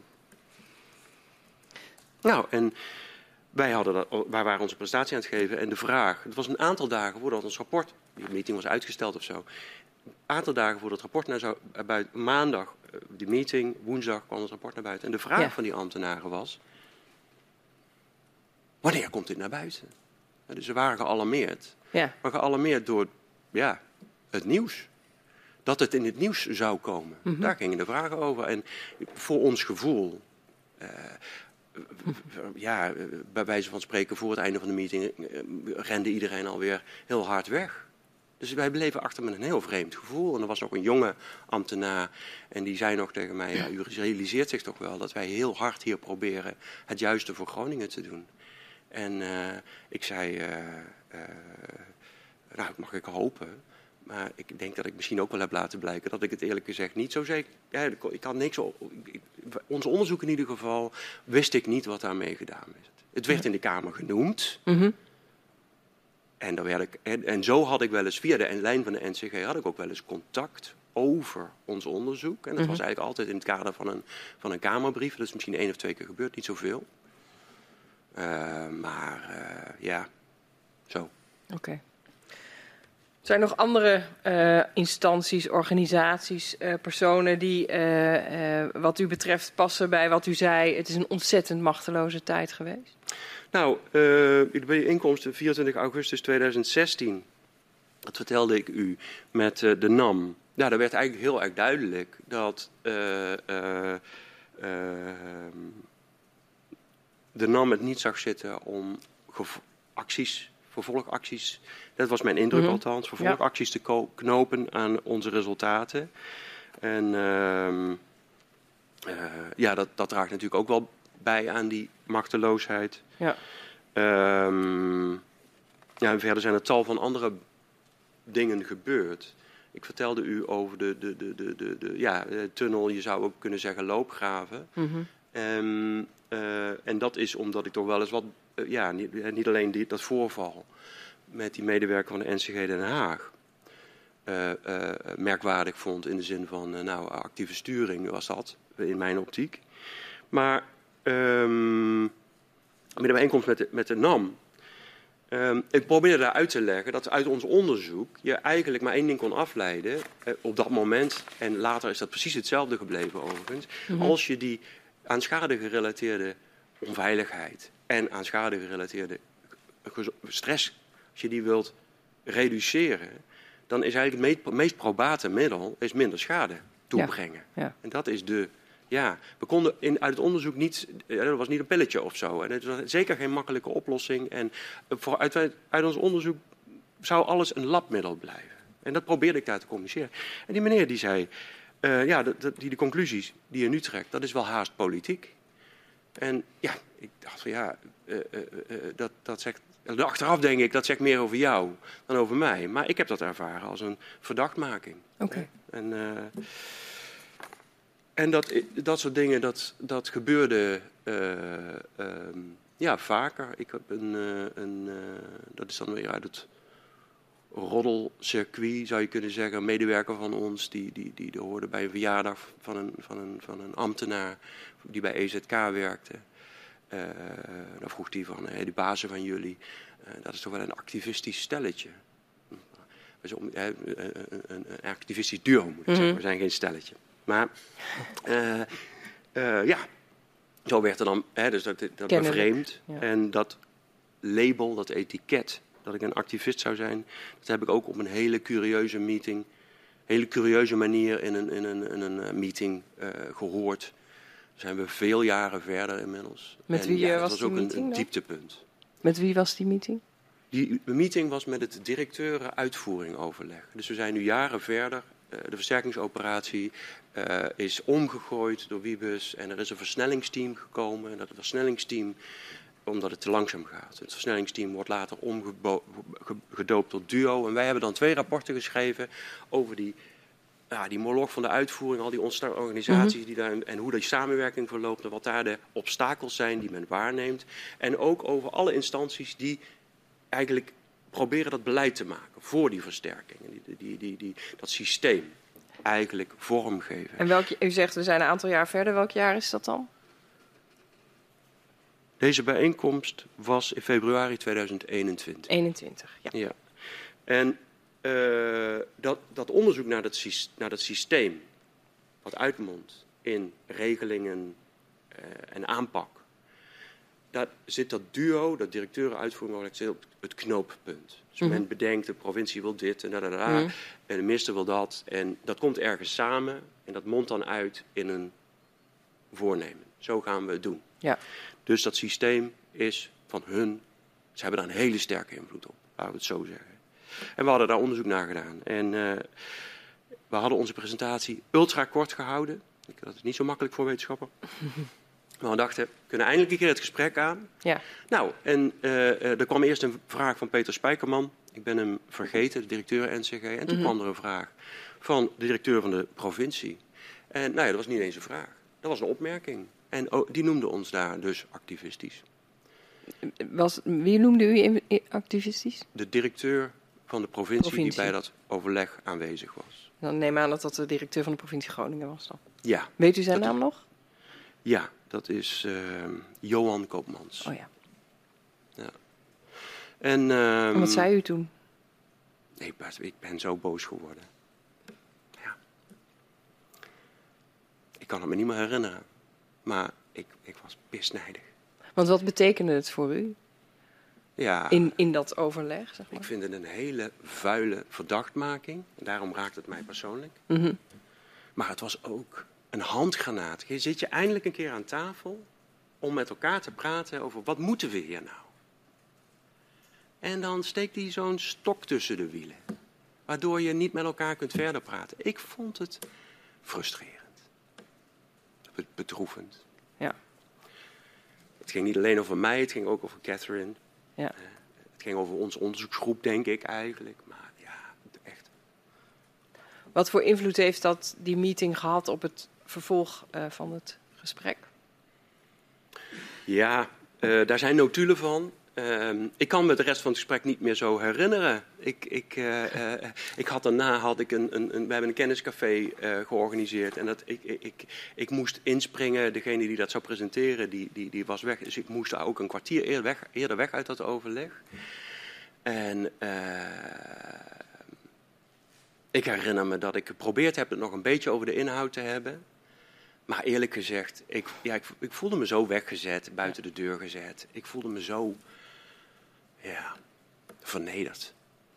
Nou, en wij waren onze presentatie aan het geven en de vraag... Het was een aantal dagen voordat ons rapport... Die meeting was uitgesteld of zo. Een aantal dagen voordat het rapport naar buiten... Maandag, die meeting, woensdag kwam het rapport naar buiten. En de vraag van die ambtenaren was... Wanneer komt dit naar buiten? Dus ze waren gealarmeerd. Ja. Maar gealarmeerd door het nieuws. Dat het in het nieuws zou komen. Daar gingen de vragen over. En voor ons gevoel... bij wijze van spreken, voor het einde van de meeting rende iedereen alweer heel hard weg. Dus wij bleven achter met een heel vreemd gevoel. En er was nog een jonge ambtenaar en die zei nog tegen mij... u realiseert zich toch wel dat wij heel hard hier proberen het juiste voor Groningen te doen. En ik zei, dat mag ik hopen... Maar ik denk dat ik misschien ook wel heb laten blijken dat ik het eerlijk gezegd niet zo zeker... Ja, ik had niks ons onderzoek in ieder geval wist ik niet wat daarmee gedaan is. Het werd in de Kamer genoemd. En zo had ik wel eens via de lijn van de NCG had ik ook wel eens contact over ons onderzoek. En dat was eigenlijk altijd in het kader van een Kamerbrief. Dat is misschien 1 of 2 keer gebeurd, niet zoveel. Zo. Oké. Zijn er nog andere instanties, organisaties, personen die wat u betreft passen bij wat u zei? Het is een ontzettend machteloze tijd geweest. Nou, de bijeenkomst 24 augustus 2016, dat vertelde ik u met de NAM. Ja, daar werd eigenlijk heel erg duidelijk dat de NAM het niet zag zitten om vervolgacties, dat was mijn indruk althans, vervolgacties te knopen aan onze resultaten. En dat draagt natuurlijk ook wel bij aan die machteloosheid. Ja. En verder zijn er tal van andere dingen gebeurd. Ik vertelde u over de tunnel, je zou ook kunnen zeggen loopgraven. En dat is omdat ik toch wel eens wat, niet alleen dat voorval met die medewerker van de NCG Den Haag merkwaardig vond in de zin van actieve sturing was dat in mijn optiek. Maar met de bijeenkomst met de NAM, ik probeerde daar uit te leggen dat uit ons onderzoek je eigenlijk maar 1 ding kon afleiden op dat moment, en later is dat precies hetzelfde gebleven overigens, als je die aan schade gerelateerde onveiligheid en aan schade gerelateerde stress, als je die wilt reduceren, dan is eigenlijk het meest probate middel is minder schade toebrengen. Ja. En dat is we konden uit het onderzoek niet, er was niet een pilletje of zo. En het was zeker geen makkelijke oplossing. En uit ons onderzoek zou alles een labmiddel blijven. En dat probeerde ik daar te communiceren. En die meneer die zei, de conclusies die je nu trekt, dat is wel haast politiek. En ik dacht van dat zegt... Achteraf denk ik, dat zegt meer over jou dan over mij. Maar ik heb dat ervaren als een verdachtmaking. Oké. En dat soort dingen, dat gebeurde vaker. Ik heb dat is dan weer uit het roddelcircuit, zou je kunnen zeggen. Een medewerker van ons, die hoorde bij een verjaardag van een ambtenaar die bij EZK werkte. Dan vroeg hij van, die bazen van jullie, dat is toch wel een activistisch stelletje. Een activistisch duo, moet ik zeggen. We zijn geen stelletje. Maar Zo werd er dan, dus dat bevreemd. Ja. En dat label, dat etiket, dat ik een activist zou zijn, dat heb ik ook op een hele curieuze meeting, hele curieuze manier in een meeting gehoord. Daar zijn we veel jaren verder inmiddels. Met wie dat was was die ook meeting een dan? dieptepunt. Met wie was die meeting? Die meeting was met het directeuren-uitvoering overleg. Dus we zijn nu jaren verder. De versterkingsoperatie is omgegooid door Wiebes en er is een versnellingsteam gekomen. En dat versnellingsteam, omdat het te langzaam gaat. Het versnellingsteam wordt later omgedoopt tot DUO. En wij hebben dan 2 rapporten geschreven over die moloch van de uitvoering, al die organisaties die daar, en hoe die samenwerking verloopt en wat daar de obstakels zijn die men waarneemt. En ook over alle instanties die eigenlijk proberen dat beleid te maken voor die versterking. Dat systeem eigenlijk vormgeven. En u zegt, we zijn een aantal jaar verder. Welk jaar is dat dan? Deze bijeenkomst was in februari 2021. 21, ja. Ja. En dat onderzoek naar dat systeem, wat uitmondt in regelingen en aanpak, daar zit dat duo, dat directeuren-uitvoering, op het knooppunt. Dus men bedenkt, de provincie wil dit en en de minister wil dat. En dat komt ergens samen en dat mondt dan uit in een voornemen. Zo gaan we het doen. Ja. Dus dat systeem is van hun. Ze hebben daar een hele sterke invloed op, laten we het zo zeggen. En we hadden daar onderzoek naar gedaan. En we hadden onze presentatie ultra kort gehouden. Dat is niet zo makkelijk voor wetenschappen. Maar we dachten, we kunnen eindelijk een keer het gesprek aan. Ja. Nou, en er kwam eerst een vraag van Peter Spijkerman. Ik ben hem vergeten, de directeur NCG. En toen kwam er een vraag van de directeur van de provincie. En dat was niet eens een vraag. Dat was een opmerking. En die noemde ons daar dus activistisch. Wie noemde u activistisch? De directeur van de provincie die bij dat overleg aanwezig was. Dan neem ik aan dat dat de directeur van de provincie Groningen was dan. Ja. Weet u zijn naam nog? Ja, dat is Johan Koopmans. Oh ja. Ja. En wat zei u toen? Ik ben zo boos geworden. Ja. Ik kan het me niet meer herinneren. Maar ik was pisnijdig. Want wat betekende het voor u? Ja, in dat overleg, zeg maar? Ik vind het een hele vuile verdachtmaking. En daarom raakt het mij persoonlijk. Maar het was ook een handgranaat. Je zit je eindelijk een keer aan tafel om met elkaar te praten over wat moeten we hier nou? En dan steekt hij zo'n stok tussen de wielen. Waardoor je niet met elkaar kunt verder praten. Ik vond het frustrerend. Bedroevend. Ja. Het ging niet alleen over mij, het ging ook over Catherine. Ja. Het ging over onze onderzoeksgroep, denk ik eigenlijk. Maar ja, echt. Wat voor invloed heeft die meeting gehad op het vervolg van het gesprek? Ja, daar zijn notulen van. Ik kan me de rest van het gesprek niet meer zo herinneren. Daarna we hebben een kenniscafé georganiseerd. En ik moest inspringen. Degene die dat zou presenteren, die was weg. Dus ik moest daar ook een kwartier eerder weg uit dat overleg. En ik herinner me dat ik geprobeerd heb het nog een beetje over de inhoud te hebben. Maar eerlijk gezegd, ik voelde me zo weggezet, buiten de deur gezet. Ik voelde me zo vernederd.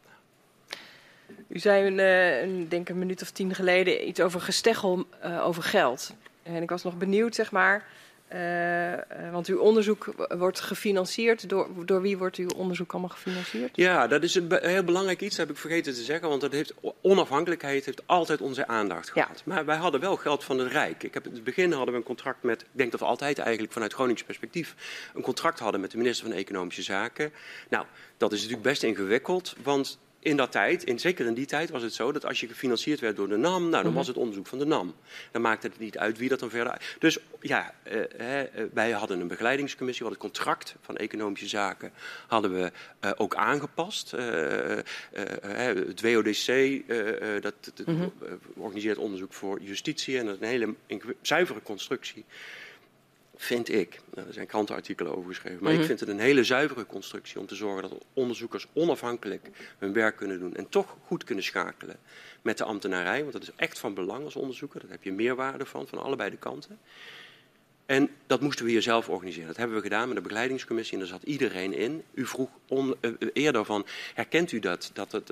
U zei denk een minuut of 10 geleden iets over gesteggel over geld. En ik was nog benieuwd, zeg maar. Want uw onderzoek wordt gefinancierd. Door wie wordt uw onderzoek allemaal gefinancierd? Ja, dat is een heel belangrijk iets, dat heb ik vergeten te zeggen. Want onafhankelijkheid heeft altijd onze aandacht gehad. Ja. Maar wij hadden wel geld van het Rijk. In het begin hadden we een contract met, ik denk dat we altijd eigenlijk vanuit Gronings perspectief, een contract hadden met de minister van Economische Zaken. Nou, dat is natuurlijk best ingewikkeld, want zeker in die tijd was het zo dat als je gefinancierd werd door de NAM, dan was het onderzoek van de NAM. Dan maakte het niet uit wie dat dan verder. Dus ja, wij hadden een begeleidingscommissie, we hadden het contract van Economische Zaken hadden we ook aangepast. Het WODC, dat organiseert onderzoek voor justitie en dat is een hele zuivere constructie. Vind ik, er zijn krantenartikelen over geschreven, maar ik vind het een hele zuivere constructie om te zorgen dat onderzoekers onafhankelijk hun werk kunnen doen en toch goed kunnen schakelen met de ambtenarij, want dat is echt van belang als onderzoeker, daar heb je meerwaarde van allebei de kanten. En dat moesten we hier zelf organiseren. Dat hebben we gedaan met de begeleidingscommissie en daar zat iedereen in. U vroeg eerder van, herkent u dat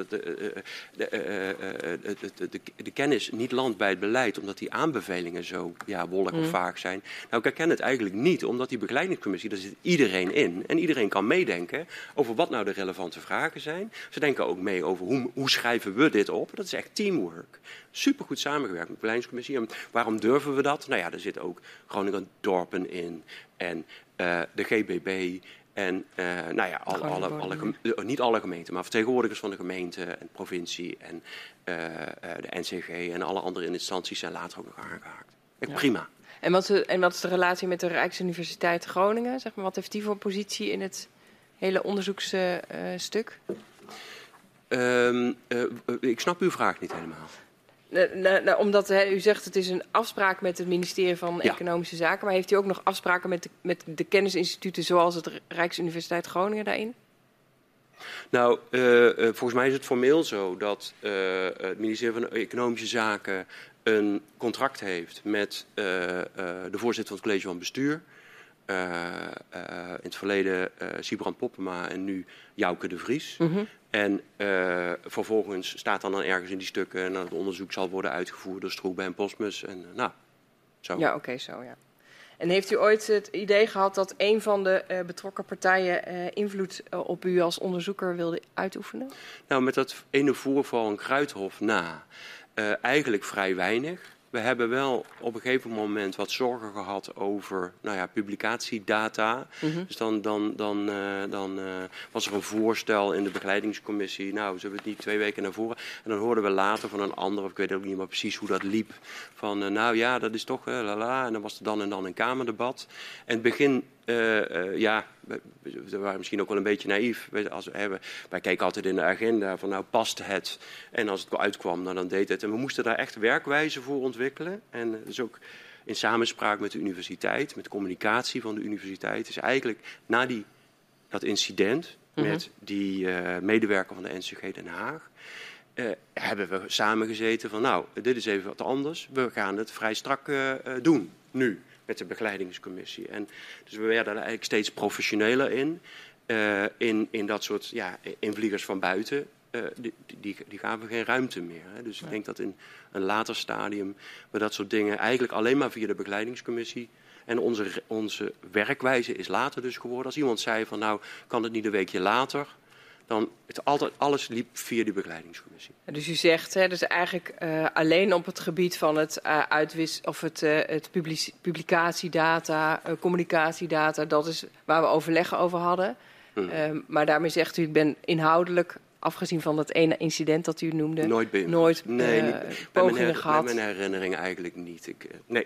de kennis niet landt bij het beleid omdat die aanbevelingen zo wollig of vaag zijn? Nou, ik herken het eigenlijk niet, omdat die begeleidingscommissie, daar zit iedereen in. En iedereen kan meedenken over wat nou de relevante vragen zijn. Ze denken ook mee over hoe schrijven we dit op. Dat is echt teamwork. Supergoed samengewerkt met de begeleidingscommissie. En waarom durven we dat? Nou ja, er zitten ook Groningen dorpen in en de GBB en niet alle gemeenten, maar vertegenwoordigers van de gemeente en de provincie en de NCG en alle andere instanties zijn later ook nog aangehaakt. Prima. En wat is de relatie met de Rijksuniversiteit Groningen? Zeg maar, wat heeft die voor positie in het hele onderzoeksstuk? Ik snap uw vraag niet helemaal. Omdat u zegt het is een afspraak met het ministerie van Economische Zaken. Maar heeft u ook nog afspraken met de kennisinstituten zoals het Rijksuniversiteit Groningen daarin? Nou, volgens mij is het formeel zo dat het ministerie van Economische Zaken een contract heeft met de voorzitter van het college van bestuur. In het verleden Sibrand Poppema en nu Jouke de Vries. Mm-hmm. En vervolgens staat dan ergens in die stukken en het onderzoek zal worden uitgevoerd door Stroebe en Postmus. En zo. Ja, oké, zo ja. En heeft u ooit het idee gehad dat een van de betrokken partijen invloed op u als onderzoeker wilde uitoefenen? Nou, met dat ene voorval in Kruithof eigenlijk vrij weinig. We hebben wel op een gegeven moment wat zorgen gehad over publicatiedata. Mm-hmm. Dus dan was er een voorstel in de begeleidingscommissie. Nou, zullen we het niet 2 weken naar voren? En dan hoorden we later van een ander, of ik weet ook niet meer precies hoe dat liep. Van dat is toch En dan was er dan en dan een kamerdebat. En het begin, we waren misschien ook wel een beetje naïef. Wij keken altijd in de agenda van past het? En als het uitkwam, dan deed het. En we moesten daar echt werkwijze voor ontwikkelen. En dus ook in samenspraak met de universiteit, met de communicatie van de universiteit. Dus eigenlijk na dat incident met die medewerker van de NCG Den Haag, hebben we samengezeten van dit is even wat anders. We gaan het vrij strak doen, nu. Met de begeleidingscommissie. En dus we werden er eigenlijk steeds professioneler in dat soort invliegers van buiten. Die gaven geen ruimte meer. Hè. Dus ik denk dat in een later stadium we dat soort dingen eigenlijk alleen maar via de begeleidingscommissie. En onze werkwijze is later dus geworden. Als iemand zei van kan het niet een weekje later, dan alles liep via die begeleidingscommissie. Dus u zegt, dus eigenlijk alleen op het gebied van het publicatiedata, communicatiedata, dat is waar we overleggen over hadden. Maar daarmee zegt u, ik ben inhoudelijk, afgezien van dat ene incident dat u noemde, nooit pogingen gehad. Bij mijn herinneringen eigenlijk niet. Nee.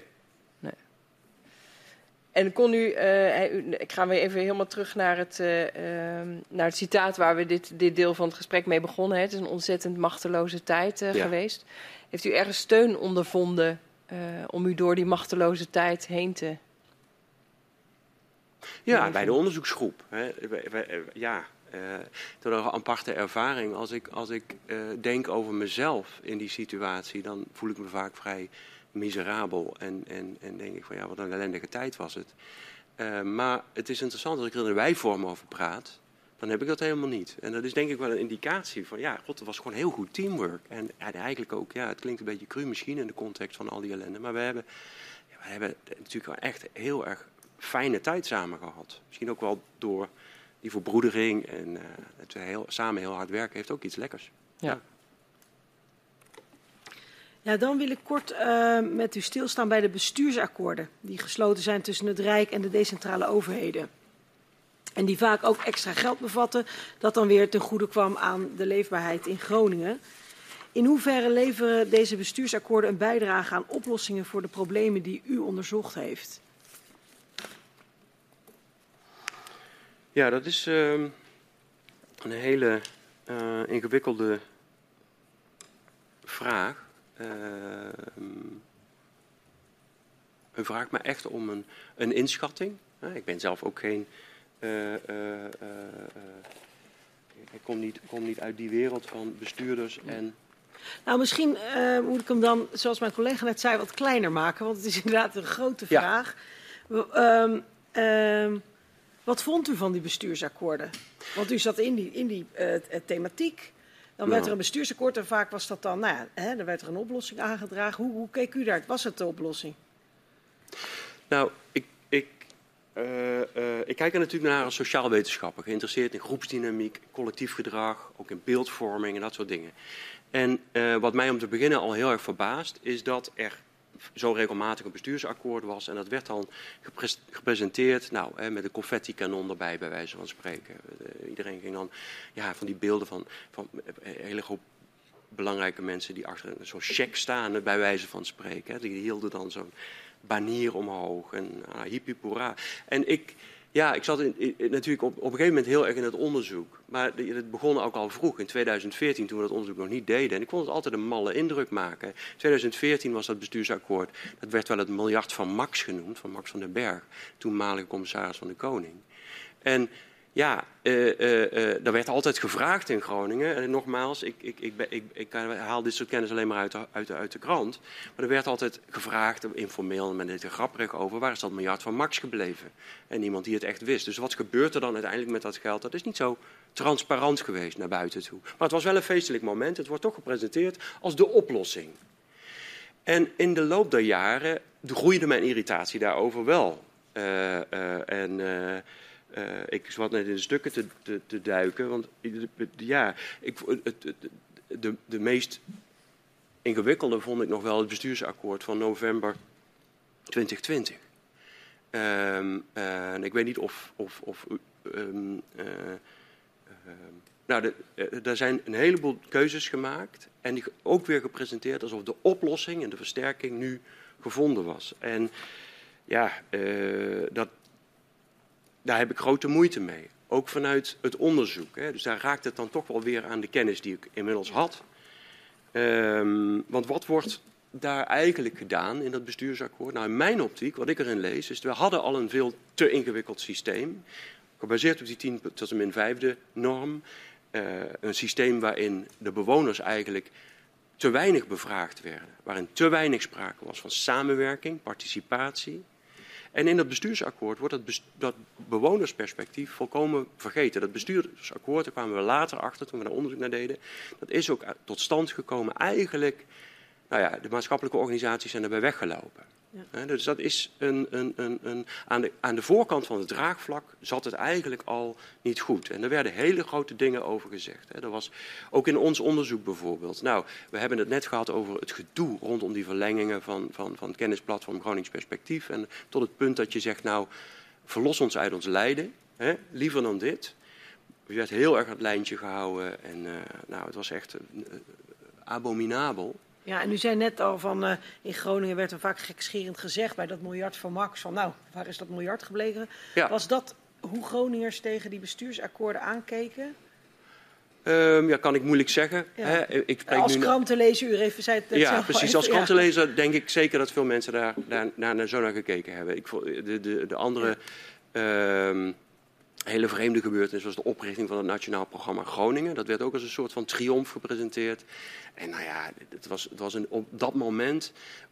En kon ik ga weer even helemaal terug naar het citaat waar we dit deel van het gesprek mee begonnen. Het is een ontzettend machteloze tijd geweest. Heeft u ergens steun ondervonden om u door die machteloze tijd heen te... Ja, bij de onderzoeksgroep. Door een aparte ervaring. Als ik denk over mezelf in die situatie, dan voel ik me vaak vrij miserabel en denk ik van wat een ellendige tijd was het. Maar het is interessant, als ik er in de wij-vorm over praat, dan heb ik dat helemaal niet. En dat is denk ik wel een indicatie van het was gewoon heel goed teamwork. En eigenlijk ook, het klinkt een beetje cru misschien in de context van al die ellende, maar we hebben natuurlijk wel echt heel erg fijne tijd samen gehad. Misschien ook wel door die verbroedering en het samen heel hard werken heeft ook iets lekkers. Ja. Ja, dan wil ik kort met u stilstaan bij de bestuursakkoorden die gesloten zijn tussen het Rijk en de decentrale overheden. En die vaak ook extra geld bevatten, dat dan weer ten goede kwam aan de leefbaarheid in Groningen. In hoeverre leveren deze bestuursakkoorden een bijdrage aan oplossingen voor de problemen die u onderzocht heeft? Ja, dat is een hele ingewikkelde vraag. U vraagt me echt om een inschatting. Ik ben zelf ook geen... ik kom niet uit die wereld van bestuurders en... Nou, misschien moet ik hem dan, zoals mijn collega net zei, wat kleiner maken. Want het is inderdaad een grote vraag. Wat vond u van die bestuursakkoorden? Want u zat in die thematiek. Dan werd er een bestuursakkoord en vaak was dat dan, er werd er een oplossing aangedragen. Hoe keek u daar? Was het de oplossing? Nou, ik kijk er natuurlijk naar als sociaal wetenschapper, geïnteresseerd in groepsdynamiek, collectief gedrag, ook in beeldvorming en dat soort dingen. En wat mij om te beginnen al heel erg verbaast, is dat er zo regelmatig een bestuursakkoord was. En dat werd dan gepresenteerd met een confetti-kanon erbij, bij wijze van spreken. Iedereen ging dan van die beelden van een hele groep belangrijke mensen die achter zo'n cheque staan, bij wijze van spreken. Die hielden dan zo'n banier omhoog en hiep hiep hoera. En ik zat natuurlijk op een gegeven moment heel erg in het onderzoek. Maar het begon ook al vroeg, in 2014, toen we dat onderzoek nog niet deden. En ik vond het altijd een malle indruk maken. In 2014 was dat bestuursakkoord, dat werd wel het miljard van Max genoemd, van Max van den Berg, toenmalige commissaris van de Koning. En er werd altijd gevraagd in Groningen. En nogmaals, ik haal dit soort kennis alleen maar uit de krant. Maar er werd altijd gevraagd, informeel, men deed er grapperig over, waar is dat miljard van Max gebleven? En niemand die het echt wist. Dus wat gebeurt er dan uiteindelijk met dat geld? Dat is niet zo transparant geweest naar buiten toe. Maar het was wel een feestelijk moment. Het wordt toch gepresenteerd als de oplossing. En in de loop der jaren groeide mijn irritatie daarover wel. Ik zat net in de stukken te duiken, want de meest ingewikkelde vond ik nog wel het bestuursakkoord van november 2020. Ik weet niet er zijn een heleboel keuzes gemaakt en die ook weer gepresenteerd alsof de oplossing en de versterking nu gevonden was. En daar heb ik grote moeite mee. Ook vanuit het onderzoek. Dus daar raakt het dan toch wel weer aan de kennis die ik inmiddels had. Want wat wordt daar eigenlijk gedaan in dat bestuursakkoord? Nou, in mijn optiek, wat ik erin lees, is we hadden al een veel te ingewikkeld systeem. Gebaseerd op die 10 tot en min 5e norm. Een systeem waarin de bewoners eigenlijk te weinig bevraagd werden. Waarin te weinig sprake was van samenwerking, participatie. En in dat bestuursakkoord wordt dat bewonersperspectief volkomen vergeten. Dat bestuursakkoord, daar kwamen we later achter toen we daar onderzoek naar deden. Dat is ook tot stand gekomen eigenlijk. De maatschappelijke organisaties zijn erbij weggelopen. Ja. Dus dat is aan de voorkant van het draagvlak zat het eigenlijk al niet goed. En er werden hele grote dingen over gezegd. Er was ook in ons onderzoek bijvoorbeeld. We hebben het net gehad over het gedoe rondom die verlengingen van het kennisplatform Gronings Perspectief. En tot het punt dat je zegt, verlos ons uit ons lijden. Liever dan dit. Er werd heel erg het lijntje gehouden. En het was echt abominabel. Ja, en u zei net al van in Groningen werd er vaak gekscherend gezegd bij dat miljard van Max van waar is dat miljard gebleven? Ja. Was dat hoe Groningers tegen die bestuursakkoorden aankeken? Kan ik moeilijk zeggen. Ja. Als krantenlezer, u zei het net zelf precies. Als krantenlezer denk ik zeker dat veel mensen daar zo naar gekeken hebben. De andere hele vreemde gebeurtenis was de oprichting van het Nationaal Programma Groningen. Dat werd ook als een soort van triomf gepresenteerd. En het was op dat moment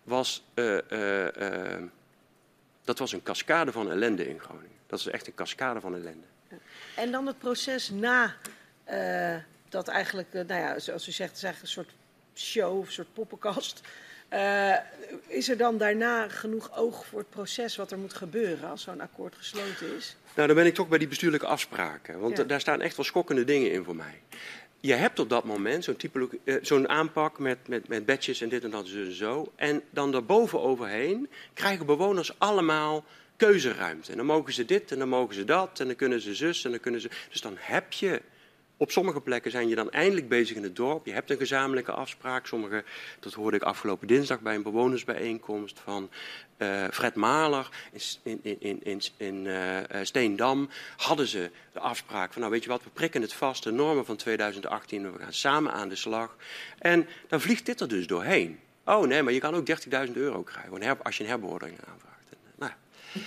dat was een cascade van ellende in Groningen. Dat is echt een cascade van ellende. En dan het proces na dat eigenlijk, zoals u zegt, het is eigenlijk een soort show of een soort poppenkast. Is er dan daarna genoeg oog voor het proces wat er moet gebeuren als zo'n akkoord gesloten is? Dan ben ik toch bij die bestuurlijke afspraken. Want daar staan echt wel schokkende dingen in voor mij. Je hebt op dat moment zo'n aanpak met badges en dit en dat en zo. En dan daarboven overheen krijgen bewoners allemaal keuzeruimte. En dan mogen ze dit en dan mogen ze dat en dan kunnen ze zus en dan kunnen ze... Dus dan heb je... Op sommige plekken zijn je dan eindelijk bezig in het dorp. Je hebt een gezamenlijke afspraak. Dat hoorde ik afgelopen dinsdag bij een bewonersbijeenkomst van Fred Mahler in Steendam. Hadden ze de afspraak van, weet je wat, we prikken het vast, de normen van 2018, we gaan samen aan de slag. En dan vliegt dit er dus doorheen. Oh nee, maar je kan ook €30.000 krijgen als je een herbeoordeling aanvraagt.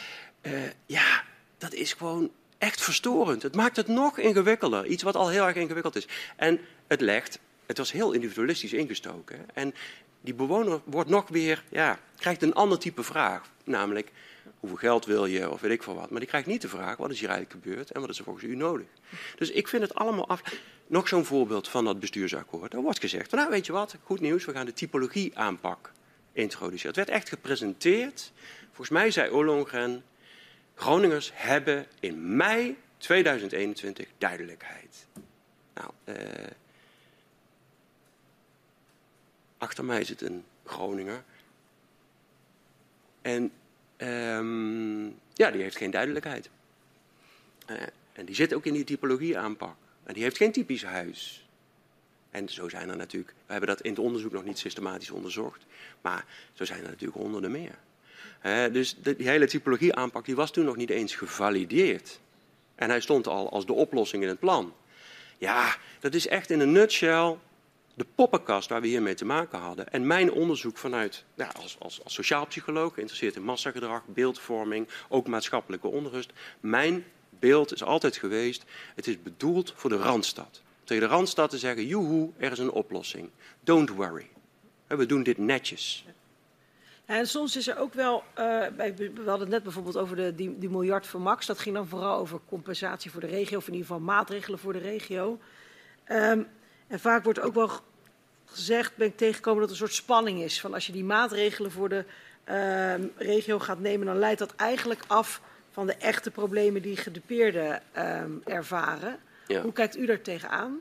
Dat is gewoon... echt verstorend. Het maakt het nog ingewikkelder. Iets wat al heel erg ingewikkeld is. En het was heel individualistisch ingestoken. En die bewoner wordt nog weer krijgt een ander type vraag. Namelijk, hoeveel geld wil je of weet ik veel wat. Maar die krijgt niet de vraag, wat is hier eigenlijk gebeurd en wat is er volgens u nodig? Dus ik vind het allemaal af. Nog zo'n voorbeeld van dat bestuursakkoord. Er wordt gezegd, nou weet je wat, goed nieuws, we gaan de typologie aanpak introduceren. Het werd echt gepresenteerd. Volgens mij zei Ollongren, Groningers hebben in mei 2021 duidelijkheid. Nou, achter mij zit een Groninger. En die heeft geen duidelijkheid. En die zit ook in die typologie aanpak. En die heeft geen typisch huis. En zo zijn er natuurlijk, we hebben dat in het onderzoek nog niet systematisch onderzocht, maar zo zijn er natuurlijk honderden meer. Dus die hele typologie aanpak die was toen nog niet eens gevalideerd. En hij stond al als de oplossing in het plan. Ja, dat is echt in een nutshell de poppenkast waar we hiermee te maken hadden. En mijn onderzoek vanuit, als sociaal psycholoog, geïnteresseerd in massagedrag, beeldvorming, ook maatschappelijke onrust. Mijn beeld is altijd geweest, het is bedoeld voor de Randstad. Tegen de Randstad te zeggen, joehoe, er is een oplossing. Don't worry. We doen dit netjes. En soms is er ook wel, we hadden het net bijvoorbeeld over die miljard voor Max. Dat ging dan vooral over compensatie voor de regio, of in ieder geval maatregelen voor de regio. En vaak wordt ook wel gezegd, ben ik tegengekomen, dat er een soort spanning is. Van als je die maatregelen voor de regio gaat nemen, dan leidt dat eigenlijk af van de echte problemen die gedupeerden ervaren. Ja. Hoe kijkt u daar tegenaan?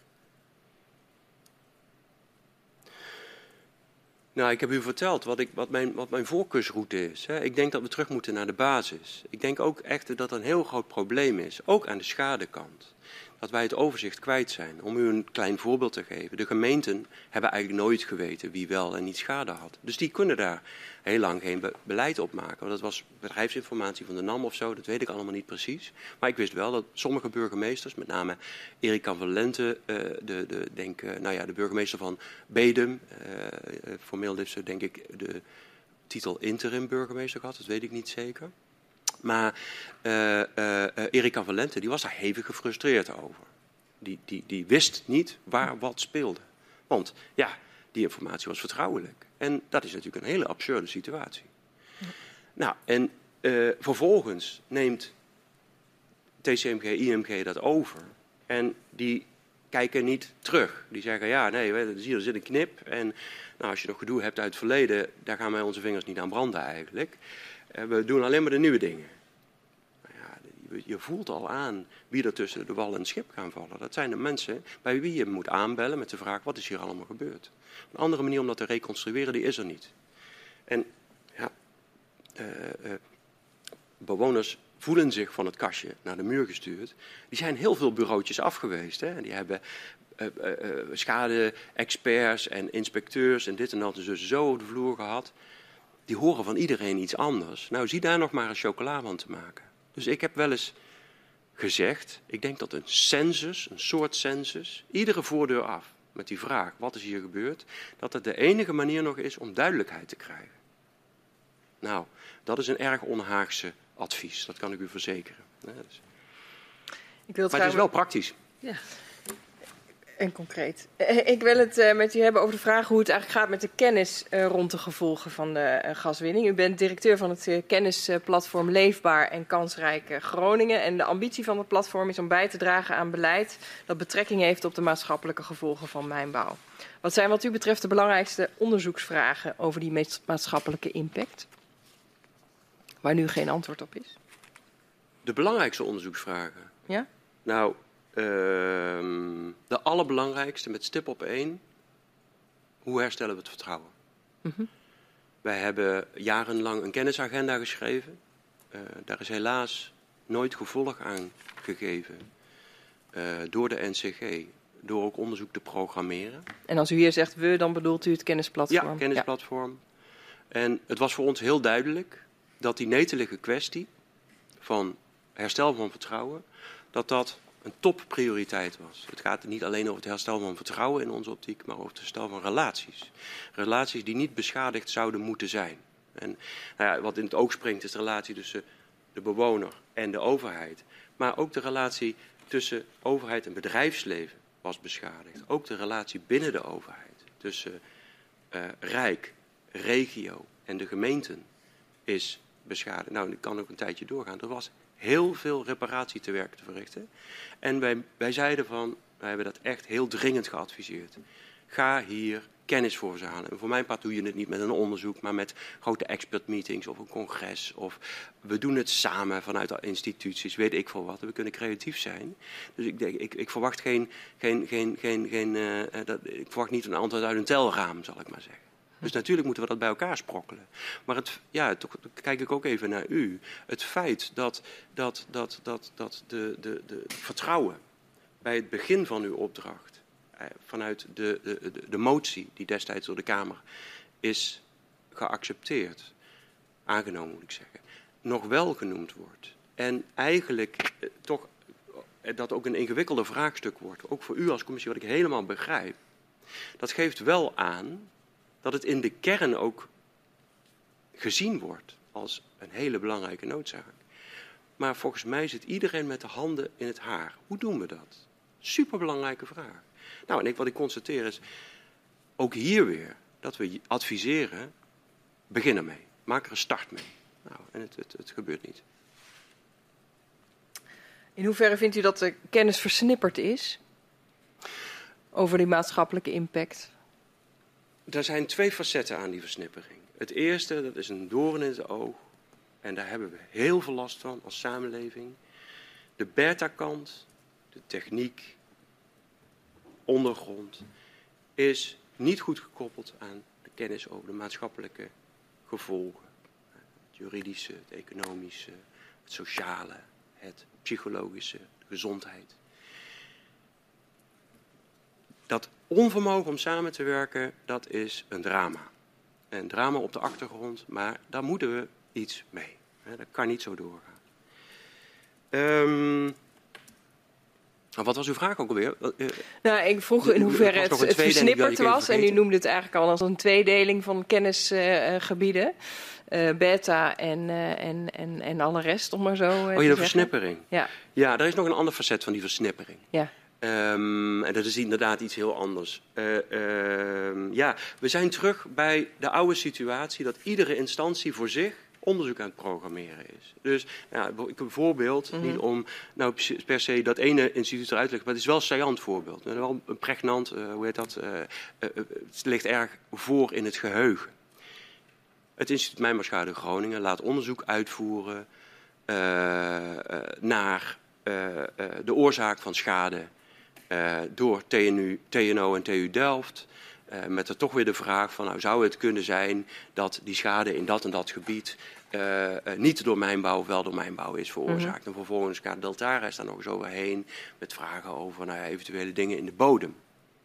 Nou, ik heb u verteld wat mijn voorkeursroute is. Ik denk dat we terug moeten naar de basis. Ik denk ook echt dat er een heel groot probleem is, ook aan de schadekant. Dat wij het overzicht kwijt zijn. Om u een klein voorbeeld te geven. De gemeenten hebben eigenlijk nooit geweten wie wel en niet schade had. Dus die kunnen daar heel lang geen beleid op maken. Want dat was bedrijfsinformatie van de NAM of zo, dat weet ik allemaal niet precies. Maar ik wist wel dat sommige burgemeesters, met name Erika van Lente, de burgemeester van Bedum, formeel heeft ze denk ik de titel interim burgemeester gehad, dat weet ik niet zeker. Maar Erika van Lente, die was daar hevig gefrustreerd over. Die wist niet waar wat speelde. Want ja, die informatie was vertrouwelijk. En dat is natuurlijk een hele absurde situatie. Ja. Nou, en vervolgens neemt TCMG, IMG dat over. En die kijken niet terug. Die zeggen, ja, nee, er zit een knip. En nou, als je nog gedoe hebt uit het verleden, daar gaan wij onze vingers niet aan branden eigenlijk. We doen alleen maar de nieuwe dingen. Nou ja, je voelt al aan wie er tussen de wal en het schip gaan vallen. Dat zijn de mensen bij wie je moet aanbellen met de vraag, wat is hier allemaal gebeurd? Een andere manier om dat te reconstrueren, die is er niet. En ja, bewoners voelen zich van het kastje naar de muur gestuurd. Die zijn heel veel bureautjes af geweest. Hè? Die hebben schade-experts en inspecteurs en dit en dat en zo op de vloer gehad. Die horen van iedereen iets anders. Nou, zie daar nog maar een chocola van te maken. Dus ik heb wel eens gezegd, ik denk dat een census, een soort census, iedere voordeur af met die vraag, wat is hier gebeurd, dat het de enige manier nog is om duidelijkheid te krijgen. Nou, dat is een erg onhaagse advies, dat kan ik u verzekeren. Ja, dus. Maar het is wel praktisch. Ja. En concreet. Ik wil het met u hebben over de vraag hoe het eigenlijk gaat met de kennis rond de gevolgen van de gaswinning. U bent directeur van het kennisplatform Leefbaar en Kansrijk Groningen. En de ambitie van het platform is om bij te dragen aan beleid dat betrekking heeft op de maatschappelijke gevolgen van mijnbouw. Wat zijn wat u betreft de belangrijkste onderzoeksvragen over die maatschappelijke impact? Waar nu geen antwoord op is. De belangrijkste onderzoeksvragen? Ja? Nou, de allerbelangrijkste met stip op 1. Hoe herstellen we het vertrouwen? Mm-hmm. Wij hebben jarenlang een kennisagenda geschreven. Daar is helaas nooit gevolg aan gegeven door de NCG. Door ook onderzoek te programmeren. En als u hier zegt we, dan bedoelt u het kennisplatform? Ja, kennisplatform. Ja. En het was voor ons heel duidelijk dat die netelige kwestie van herstel van vertrouwen, dat een topprioriteit was. Het gaat niet alleen over het herstel van vertrouwen in onze optiek, maar over het herstel van relaties. Relaties die niet beschadigd zouden moeten zijn. En nou ja, wat in het oog springt is de relatie tussen de bewoner en de overheid. Maar ook de relatie tussen overheid en bedrijfsleven was beschadigd. Ook de relatie binnen de overheid tussen Rijk, regio en de gemeenten is beschadigd. Nou, dat kan ook een tijdje doorgaan. Er was heel veel reparatie te werk te verrichten. En wij zeiden van, wij hebben dat echt heel dringend geadviseerd. Ga hier kennis voor verzamelen. En voor mijn part doe je het niet met een onderzoek, maar met grote expertmeetings of een congres. Of we doen het samen vanuit de instituties, weet ik veel wat. We kunnen creatief zijn. Dus ik verwacht ik verwacht niet een antwoord uit een telraam, zal ik maar zeggen. Dus natuurlijk moeten we dat bij elkaar sprokkelen. Maar toch kijk ik ook even naar u. Het feit dat de vertrouwen bij het begin van uw opdracht, vanuit de motie die destijds door de Kamer is geaccepteerd, aangenomen moet ik zeggen, nog wel genoemd wordt. En eigenlijk toch dat ook een ingewikkelde vraagstuk wordt, ook voor u als commissie, wat ik helemaal begrijp. Dat geeft wel aan dat het in de kern ook gezien wordt als een hele belangrijke noodzaak. Maar volgens mij zit iedereen met de handen in het haar. Hoe doen we dat? Superbelangrijke vraag. Nou, en wat ik constateer is, ook hier weer, dat we adviseren, begin ermee. Maak er een start mee. Nou, en het gebeurt niet. In hoeverre vindt u dat de kennis versnipperd is over die maatschappelijke impact? Er zijn 2 facetten aan die versnippering. Het eerste, dat is een doorn in het oog. En daar hebben we heel veel last van als samenleving. De beta-kant, de techniek, ondergrond, is niet goed gekoppeld aan de kennis over de maatschappelijke gevolgen. Het juridische, het economische, het sociale, het psychologische, de gezondheid. Dat onvermogen om samen te werken, dat is een drama. Een drama op de achtergrond, maar daar moeten we iets mee. Dat kan niet zo doorgaan. Wat was uw vraag ook alweer? Nou, ik vroeg in hoeverre het versnipperd was. En u noemde het eigenlijk al als een tweedeling van kennisgebieden. Beta en alle rest, om maar zo te de versnippering. Ja. Ja, er is nog een ander facet van die versnippering. Ja. En dat is inderdaad iets heel anders. We zijn terug bij de oude situatie dat iedere instantie voor zich onderzoek aan het programmeren is. Dus ja, ik heb een voorbeeld, niet om nou per se dat ene instituut eruit te leggen, maar het is wel een saillant voorbeeld. Wel een pregnant, het ligt erg voor in het geheugen. Het instituut Mijnbouwschade Groningen laat onderzoek uitvoeren naar de oorzaak van schade door TNO en TU Delft. Met er toch weer de vraag van, nou, zou het kunnen zijn dat die schade in dat en dat gebied niet door mijnbouw of wel door mijnbouw is veroorzaakt. En vervolgens gaat Deltara is daar nog eens overheen met vragen over eventuele dingen in de bodem.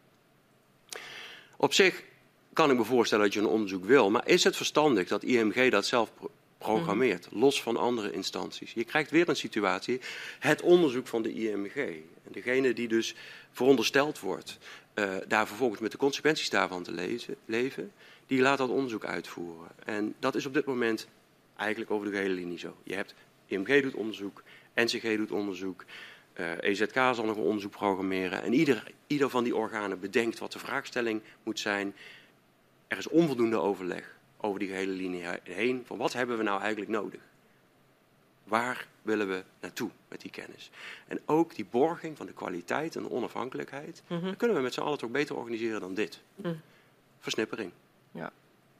Op zich kan ik me voorstellen dat je een onderzoek wil, maar is het verstandig dat IMG dat zelf programmeert, los van andere instanties? Je krijgt weer een situatie, het onderzoek van de IMG. En degene die dus verondersteld wordt daar vervolgens met de consequenties daarvan te leven, die laat dat onderzoek uitvoeren. En dat is op dit moment eigenlijk over de hele linie zo. Je hebt IMG doet onderzoek, NCG doet onderzoek, EZK zal nog een onderzoek programmeren. En ieder van die organen bedenkt wat de vraagstelling moet zijn. Er is onvoldoende overleg over die hele linie heen. Van wat hebben we nou eigenlijk nodig? Waar willen we naartoe met die kennis? En ook die borging van de kwaliteit en de onafhankelijkheid, dat kunnen we met z'n allen toch beter organiseren dan dit. Versnippering. Ja.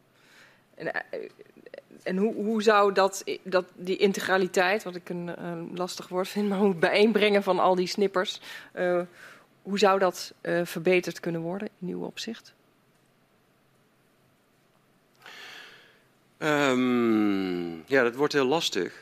En hoe zou die integraliteit, wat ik een lastig woord vind, maar hoe het bijeenbrengen van al die snippers, hoe zou dat verbeterd kunnen worden in uw opzicht? Dat wordt heel lastig.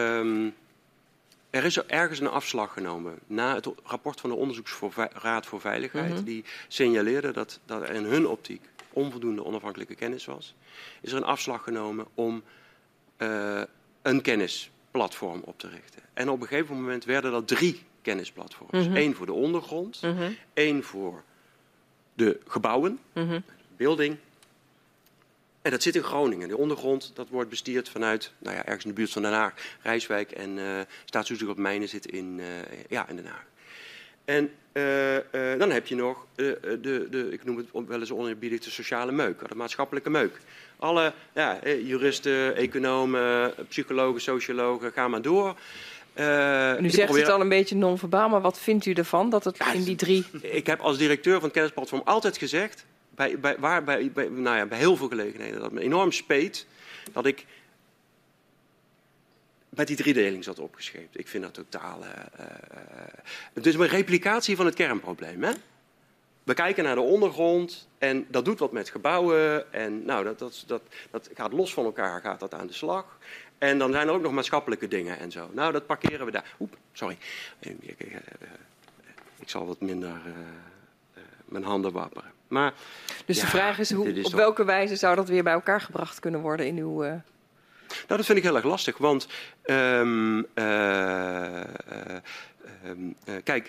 Er is ergens een afslag genomen na het rapport van de Onderzoeksraad voor Veiligheid. Die signaleerde dat er in hun optiek onvoldoende onafhankelijke kennis was. Is er een afslag genomen om een kennisplatform op te richten. En op een gegeven moment werden dat 3 kennisplatforms. 1 voor de ondergrond, 1 voor de gebouwen, building. En dat zit in Groningen. De ondergrond dat wordt bestierd vanuit ergens in de buurt van Den Haag. Rijswijk en Staatsonderzoek op Mijnen zit in Den Haag. En dan heb je nog ik noem het wel eens oneerbiedig de sociale meuk, de maatschappelijke meuk. Alle juristen, economen, psychologen, sociologen, ga maar door. Nu zegt het al een beetje non-verbaal, maar wat vindt u ervan dat het in die 3... Ik heb als directeur van het kennisplatform altijd gezegd, bij heel veel gelegenheden, dat het me enorm speet dat ik met die driedeling zat opgescheept. Ik vind dat totaal... Het is een replicatie van het kernprobleem. Hè? We kijken naar de ondergrond en dat doet wat met gebouwen. En nou, dat gaat los van elkaar, gaat dat aan de slag. En dan zijn er ook nog maatschappelijke dingen en zo. Nou, dat parkeren we daar. Sorry. Ik zal wat minder mijn handen wapperen. Maar, dus de vraag is, op welke wijze zou dat weer bij elkaar gebracht kunnen worden in uw... Nou, dat vind ik heel erg lastig, want kijk,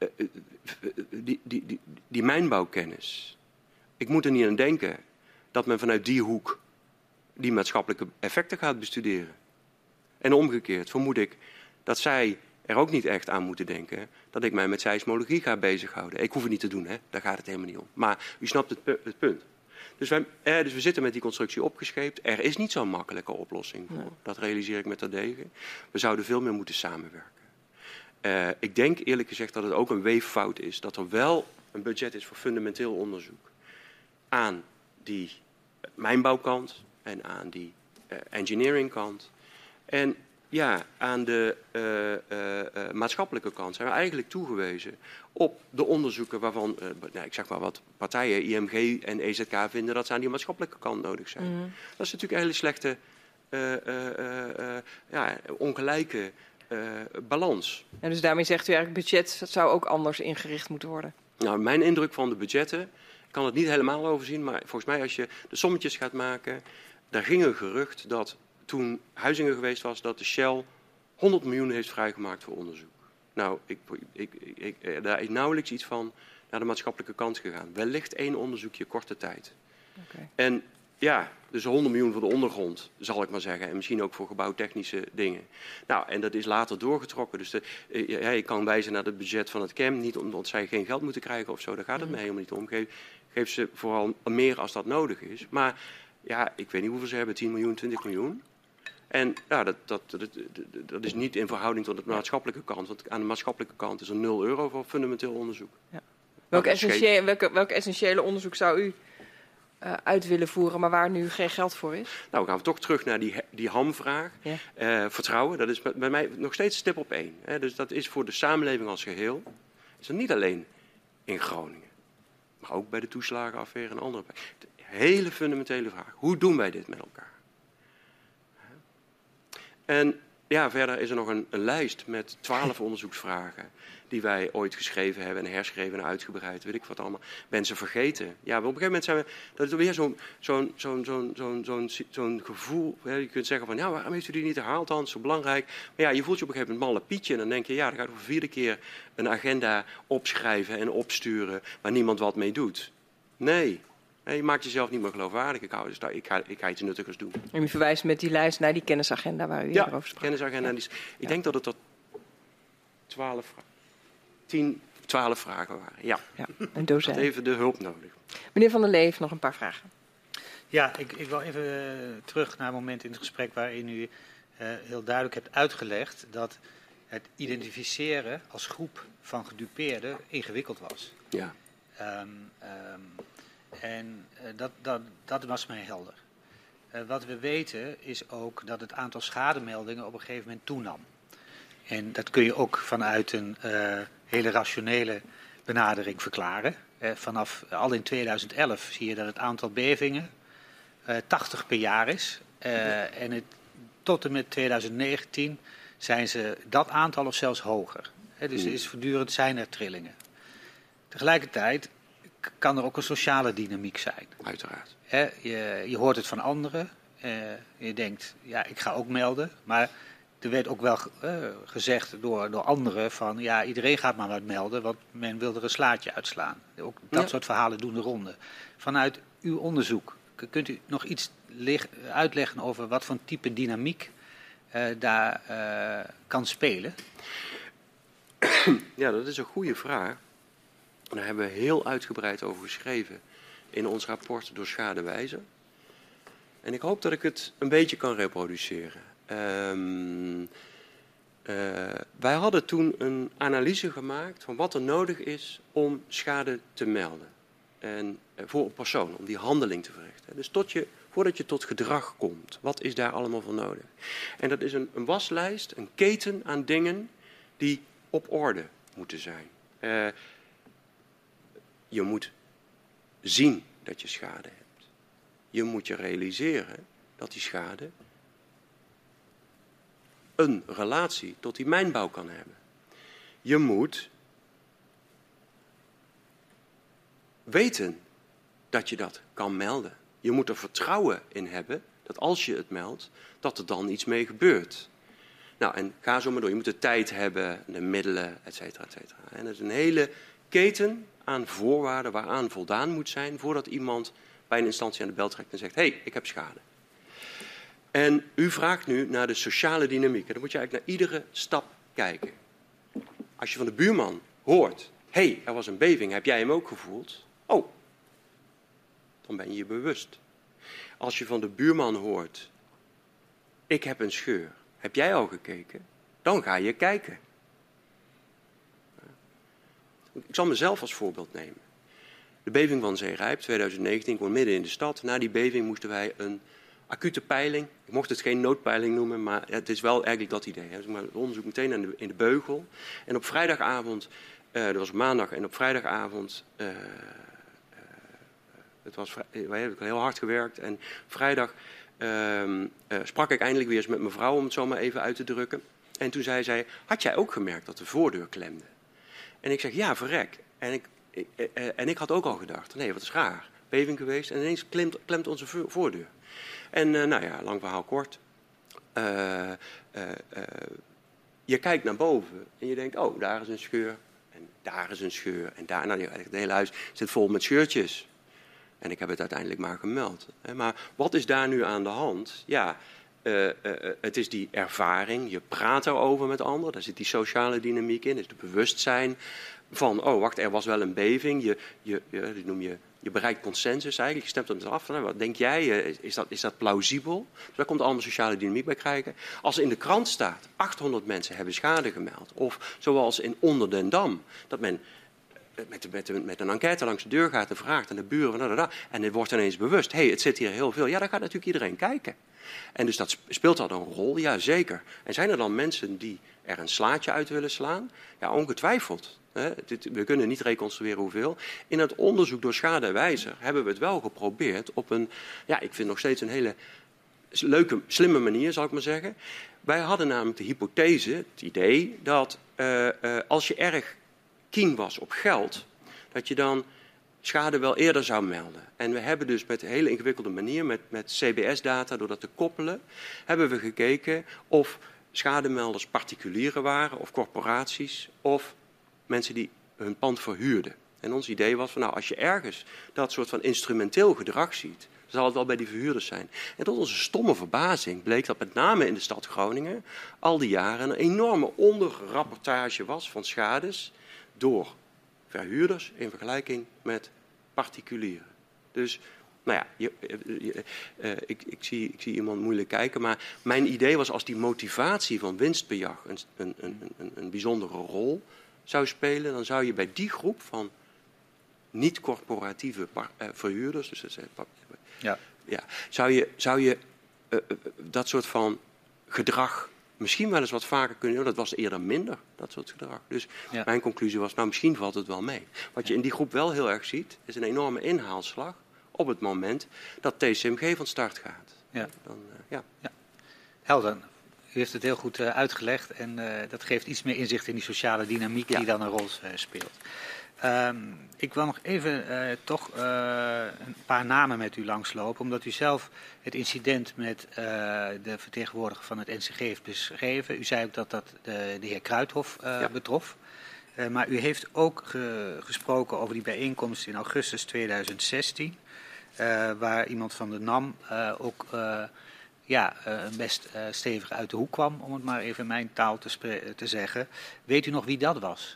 die mijnbouwkennis, ik moet er niet aan denken dat men vanuit die hoek die maatschappelijke effecten gaat bestuderen. En omgekeerd vermoed ik dat zij er ook niet echt aan moeten denken dat ik mij met seismologie ga bezighouden. Ik hoef het niet te doen, hè? Daar gaat het helemaal niet om. Maar u snapt het punt. Dus we zitten met die constructie opgescheept. Er is niet zo'n makkelijke oplossing voor. Nee. Dat realiseer ik met terdege. We zouden veel meer moeten samenwerken. Ik denk eerlijk gezegd dat het ook een weeffout is dat er wel een budget is voor fundamenteel onderzoek aan die mijnbouwkant en aan die engineeringkant. En ja, aan de maatschappelijke kant zijn we eigenlijk toegewezen op de onderzoeken waarvan, ik zeg maar wat partijen, IMG en EZK vinden dat ze aan die maatschappelijke kant nodig zijn. Mm. Dat is natuurlijk een hele slechte, ongelijke balans. En dus daarmee zegt u eigenlijk, budget dat zou ook anders ingericht moeten worden? Nou, mijn indruk van de budgetten, ik kan het niet helemaal overzien, maar volgens mij als je de sommetjes gaat maken, daar ging een gerucht dat toen Huizingen geweest was, dat de Shell 100 miljoen heeft vrijgemaakt voor onderzoek. Nou, daar is nauwelijks iets van naar de maatschappelijke kant gegaan. Wellicht 1 onderzoekje, korte tijd. Okay. En ja, dus 100 miljoen voor de ondergrond, zal ik maar zeggen. En misschien ook voor gebouwtechnische dingen. Nou, en dat is later doorgetrokken. Dus je kan wijzen naar het budget van het CAM. Niet omdat zij geen geld moeten krijgen of zo. Daar gaat het me helemaal niet om. Geef ze vooral meer als dat nodig is. Maar ja, ik weet niet hoeveel ze hebben. 10 miljoen, 20 miljoen. En ja, dat is niet in verhouding tot de maatschappelijke kant. Want aan de maatschappelijke kant is er €0 voor fundamenteel onderzoek. Ja. Welk essentiële onderzoek zou u uit willen voeren, maar waar nu geen geld voor is? Nou, gaan we toch terug naar die hamvraag. Ja. Vertrouwen, dat is bij mij nog steeds stip op 1. Hè. Dus dat is voor de samenleving als geheel. Is er niet alleen in Groningen, maar ook bij de toeslagenaffaire en andere. De hele fundamentele vraag. Hoe doen wij dit met elkaar? En ja, verder is er nog een lijst met 12 onderzoeksvragen die wij ooit geschreven hebben en herschreven en uitgebreid, weet ik wat allemaal. Mensen vergeten. Ja, op een gegeven moment zijn we, dat is weer zo'n gevoel. Hè, je kunt zeggen van, ja, waarom heeft u die niet herhaald dan? Zo belangrijk. Maar ja, je voelt je op een gegeven moment malle Pietje en dan denk je, ja, dan ga ik voor de 4e keer een agenda opschrijven en opsturen waar niemand wat mee doet. Nee. Je maakt jezelf niet meer geloofwaardig. Ik ga iets nuttigers doen. En u verwijst met die lijst naar die kennisagenda waar u hier over sprak. Kennisagenda. Ja. Ik denk dat het tot 12 vragen waren. Ja, een dozijn. Ik had even de hulp nodig. Meneer Van der Lee heeft nog een paar vragen. Ja, ik wil even terug naar een moment in het gesprek waarin u heel duidelijk hebt uitgelegd dat het identificeren als groep van gedupeerden ingewikkeld was. Ja. En dat was mij helder. Wat we weten is ook dat het aantal schademeldingen op een gegeven moment toenam. En dat kun je ook vanuit een hele rationele benadering verklaren. Al in 2011 zie je dat het aantal bevingen 80 per jaar is. En tot en met 2019 zijn ze dat aantal of zelfs hoger. Dus er is voortdurend zijn er trillingen. Tegelijkertijd kan er ook een sociale dynamiek zijn. Uiteraard. Je hoort het van anderen. Je denkt, ja, ik ga ook melden. Maar er werd ook wel gezegd door anderen van, ja, iedereen gaat maar wat melden, want men wil er een slaatje uitslaan. Ook dat soort verhalen doen de ronde. Vanuit uw onderzoek, kunt u nog iets uitleggen over wat voor type dynamiek daar kan spelen? Ja, dat is een goede vraag. Daar hebben we heel uitgebreid over geschreven in ons rapport door Schadewijzer. En ik hoop dat ik het een beetje kan reproduceren. Wij hadden toen een analyse gemaakt van wat er nodig is om schade te melden. En voor een persoon, om die handeling te verrichten. Dus voordat je tot gedrag komt, wat is daar allemaal voor nodig? En dat is een waslijst, een keten aan dingen die op orde moeten zijn. Je moet zien dat je schade hebt. Je moet je realiseren dat die schade een relatie tot die mijnbouw kan hebben. Je moet weten dat je dat kan melden. Je moet er vertrouwen in hebben dat als je het meldt, dat er dan iets mee gebeurt. Nou, en ga zo maar door. Je moet de tijd hebben, de middelen, et cetera, et cetera. En dat is een hele keten aan voorwaarden waaraan voldaan moet zijn voordat iemand bij een instantie aan de bel trekt en zegt: hey, ik heb schade. En u vraagt nu naar de sociale dynamiek. En dan moet je eigenlijk naar iedere stap kijken. Als je van de buurman hoort: hey, er was een beving, heb jij hem ook gevoeld? Oh, dan ben je je bewust. Als je van de buurman hoort: ik heb een scheur, heb jij al gekeken? Dan ga je kijken. Ik zal mezelf als voorbeeld nemen. De beving van Zeerijp, 2019, kwam midden in de stad. Na die beving moesten wij een acute peiling. Ik mocht het geen noodpeiling noemen, maar het is wel eigenlijk dat idee. Dus het onderzoek meteen in de beugel. En op vrijdagavond, dat was maandag, en op vrijdagavond, wij hebben heel hard gewerkt. En vrijdag sprak ik eindelijk weer eens met mijn vrouw, om het zo maar even uit te drukken. En toen zei zij: had jij ook gemerkt dat de voordeur klemde? En ik zeg: ja, verrek. En ik had ook al gedacht: nee, wat is raar. Beving geweest en ineens klemt onze voordeur. En nou ja, lang verhaal kort. Je kijkt naar boven en je denkt: oh, daar is een scheur. En daar is een scheur. En daar, nou, het hele huis zit vol met scheurtjes. En ik heb het uiteindelijk maar gemeld. Maar wat is daar nu aan de hand? Ja, het is die ervaring. Je praat erover met anderen. Daar zit die sociale dynamiek in. Het is het bewustzijn van: oh, wacht, er was wel een beving. Je bereikt consensus eigenlijk. Je stemt er af van: wat denk jij? Is dat plausibel? Dus daar komt allemaal sociale dynamiek bij kijken. Als er in de krant staat: 800 mensen hebben schade gemeld. Of zoals in Onder den Dam, dat men met een enquête langs de deur gaat en vraagt aan de buren. En het wordt ineens bewust: hey, het zit hier heel veel. Ja, daar gaat natuurlijk iedereen kijken. En dus speelt dat een rol? Ja, zeker. En zijn er dan mensen die er een slaatje uit willen slaan? Ja, ongetwijfeld. We kunnen niet reconstrueren hoeveel. In het onderzoek door Schadewijzer hebben we het wel geprobeerd op een, ja, ik vind nog steeds een hele leuke, slimme manier, zal ik maar zeggen. Wij hadden namelijk de hypothese, het idee, dat als je erg keen was op geld, dat je dan schade wel eerder zou melden. En we hebben dus met een hele ingewikkelde manier, met CBS-data, door dat te koppelen, hebben we gekeken of schademelders particulieren waren, of corporaties, of mensen die hun pand verhuurden. En ons idee was van: nou, als je ergens dat soort van instrumenteel gedrag ziet, zal het wel bij die verhuurders zijn. En tot onze stomme verbazing bleek dat met name in de stad Groningen al die jaren een enorme onderrapportage was van schades door verhuurders in vergelijking met particulieren. Dus, nou ja, ik zie iemand moeilijk kijken, maar mijn idee was: als die motivatie van winstbejag een bijzondere rol zou spelen, dan zou je bij die groep van niet-corporatieve verhuurders, dus zou je dat soort van gedrag misschien wel eens wat vaker kunnen doen. Dat was eerder minder, dat soort gedrag. Dus mijn conclusie was: nou, misschien valt het wel mee. Wat je in die groep wel heel erg ziet, is een enorme inhaalslag op het moment dat TCMG van start gaat. Ja. Helder. U heeft het heel goed uitgelegd en dat geeft iets meer inzicht in die sociale dynamiek die dan een rol speelt. Ik wil nog even een paar namen met u langslopen, omdat u zelf het incident met de vertegenwoordiger van het NCG heeft beschreven. U zei ook dat de heer Kruithof betrof. Maar u heeft ook gesproken over die bijeenkomst in augustus 2016, waar iemand van de NAM ook best stevig uit de hoek kwam, om het maar even in mijn taal te zeggen. Weet u nog wie dat was?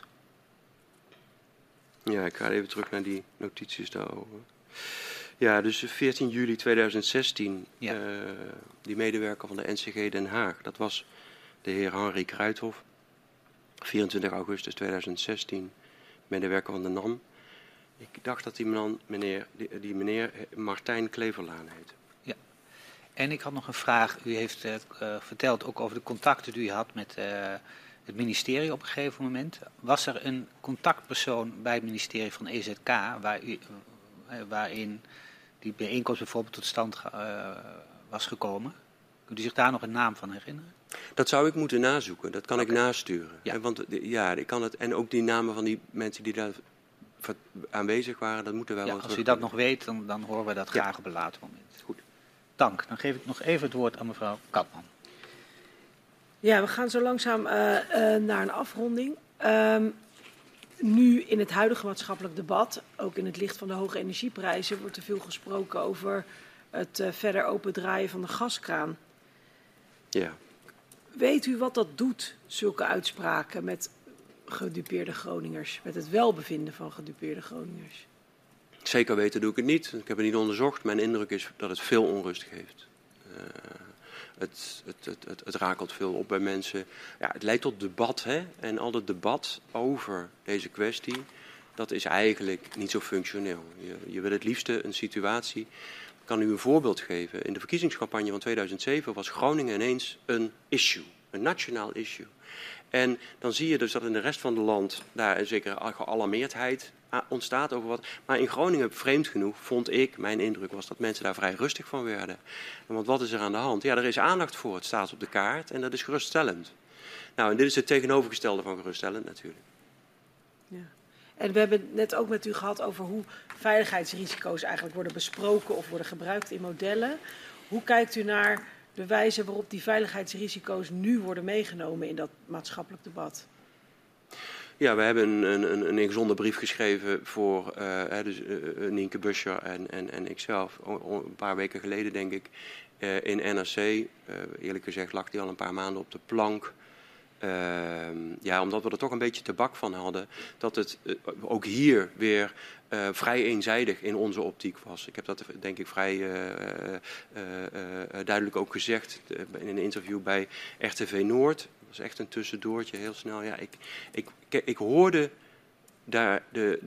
Ja, ik ga even terug naar die notities daarover. Ja, dus 14 juli 2016, die medewerker van de NCG Den Haag, dat was de heer Henri Kruithof. 24 augustus 2016, medewerker van de NAM. Ik dacht dat die meneer Martijn Kleverlaan heet. Ja, en ik had nog een vraag. U heeft verteld ook over de contacten die u had met het ministerie op een gegeven moment. Was er een contactpersoon bij het ministerie van EZK waarin die bijeenkomst bijvoorbeeld tot stand was gekomen? Kunt u zich daar nog een naam van herinneren? Dat zou ik moeten nazoeken. Dat kan ik nasturen. Ja. Want ik kan het. En ook die namen van die mensen die daar aanwezig waren, dat moeten wij wel Als u dat nog weet, dan horen we dat graag op een later moment. Goed. Dank. Dan geef ik nog even het woord aan mevrouw Katman. Ja, we gaan zo langzaam naar een afronding. Nu in het huidige maatschappelijk debat, ook in het licht van de hoge energieprijzen, wordt er veel gesproken over het verder opendraaien van de gaskraan. Ja. Weet u wat dat doet, zulke uitspraken met gedupeerde Groningers, met het welbevinden van gedupeerde Groningers? Zeker weten doe ik het niet. Ik heb het niet onderzocht. Mijn indruk is dat het veel onrust geeft. Het rakelt veel op bij mensen. Ja, het leidt tot debat. Hè? En al het debat over deze kwestie, dat is eigenlijk niet zo functioneel. Je wil het liefste een situatie. Ik kan u een voorbeeld geven. In de verkiezingscampagne van 2007 was Groningen ineens een issue. Een nationaal issue. En dan zie je dus dat in de rest van het land daar een zekere gealarmeerdheid ontstaat over wat. Maar in Groningen, vreemd genoeg, vond ik, mijn indruk was dat mensen daar vrij rustig van werden. Want wat is er aan de hand? Ja, er is aandacht voor, het staat op de kaart en dat is geruststellend. Nou, en dit is het tegenovergestelde van geruststellend natuurlijk. Ja. En we hebben het net ook met u gehad over hoe veiligheidsrisico's eigenlijk worden besproken of worden gebruikt in modellen. Hoe kijkt u naar de wijze waarop die veiligheidsrisico's nu worden meegenomen in dat maatschappelijk debat? Ja, we hebben een ingezonde brief geschreven voor Nienke Buscher en ikzelf. Een paar weken geleden, denk ik, in NRC. Eerlijk gezegd lag die al een paar maanden op de plank. Omdat we er toch een beetje tabak van hadden. Dat het ook hier weer vrij eenzijdig in onze optiek was. Ik heb dat denk ik vrij duidelijk ook gezegd in een interview bij RTV Noord. Dat was echt een tussendoortje, heel snel. Ja, ik hoorde daar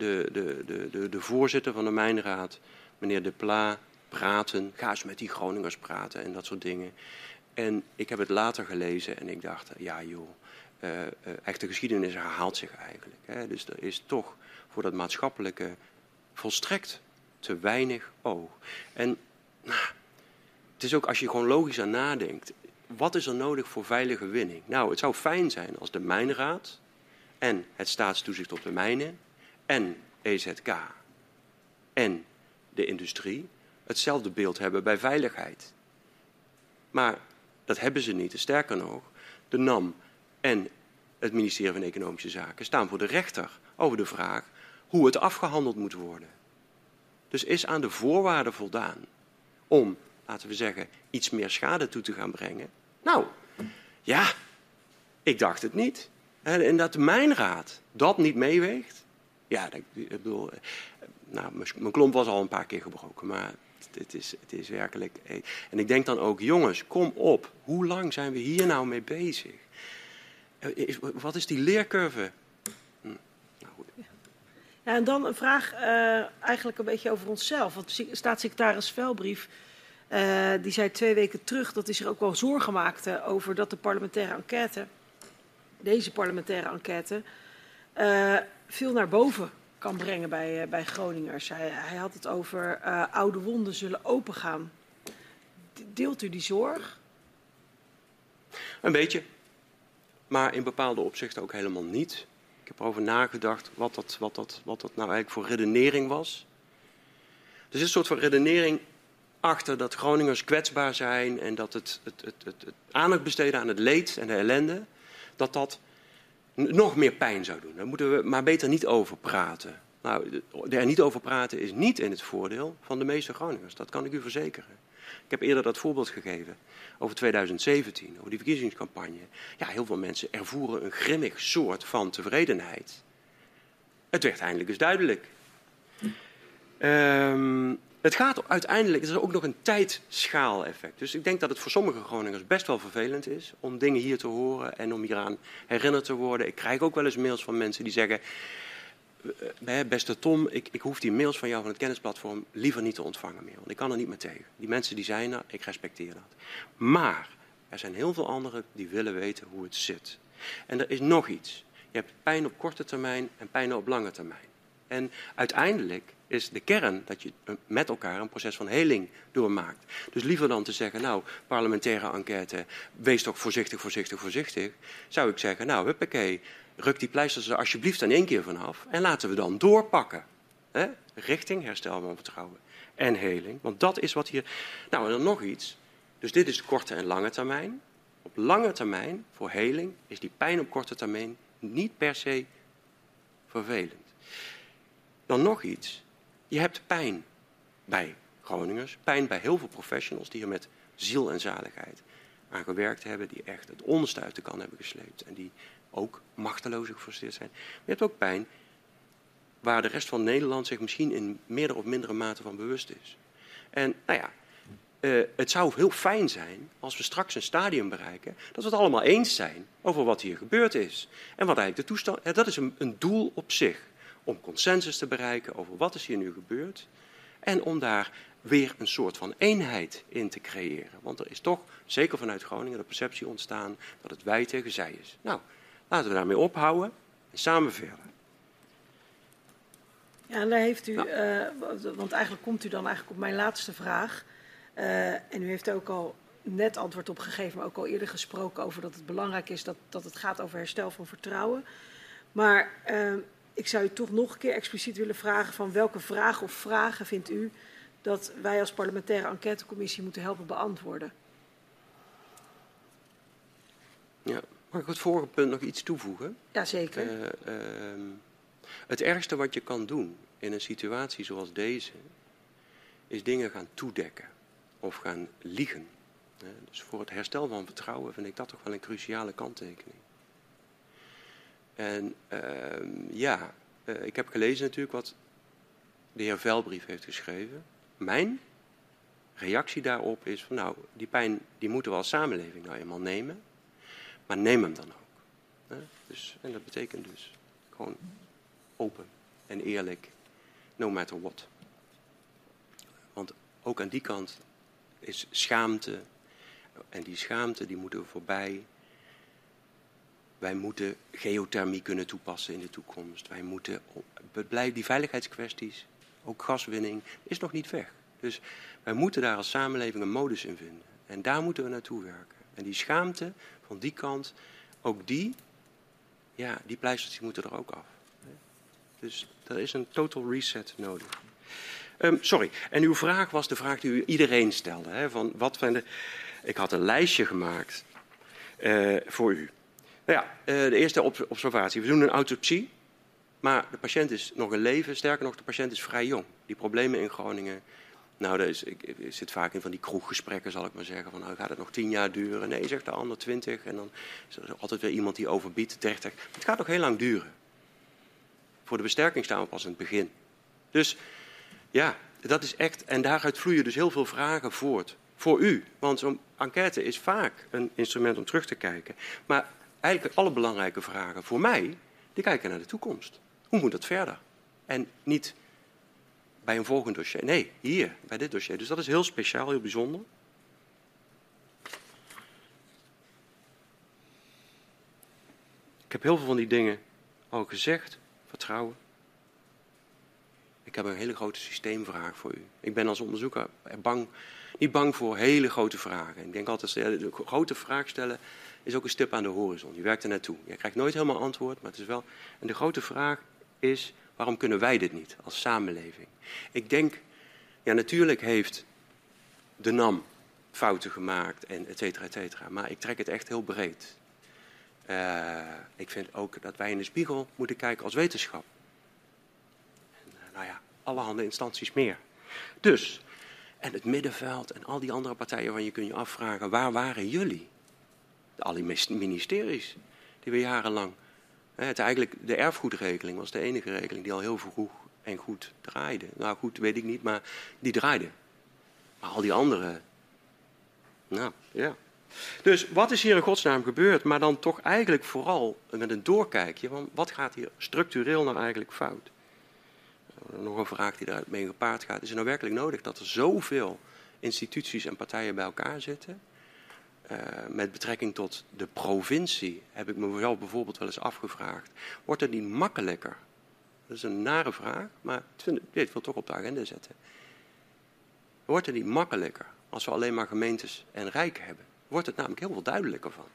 de voorzitter van de Mijnraad, meneer De Pla, praten. Ga eens met die Groningers praten en dat soort dingen. En ik heb het later gelezen en ik dacht, ja joh, echt de geschiedenis herhaalt zich eigenlijk. Hè? Dus er is toch voor dat maatschappelijke volstrekt te weinig oog. En het is ook als je gewoon logisch aan nadenkt, wat is er nodig voor veilige winning? Nou, het zou fijn zijn als de Mijnraad en het Staatstoezicht op de Mijnen en EZK en de industrie hetzelfde beeld hebben bij veiligheid. Maar dat hebben ze niet. Sterker nog, de NAM en het ministerie van Economische Zaken staan voor de rechter over de vraag hoe het afgehandeld moet worden. Dus is aan de voorwaarden voldaan om, laten we zeggen, iets meer schade toe te gaan brengen? Nou, ja, ik dacht het niet. En dat de Mijnraad dat niet meeweegt? Ja, ik bedoel, mijn klomp was al een paar keer gebroken, maar het is werkelijk. En ik denk dan ook, jongens, kom op. Hoe lang zijn we hier nou mee bezig? Wat is die leercurve? Nou goed. Ja, en dan een vraag eigenlijk een beetje over onszelf. Want staatssecretaris Velbrief, die zei 2 weken terug dat hij zich ook wel zorgen maakte over dat de parlementaire enquête, deze parlementaire enquête, veel naar boven kan brengen bij Groningers. Hij had het over oude wonden zullen opengaan. Deelt u die zorg? Een beetje. Maar in bepaalde opzichten ook helemaal niet. Ik heb erover nagedacht wat dat nou eigenlijk voor redenering was. Er zit een soort van redenering achter dat Groningers kwetsbaar zijn en dat het aandacht besteden aan het leed en de ellende, dat nog meer pijn zou doen. Daar moeten we maar beter niet over praten. Nou, er niet over praten is niet in het voordeel van de meeste Groningers. Dat kan ik u verzekeren. Ik heb eerder dat voorbeeld gegeven over 2017, over die verkiezingscampagne. Ja, heel veel mensen ervoeren een grimmig soort van tevredenheid. Het werd eindelijk eens duidelijk. Het gaat uiteindelijk, er is ook nog een tijdschaaleffect. Dus ik denk dat het voor sommige Groningers best wel vervelend is om dingen hier te horen en om hieraan herinnerd te worden. Ik krijg ook wel eens mails van mensen die zeggen: beste Tom, ik hoef die mails van jou van het kennisplatform liever niet te ontvangen meer. Want ik kan er niet meer tegen. Die mensen die zijn er, ik respecteer dat. Maar er zijn heel veel anderen die willen weten hoe het zit. En er is nog iets. Je hebt pijn op korte termijn en pijn op lange termijn. En uiteindelijk is de kern dat je met elkaar een proces van heling doormaakt. Dus liever dan te zeggen, nou, parlementaire enquête, wees toch voorzichtig, voorzichtig, voorzichtig. Zou ik zeggen, nou, huppakee, ruk die pleisters er alsjeblieft in één keer vanaf. En laten we dan doorpakken. Richting herstel van vertrouwen en heling. Want dat is wat hier... Nou, en dan nog iets. Dus dit is de korte en lange termijn. Op lange termijn, voor heling, is die pijn op korte termijn niet per se vervelend. Dan nog iets. Je hebt pijn bij Groningers, pijn bij heel veel professionals die hier met ziel en zaligheid aan gewerkt hebben, die echt het onderste uit de kan hebben gesleept en die ook machteloos gefrustreerd zijn. Maar je hebt ook pijn waar de rest van Nederland zich misschien in meerdere of mindere mate van bewust is. En nou ja, het zou heel fijn zijn als we straks een stadium bereiken dat we het allemaal eens zijn over wat hier gebeurd is. En wat eigenlijk de toestand... Dat is een doel op zich. Om consensus te bereiken over wat is hier nu gebeurd. En om daar weer een soort van eenheid in te creëren. Want er is toch, zeker vanuit Groningen, de perceptie ontstaan dat het wij tegen zij is. Nou, laten we daarmee ophouden en samen verder. Ja, en daar heeft u, want eigenlijk komt u dan eigenlijk op mijn laatste vraag. En u heeft er ook al net antwoord op gegeven, maar ook al eerder gesproken over dat het belangrijk is dat het gaat over herstel van vertrouwen. Maar ik zou u toch nog een keer expliciet willen vragen van welke vragen of vragen vindt u dat wij als parlementaire enquêtecommissie moeten helpen beantwoorden? Ja, mag ik het vorige punt nog iets toevoegen? Jazeker. Het ergste wat je kan doen in een situatie zoals deze is dingen gaan toedekken of gaan liegen. Dus voor het herstel van vertrouwen vind ik dat toch wel een cruciale kanttekening. En ik heb gelezen natuurlijk wat de heer Velbrief heeft geschreven. Mijn reactie daarop is van nou, die pijn die moeten we als samenleving nou eenmaal nemen. Maar neem hem dan ook. Dus, en dat betekent dus gewoon open en eerlijk, no matter what. Want ook aan die kant is schaamte. En die schaamte die moeten we voorbij. Wij moeten geothermie kunnen toepassen in de toekomst. Wij moeten die veiligheidskwesties, ook gaswinning, is nog niet weg. Dus wij moeten daar als samenleving een modus in vinden. En daar moeten we naartoe werken. En die schaamte van die kant, ook die pleisters die moeten er ook af. Dus er is een total reset nodig. Sorry, en uw vraag was de vraag die u iedereen stelde. Hè, van wat van ik had een lijstje gemaakt voor u. Nou ja, de eerste observatie. We doen een autopsie, maar de patiënt is nog in leven. Sterker nog, de patiënt is vrij jong. Die problemen in Groningen, nou, ik zit vaak in van die kroeggesprekken, zal ik maar zeggen. Van, nou, gaat het nog 10 jaar duren? Nee, zegt de ander 20. En dan is er altijd weer iemand die overbiedt 30. Het gaat nog heel lang duren. Voor de besterking staan we pas in het begin. Dus ja, dat is echt... En daaruit vloeien dus heel veel vragen voort. Voor u. Want zo'n enquête is vaak een instrument om terug te kijken. Maar eigenlijk alle belangrijke vragen voor mij, die kijken naar de toekomst. Hoe moet dat verder? En niet bij een volgend dossier. Nee, hier, bij dit dossier. Dus dat is heel speciaal, heel bijzonder. Ik heb heel veel van die dingen al gezegd. Vertrouwen. Ik heb een hele grote systeemvraag voor u. Ik ben als onderzoeker niet bang voor hele grote vragen. Ik denk altijd, de grote vraag stellen is ook een stip aan de horizon. Je werkt er naartoe. Je krijgt nooit helemaal antwoord, maar het is wel... En de grote vraag is, waarom kunnen wij dit niet als samenleving? Ik denk, ja, natuurlijk heeft de NAM fouten gemaakt en et cetera, et cetera. Maar ik trek het echt heel breed. Ik vind ook dat wij in de spiegel moeten kijken als wetenschap. nou ja, allerhande instanties meer. Dus, en het middenveld en al die andere partijen waar je kunt je afvragen, waar waren jullie? Al die ministeries die we jarenlang... Eigenlijk de erfgoedregeling was de enige regeling die al heel vroeg en goed draaide. Nou goed, weet ik niet, maar die draaide. Maar al die andere... Nou, ja. Dus wat is hier in godsnaam gebeurd? Maar dan toch eigenlijk vooral met een doorkijkje van wat gaat hier structureel nou eigenlijk fout? Nog een vraag die eruit mee gepaard gaat. Is het nou werkelijk nodig dat er zoveel instituties en partijen bij elkaar zitten? Met betrekking tot de provincie heb ik me wel bijvoorbeeld wel eens afgevraagd. Wordt het niet makkelijker? Dat is een nare vraag, maar ik wil toch op de agenda zetten. Wordt het niet makkelijker als we alleen maar gemeentes en rijken hebben? Wordt het namelijk heel veel duidelijker van.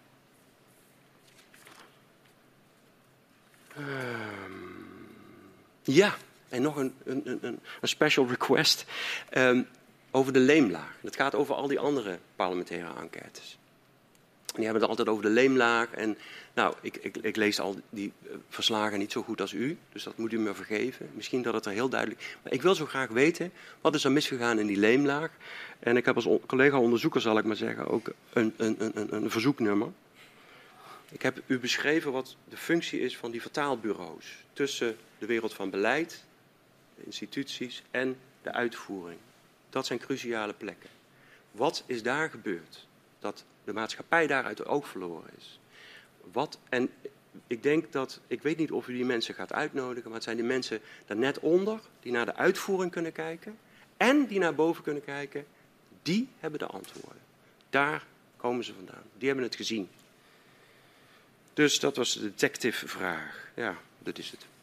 Ja, en nog een special request over de leemlaag. Het gaat over al die andere parlementaire enquêtes. Die hebben het altijd over de leemlaag. En nou, ik lees al die verslagen niet zo goed als u. Dus dat moet u me vergeven. Misschien dat het er heel duidelijk... Maar ik wil zo graag weten, wat is er misgegaan in die leemlaag? En ik heb als collega-onderzoeker, zal ik maar zeggen, ook een verzoeknummer. Ik heb u beschreven wat de functie is van die vertaalbureaus. Tussen de wereld van beleid, de instituties en de uitvoering. Dat zijn cruciale plekken. Wat is daar gebeurd? Dat de maatschappij daaruit het oog verloren is. En ik denk dat, ik weet niet of u die mensen gaat uitnodigen, maar het zijn die mensen daar net onder, die naar de uitvoering kunnen kijken en die naar boven kunnen kijken, die hebben de antwoorden. Daar komen ze vandaan. Die hebben het gezien. Dus dat was de detective vraag. Ja, dat is het.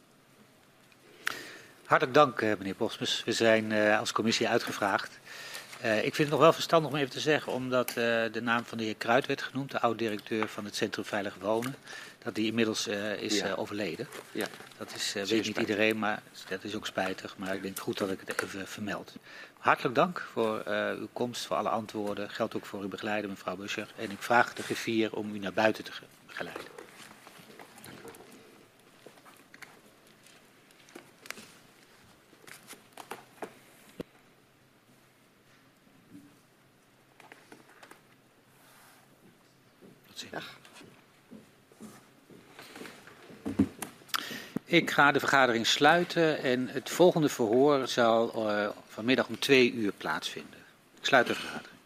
Hartelijk dank, meneer Posmus. We zijn als commissie uitgevraagd. Ik vind het nog wel verstandig om even te zeggen, omdat de naam van de heer Kruid werd genoemd, de oud-directeur van het Centrum Veilig Wonen, dat die inmiddels is overleden. Ja. Dat is, weet niet iedereen, maar dat is ook spijtig. Maar ik denk goed dat ik het even vermeld. Hartelijk dank voor uw komst, voor alle antwoorden. Geldt ook voor uw begeleider, mevrouw Buscher. En ik vraag de griffier om u naar buiten te begeleiden. Dag. Ik ga de vergadering sluiten en het volgende verhoor zal vanmiddag om 2 uur plaatsvinden. Ik sluit de vergadering.